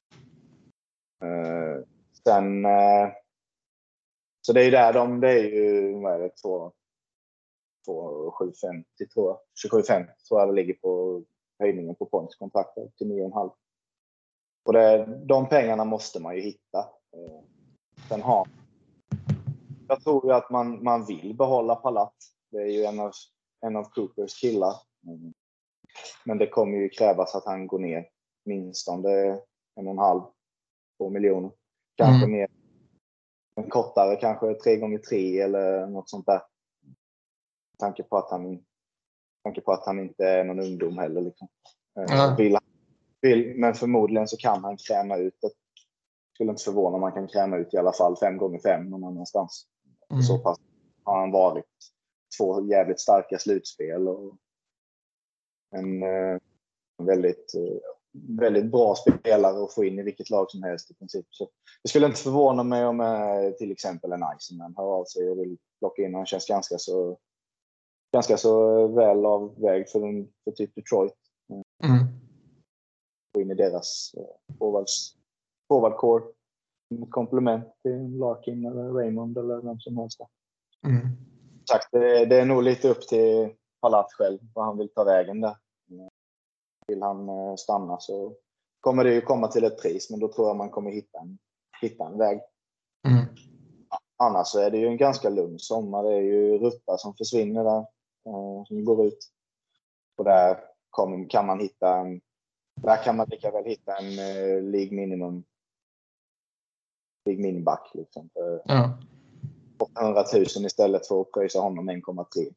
Uh, sen uh, så det är där de, det är ju vad är det, två, två, sju femtio tror jag. tjugosju femtio tror jag det ligger på höjningen på pointskontraktet till nio komma fem. Och det, de pengarna måste man ju hitta. Uh, sen har jag tror ju att man, man vill behålla Palat. Det är ju en av, en av Coopers killar. Mm. Men det kommer ju krävas att han går ner minst om det är en och en halv, två miljoner. Kanske mm. mer. En kortare, kanske tre gånger tre eller något sånt där. Tanke på att han, tanke på att han inte är någon ungdom heller. Liksom. Mm. Vill, vill, men förmodligen så kan han kräma ut det. Skulle inte förvåna om man kan kräma ut i alla fall fem gånger fem någon annanstans. Mm. Så pass har han varit två jävligt starka slutspel och en eh, väldigt, eh, väldigt bra spelare att få in i vilket lag som helst i princip. Så det skulle inte förvåna mig om eh, till exempel en Iceman hör av sig och vill plocka in. Han känns ganska så ganska så väl avvägd för, en, för typ Detroit. Mm. Få in i deras eh, forwards, forwardcore. Ett komplement till Larkin eller Raymond eller vem som helst. Mm. Sagt, det, det är nog lite upp till Palat själv vad han vill ta vägen där. Vill han stanna så kommer det ju komma till ett pris, men då tror jag man kommer hitta en, hitta en väg. Mm. Annars så är det ju en ganska lugn sommar. Det är ju Rutta som försvinner där, som går ut. Och där kommer, kan man hitta en, där kan man lika väl hitta en uh, League minimum League miniback liksom. Ja. åttahundratusen istället för att pröjsa honom en komma tre.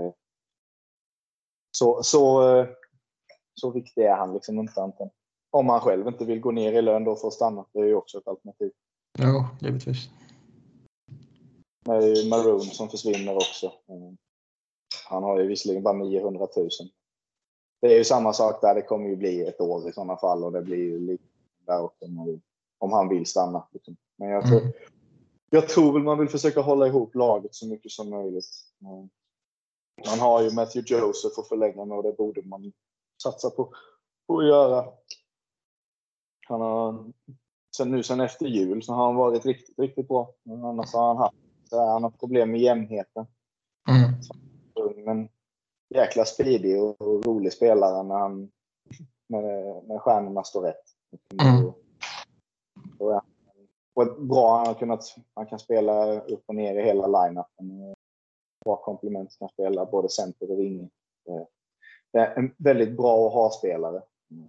Så, så, så viktig är han liksom inte anten. Om man själv inte vill gå ner i lön då för att stanna. Det är ju också ett alternativ. Ja, givetvis. Det är ju Maroon som försvinner också. Han har ju visserligen bara niohundratusen. Det är ju samma sak där. Det kommer ju bli ett år i sådana fall. Och det blir ju lite där också om han vill stanna. Liksom. Men jag tror, mm. jag tror väl man vill försöka hålla ihop laget så mycket som möjligt. Man har ju Matthew Joseph att förlänga med och det borde man satsa på, på att göra. Han har, sen nu sen efter jul så har han varit riktigt, riktigt bra. Men annars har han haft han har problem med jämnheten. Mm. Men jäkla speedig och rolig spelare när, han, när, när stjärnorna står rätt. Mm. Och, och, och bra, han, har kunnat, han kan spela upp och ner i hela line-upen. Bra komplement, kan spela både center och vinge. Det är en väldigt bra att ha spelare.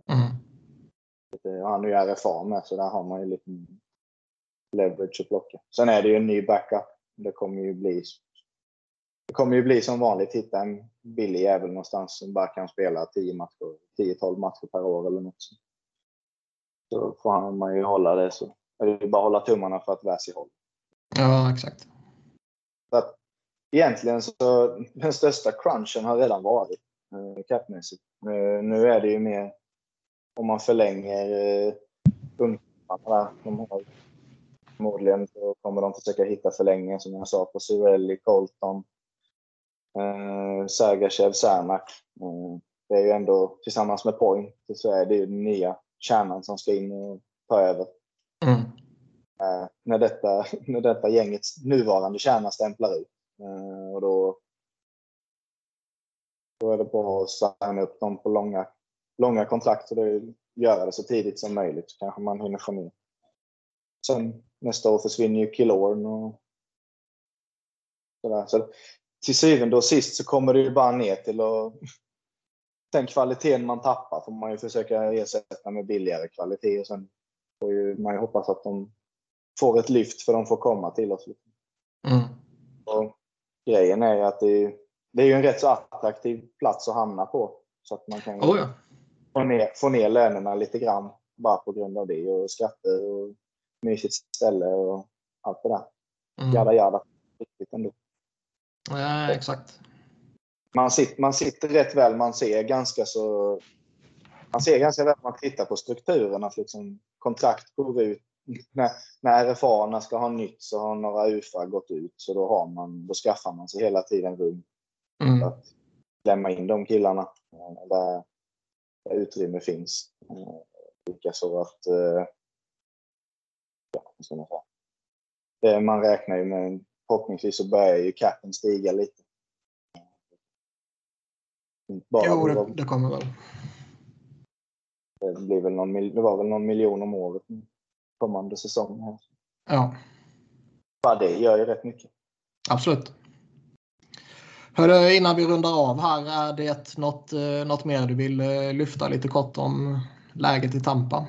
Mm. Han är ju R F A med, så där har man ju lite leverage att plocka. Sen är det ju en ny backup. Det kommer ju bli det kommer ju bli som vanligt, hitta en billig jävel någonstans som bara kan spela tio matcher, tio tolv matcher per år eller något. Så får man ju hålla det så. Det är bara hålla tummarna för att Väsi håller. Ja, exakt. Så att egentligen så den största crunchen har redan varit eh, capmässigt. Eh, nu är det ju mer om man förlänger eh, punkterna. De har förmodligen så kommer de försöka hitta förlängningar som jag sa på Cirelli, Colton, eh, Sergachev, Cermak. Eh, det är ju ändå tillsammans med Point så är det ju den nya kärnan som ska in och ta över. Mm. Eh, när, detta, när detta gängets nuvarande kärna stämplar ut. Uh, och då, då är det bra att signa upp dem på långa, långa kontrakt och det, göra det så tidigt som möjligt. Så kanske man hinner få med. Sen nästa år försvinner ju Killorn och sådär. Så till syvende och sist så kommer det ju bara ner till att den kvaliteten man tappar får man ju försöka ersätta med billigare kvalitet. Och sen får ju, man ju hoppas att de får ett lyft för de får komma till oss. Mm. Och grejen är att det är, det är ju en rätt så attraktiv plats att hamna på. Så att man kan oh ja. få, ner, få ner lönerna lite grann bara på grund av det. Och skatter och mysigt ställe och allt det där. Mm. Jada jada. Riktigt ändå. Ja, exakt. Man sitter, man sitter rätt väl. Man ser ganska så... Man ser ganska väl när man tittar på strukturen. Att liksom kontrakt går ut. När, när R F A ska ha nytt så har några U F A gått ut så då, har man, då skaffar man sig hela tiden rum mm. att lämna in de killarna. Där, där utrymme finns. Likaså att eh, ja, vad ska man säga? Det, man räknar ju med, förhoppningsvis så börjar ju capen stiga lite. Bara jo, det, det kommer väl. Det, blir väl någon, det var väl någon miljon om året kommande säsong här. Ja. Bara det gör ju rätt mycket. Absolut. Hörru, innan vi rundar av här, är det något, något mer du vill lyfta lite kort om läget i Tampa?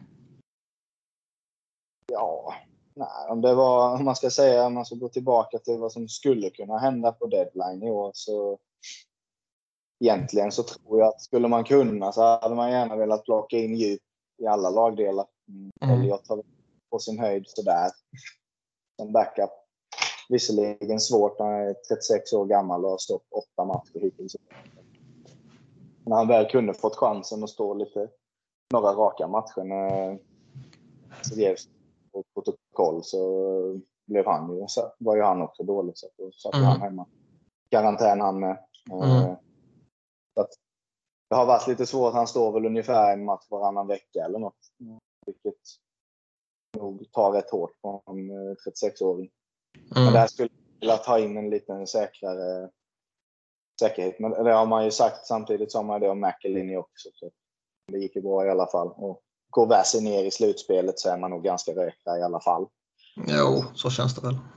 Ja, nej, om det var, om man ska säga, om man ska gå tillbaka till vad som skulle kunna hända på deadline i år, så egentligen så tror jag att skulle man kunna så hade man gärna velat plocka in djup i alla lagdelar. Mm. Elliot har på sin höjd sådär. En backup. Visserligen svårt, han är trettiosex år gammal och har stått åtta matcher hittills. När han väl kunde fått chansen att stå lite några raka matcher när Sergejs på protokoll, så blev han ju, så var ju han också dålig, så då satt mm. han hemma. Karantän han med. Mm. Så att det har varit lite svårt. Han står väl ungefär en match varannan vecka eller något. Vilket nog tar rätt hårt på en trettiosex-åring. Mm. Men där skulle jag vilja ta in en liten säkrare säkerhet. Men det har man ju sagt samtidigt som man det om McElhinney också. Så det gick ju bra i alla fall. Och går Väsi ner i slutspelet så är man nog ganska räkna i alla fall. Jo, så känns det väl.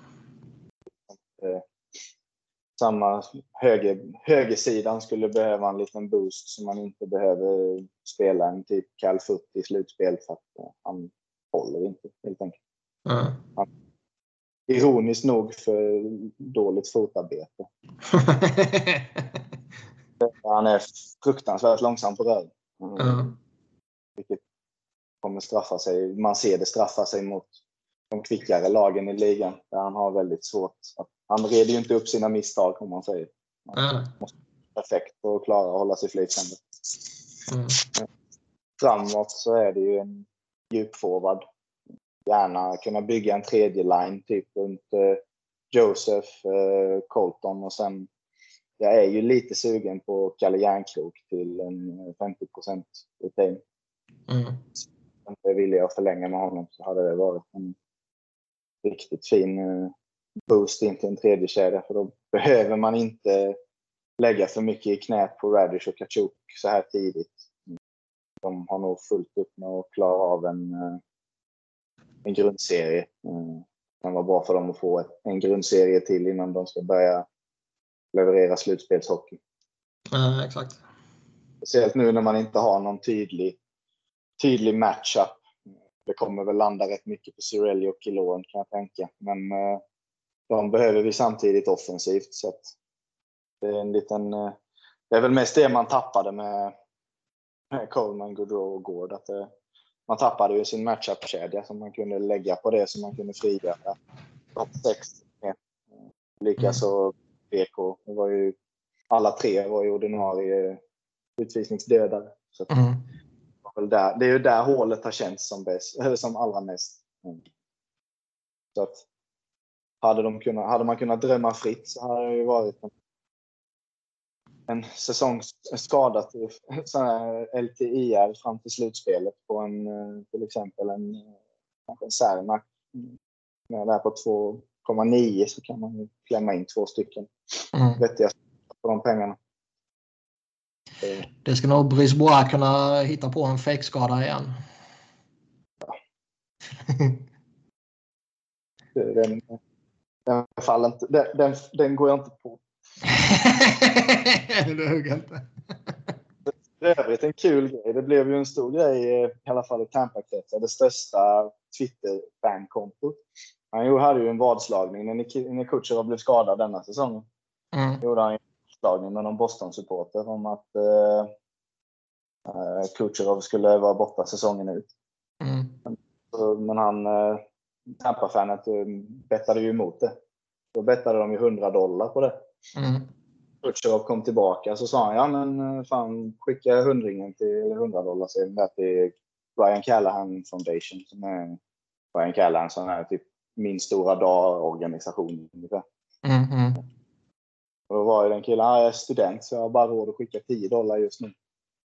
Samma höger, högersidan skulle behöva en liten boost, så man inte behöver spela en typ Cal Foot i slutspel för att han håller inte helt enkelt. Mm. Han, ironiskt nog för dåligt fotarbete. Han är fruktansvärt långsam på rör. Mm. Mm. Vilket kommer straffa sig. Man ser det straffa sig mot de kvickare lagen i ligan. Där han har väldigt svårt. Att, han reder ju inte upp sina misstag, om man säger. Han mm. måste vara perfekt och klara att hålla sig flytande. Mm. Framåt så är det ju en djupforward. Gärna kunna bygga en tredje line typ runt eh, Joseph, eh, Colton, och sen jag är ju lite sugen på Kalle Järnkrok till en femtio procent retain. Mm. Om det ville jag förlänga med honom så hade det varit en riktigt fin eh, boost in till en tredje kedja, för då behöver man inte lägga för mycket i knät på Radish och Kachuk så här tidigt. De har nog fullt upp med att klara av en eh, en grundserie. Det kan vara bra för dem att få en grundserie till innan de ska börja leverera slutspelshockey. Ja, exakt. Speciellt nu när man inte har någon tydlig, tydlig matchup. Det kommer väl landa rätt mycket på Cirelli och Killorn, kan jag tänka. Men eh, de behöver vi samtidigt offensivt. Så att det är en liten... Eh, det är väl mest det man tappade med, med Coleman, Gaudreau och Gård. Att det, man tappade ju sin matchup-kedja som man kunde lägga på det, som man kunde frigöra. Topp sex. Likaså B K. Det var ju, alla tre var ju ordinarie utvisningsdödare. Så att, mm. där, det är ju där hålet har känts som bäst, eller som allra mest. Mm. Så att hade, de kunnat, hade man kunnat drömma fritt så hade det ju varit en, en säsong skadat sån här L T I R fram till slutspelet på en, till exempel en, en Särmark. Med där på två komma nio så kan man klämma in två stycken mm. vettiga på de pengarna. Det ska nog Brisbois kunna hitta på en fake-skada igen. Ja. den, den, faller inte, den, den, den går jag inte på. Det hugger inte. Det är övrigt en kul grej. Det blev ju en stor grej i alla fall i Tampa-kretsar. Det största Twitter-fankontot. Han hade ju en vadslagning när, när Kucherov blev skadad denna säsongen. Mm. Gjorde han en vadslagning med någon Boston-supporter om att eh, Kucherov skulle vara borta säsongen ut. Mm. Men, men han, eh, Tampa-fanet, eh, bettade ju emot det. Då bettade de ju hundra dollar på det. Mm. Kucherov kom tillbaka så sa han, ja men fan, skicka hundringen till hundra dollar sen där till Brian Callahan Foundation, som är Brian Callahan som är typ min stora dag-organisation ungefär. Mm, mm. Och då var ju den killen, jag är student så jag har bara råd att skicka tio dollar just nu.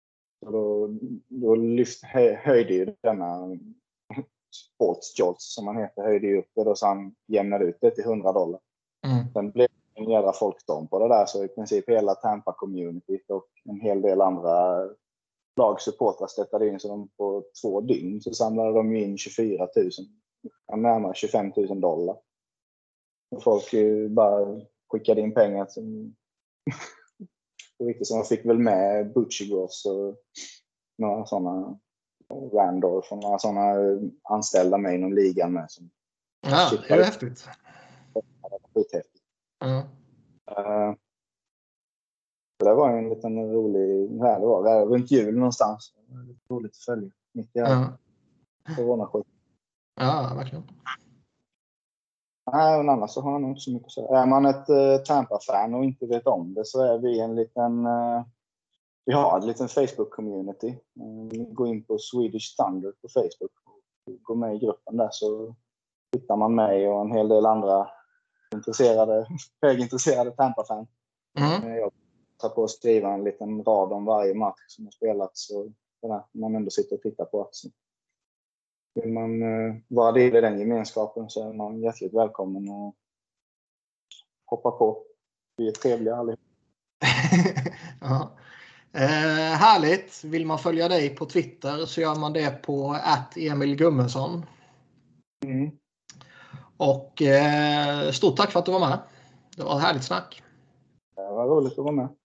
Så då, då lyft, hö, höjde ju denna Sportsjolts som man heter, höjde ju upp det och sen jämnade ut det till hundra dollar. Mm. Sen blev det en jävla folkstorm på det där, så i princip hela Tampa-communityt och en hel del andra lagsupportrar stöttade in, så de på två dygn så samlade de in tjugofyra tusen, närmare tjugofem tusen dollar. Och folk ju bara skickade in pengar som riktigt, som man fick väl med Butchigos och några sådana Randolph och några sådana anställda med inom ligan med. Som Ja, det är häftigt. Skithäftigt. Mm. Uh, det var en liten rolig, här det var där, runt jul någonstans. Det var lite roligt att följa. Mitt i allt. Coronaskit. Ja, verkligen. Nej, men annars så har jag nog inte så mycket att säga. Är man ett uh, Tampa-fan och inte vet om det, så är vi en liten... Uh, vi har en liten Facebook-community. Uh, gå in på Swedish Thunder på Facebook. Gå med i gruppen där, så hittar man mig och en hel del andra intresserade, högintresserade Tampa-fan. Mm. Jag tar på att skriva en liten rad om varje match som har spelats, så där man ändå sitter och tittar på. Så vill man uh, vara del i den gemenskapen, så är man hjärtligt välkommen och hoppa på. Vi är trevliga allihop. Ja. Eh, härligt. Vill man följa dig på Twitter så gör man det på at Emil Gummesson. Mm. Och eh, stort tack för att du var med. Det var ett härligt snack. Det var roligt att vara med.